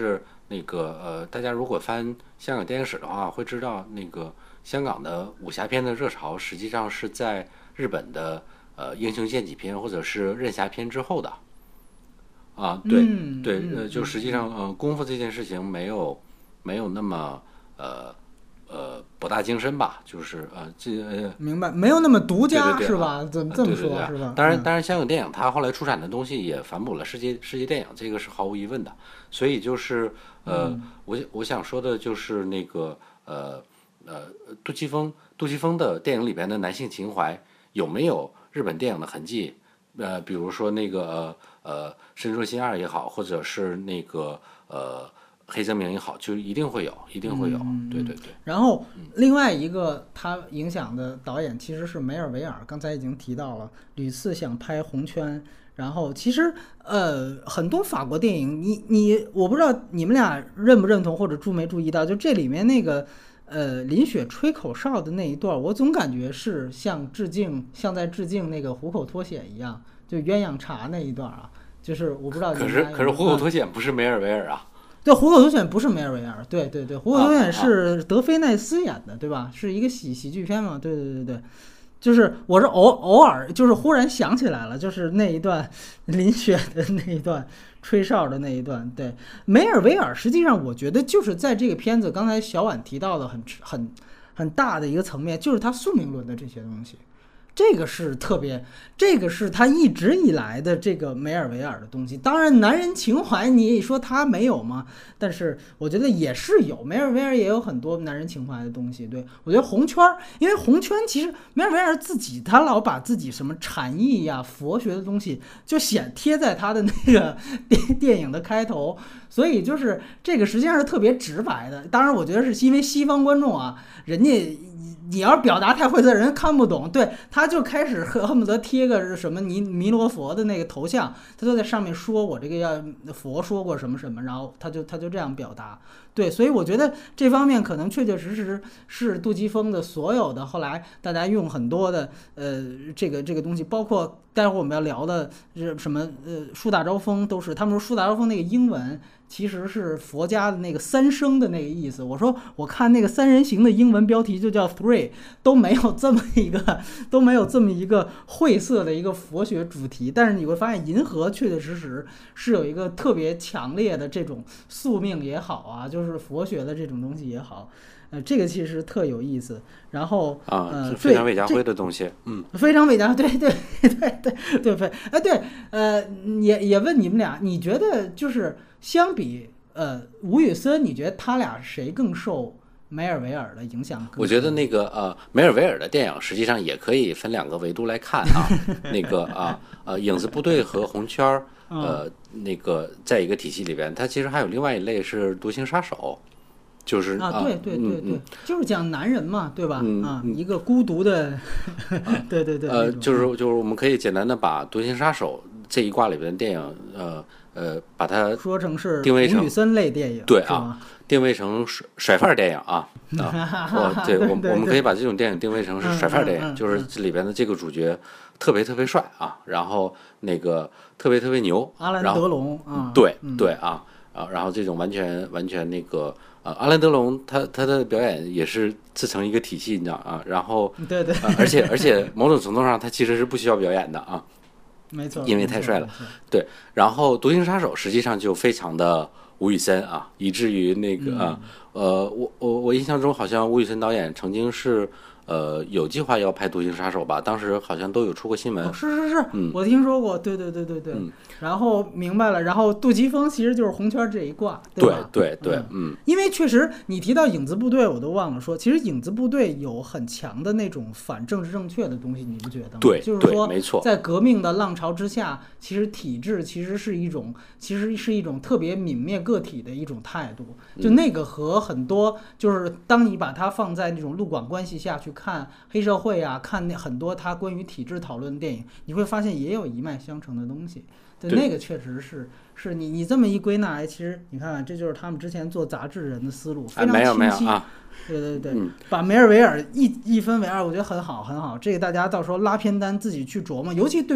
那个呃，大家如果翻香港电影史的话，会知道那个香港的武侠片的热潮，实际上是在日本的呃英雄剑戟片或者是刃侠片之后的。啊，对、 嗯、 对， 嗯、 呃，就实际上，呃，功夫这件事情没有没有那么呃呃博大精深吧，就是呃这呃， 明白，没有那么独家， 对对对是吧？怎么这么说， 对对对是吧？ 当然， 嗯、 当然，香港电影它后来出产的东西也反哺了世界世界电影，这个是毫无疑问的。所以就是呃， 嗯、 我我想说的就是那个呃呃，杜琪峰杜琪峰的电影里边的男性情怀有没有日本电影的痕迹？呃，比如说那个呃《深入心二》也好，或者是那个呃黑泽明也好，就一定会有，一定会有， 嗯、 对对对。 然后另外一个他影响的导演其实是梅尔维尔，刚才已经提到了，屡次想拍《红圈》。然后其实呃很多法国电影，你你我不知道你们俩认不认同或者注没注意到，就这里面那个呃林雪吹口哨的那一段，我总感觉是像致敬，像在致敬那个虎口脱险一样，就鸳鸯茶那一段啊，就是我不知道你们俩有没有。 可是可是虎口脱险不是梅尔维尔啊。 对，虎口脱险不是梅尔维尔，对对对，虎口脱险是德菲奈斯演的，对吧？是一个喜喜剧片嘛，对对对对。就是我是偶偶尔就是忽然想起来了，就是那一段林雪的那一段吹哨的那一段。对，梅尔维尔实际上我觉得就是在这个片子，刚才小婉提到的很很很大的一个层面，就是他宿命论的这些东西。这个是特别，这个是他一直以来的这个梅尔维尔的东西。当然，男人情怀你说他没有吗？但是我觉得也是有，梅尔维尔也有很多男人情怀的东西。对，我觉得红圈，因为红圈其实梅尔维尔自己他老把自己什么禅意呀、佛学的东西就显贴在他的那个电电影的开头，所以就是这个实际上是特别直白的。当然，我觉得是因为西方观众啊，人家。你要是表达太晦涩，人看不懂。对，他就开始恨不得贴个什么弥弥罗佛的那个头像，他就在上面说我这个要佛说过什么什么，然后他就他就这样表达。对，所以我觉得这方面可能确确实实是杜琪峰的所有的后来大家用很多的呃这个这个东西，包括待会儿我们要聊的什么呃树大招风，都是他们说树大招风那个英文。其实是佛家的那个三生的那个意思。我说我看那个三人行的英文标题就叫 three， 都没有这么一个都没有这么一个晦涩的一个佛学主题。但是你会发现银河确确实实是有一个特别强烈的这种宿命也好啊，就是佛学的这种东西也好。呃，这个其实特有意思。然后啊， 呃， 是非常韦家辉的东西，嗯， 非常韦家，对对对对对对，哎对，呃，也也问你们俩，你觉得就是相比呃吴宇森，你觉得他俩谁更受梅尔维尔的影响？ 我觉得那个呃梅尔维尔的电影实际上也可以分两个维度来看啊，那个啊呃影子部队和红圈儿，呃那个在一个体系里边，它其实还有另外一类是独行杀手。就是啊，对对对对， 嗯、 就是讲男人嘛，对吧？ 嗯、 啊，一个孤独的，对对对。 呃，就是就是我们可以简单的把《独行杀手》这一挂里边的电影，呃呃，把它说成是定位成吴宇森类电影， 对啊，定位成甩甩范儿电影啊啊！我对我我们可以把这种电影定位成是甩范儿电影， 嗯嗯嗯、 就是这里边的这个主角特别特别帅啊，然后那个特别特别牛， 阿兰德龙啊， 对、 嗯、 对啊啊，然后这种完全完全那个。呃，阿兰德龙他他的表演也是自成一个体系，你知道啊？然后对对、 呃，而且而且某种程度上他其实是不需要表演的啊， 没错， 因为太帅了。对，然后独行杀手实际上就非常的吴宇森啊，以至于那个、 嗯、 啊呃，我我我印象中好像吴宇森导演曾经是。呃，有计划要拍《独行杀手》吧？当时好像都有出过新闻。 哦、是是是、 嗯， 我听说过。对对对对对。 嗯、 然后明白了，然后杜琪峰其实就是红圈这一挂， 对吧？ 对对对，嗯。 因为确实，你提到影子部队，我都忘了说，其实影子部队有很强的那种反政治正确的东西，你不觉得吗？ 对， 就是说， 没错， 在革命的浪潮之下，其实体制其实是一种，其实是一种特别泯灭个体的一种态度。就那个和很多，就是当你把它放在那种陆广关系下去看黑社会啊，看那很多他关于体制讨论的电影，你会发现也有一脉相承的东西。对，那个确实是，是你你这么一归纳，其实你看，这就是他们之前做杂志人的思路，非常清晰。 没有没有啊。 对对对， 嗯、 把梅尔维尔一一分为二，我觉得很好很好。这个大家到时候拉片单自己去琢磨，尤其对于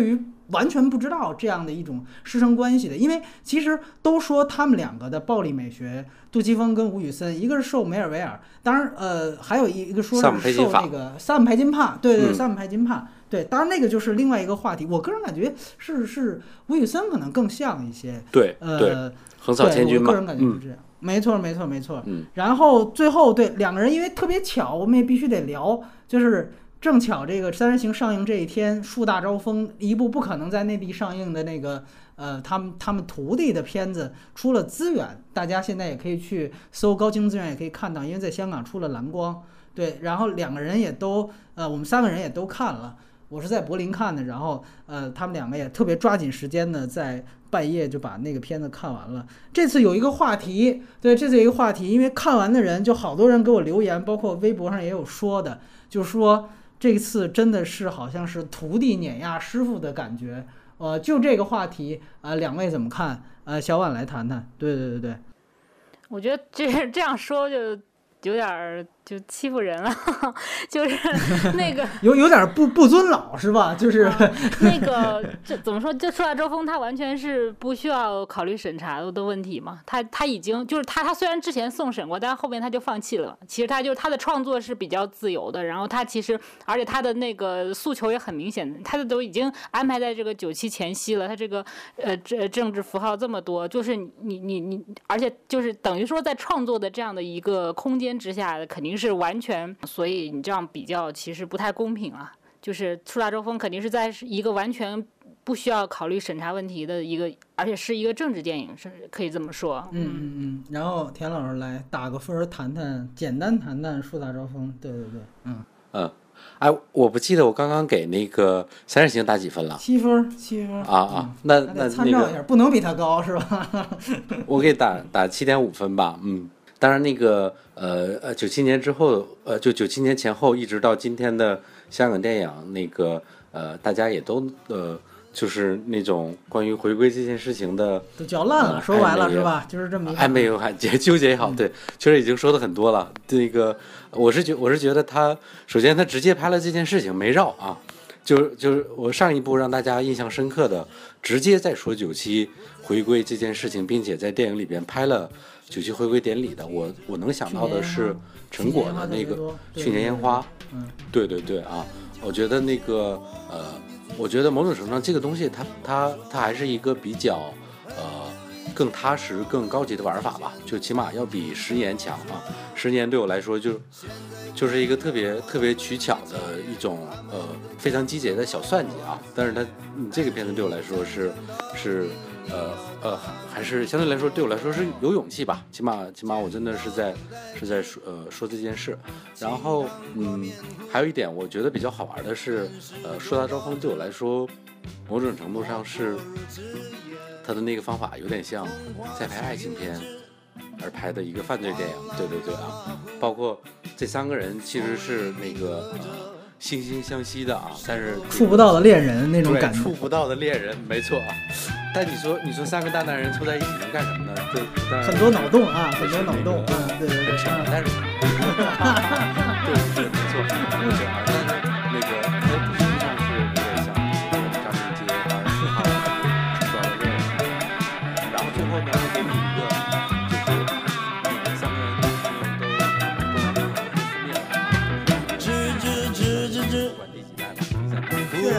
完全不知道这样的一种师生关系的。因为其实都说他们两个的暴力美学，杜琪峰跟吴宇森，一个是受梅尔维尔，当然呃还有一个说是受那个萨姆派金帕，对对，萨姆派金帕。对，当然那个就是另外一个话题。我个人感觉是是吴宇森可能更像一些， 对， 呃， 横扫千军嘛， 我个人感觉是这样，嗯、没错，没错，没错。 嗯， 然后最后对两个人，因为特别巧，我们也必须得聊，就是正巧这个《三人行》上映这一天，树大招风，一部不可能在内地上映的那个呃，他们他们徒弟的片子出了资源，大家现在也可以去搜高清资源，也可以看到，因为在香港出了蓝光。对，然后两个人也都呃，我们三个人也都看了。我是在柏林看的，然后呃，他们两个也特别抓紧时间的，在半夜就把那个片子看完了。这次有一个话题，对，这次有一个话题，因为看完的人就好多人给我留言，包括微博上也有说的，就说这次真的是好像是徒弟碾压师傅的感觉。呃，就这个话题，呃，两位怎么看？呃，小婉来谈谈。对对对对， 我觉得这这样说就有点就欺负人了，就是那个有有点不不尊老是吧？就是、 啊、那个这怎么说？就树大招风，他完全是不需要考虑审查的问题嘛。他他已经就是他他虽然之前送审过，但是后面他就放弃了。其实他就是他的创作是比较自由的，然后他其实而且他的那个诉求也很明显，他的都已经安排在这个九七前夕了。他这个呃这政治符号这么多，就是你你你，而且就是等于说在创作的这样的一个空间之下，肯定是完全，所以你这样比较其实不太公平啊。就是树大招风肯定是在一个完全不需要考虑审查问题的一个，而且是一个政治电影，是可以这么说。 嗯嗯嗯。然后田老师来打个分，谈谈，简单谈谈树大招风。对对对，嗯嗯。哎，我不记得我刚刚给那个三人行打几分了？ 七分，七分啊啊！嗯、那那参照一下、那个，不能比他高是吧？ 我给打打七点五分吧。嗯，当然那个呃呃，九七年之后，呃，就九七年前后一直到今天的香港电影，那个呃，大家也都呃，就是那种关于回归这件事情的都嚼烂了，呃、说白了是吧？就是这么暧昧又还纠结也好，对，确实已经说的很多了。这个我是觉我是觉得他首先他直接拍了这件事情，没绕啊，就是就是我上一部让大家印象深刻的，直接在说九七回归这件事情，并且在电影里边拍了九七回归典礼的，我我能想到的是成果的那个去年烟花， 嗯， 对对对啊，我觉得那个呃，我觉得某种程度上这个东西它它它还是一个比较呃更踏实、更高级的玩法吧，就起码要比十年强啊。十年对我来说就就是一个特别特别取巧的一种呃非常机捷的小算计啊，但是它、嗯、这个片子对我来说是是呃呃还是相对来说对我来说是有勇气吧，起码起码我真的是在是在说呃说这件事。然后嗯还有一点我觉得比较好玩的是呃树大招风对我来说某种程度上是他的那个方法有点像在拍爱情片而拍的一个犯罪电影，对对对啊，包括这三个人其实是那个、呃、惺惺相惜的啊，但是、这个、 触不到的恋人那种感觉， 触不到的恋人，没错啊。但你说你说三个大男人凑在一起能干什么呢？对， 很多脑洞啊，很多脑洞啊，对对对， 但是对对没错，没错啊，但是那个它实际上是有点像张卫街当然四号触到了恋人，然后最后呢给你一个就是你们三个人都都都能灭了， 吱吱吱吱吱， 管第几代了？第三代。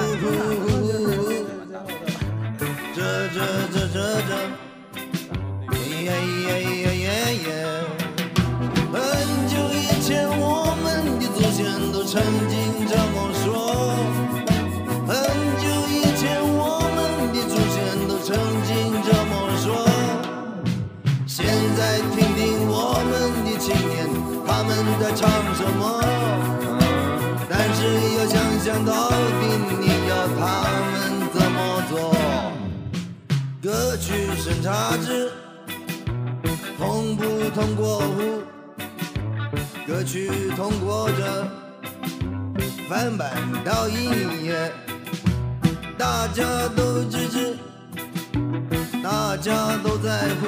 这这这这这，耶耶耶耶耶！很久以前我们的祖先都曾经这么说，很久以前我们的祖先都曾经这么说。现在听听我们的青年，他们在唱什么？但是要想想到底你要他们怎么做？歌曲审查制通不通过户？歌曲通过着，翻版到音乐，大家都支持，大家都在乎，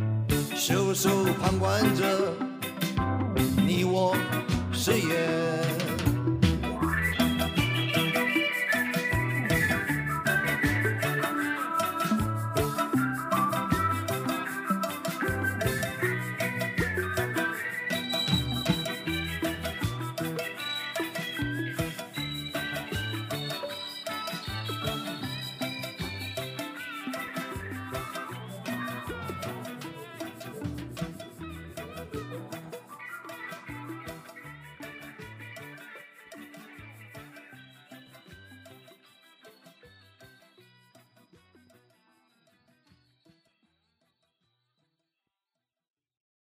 袖手旁观着，你我是也。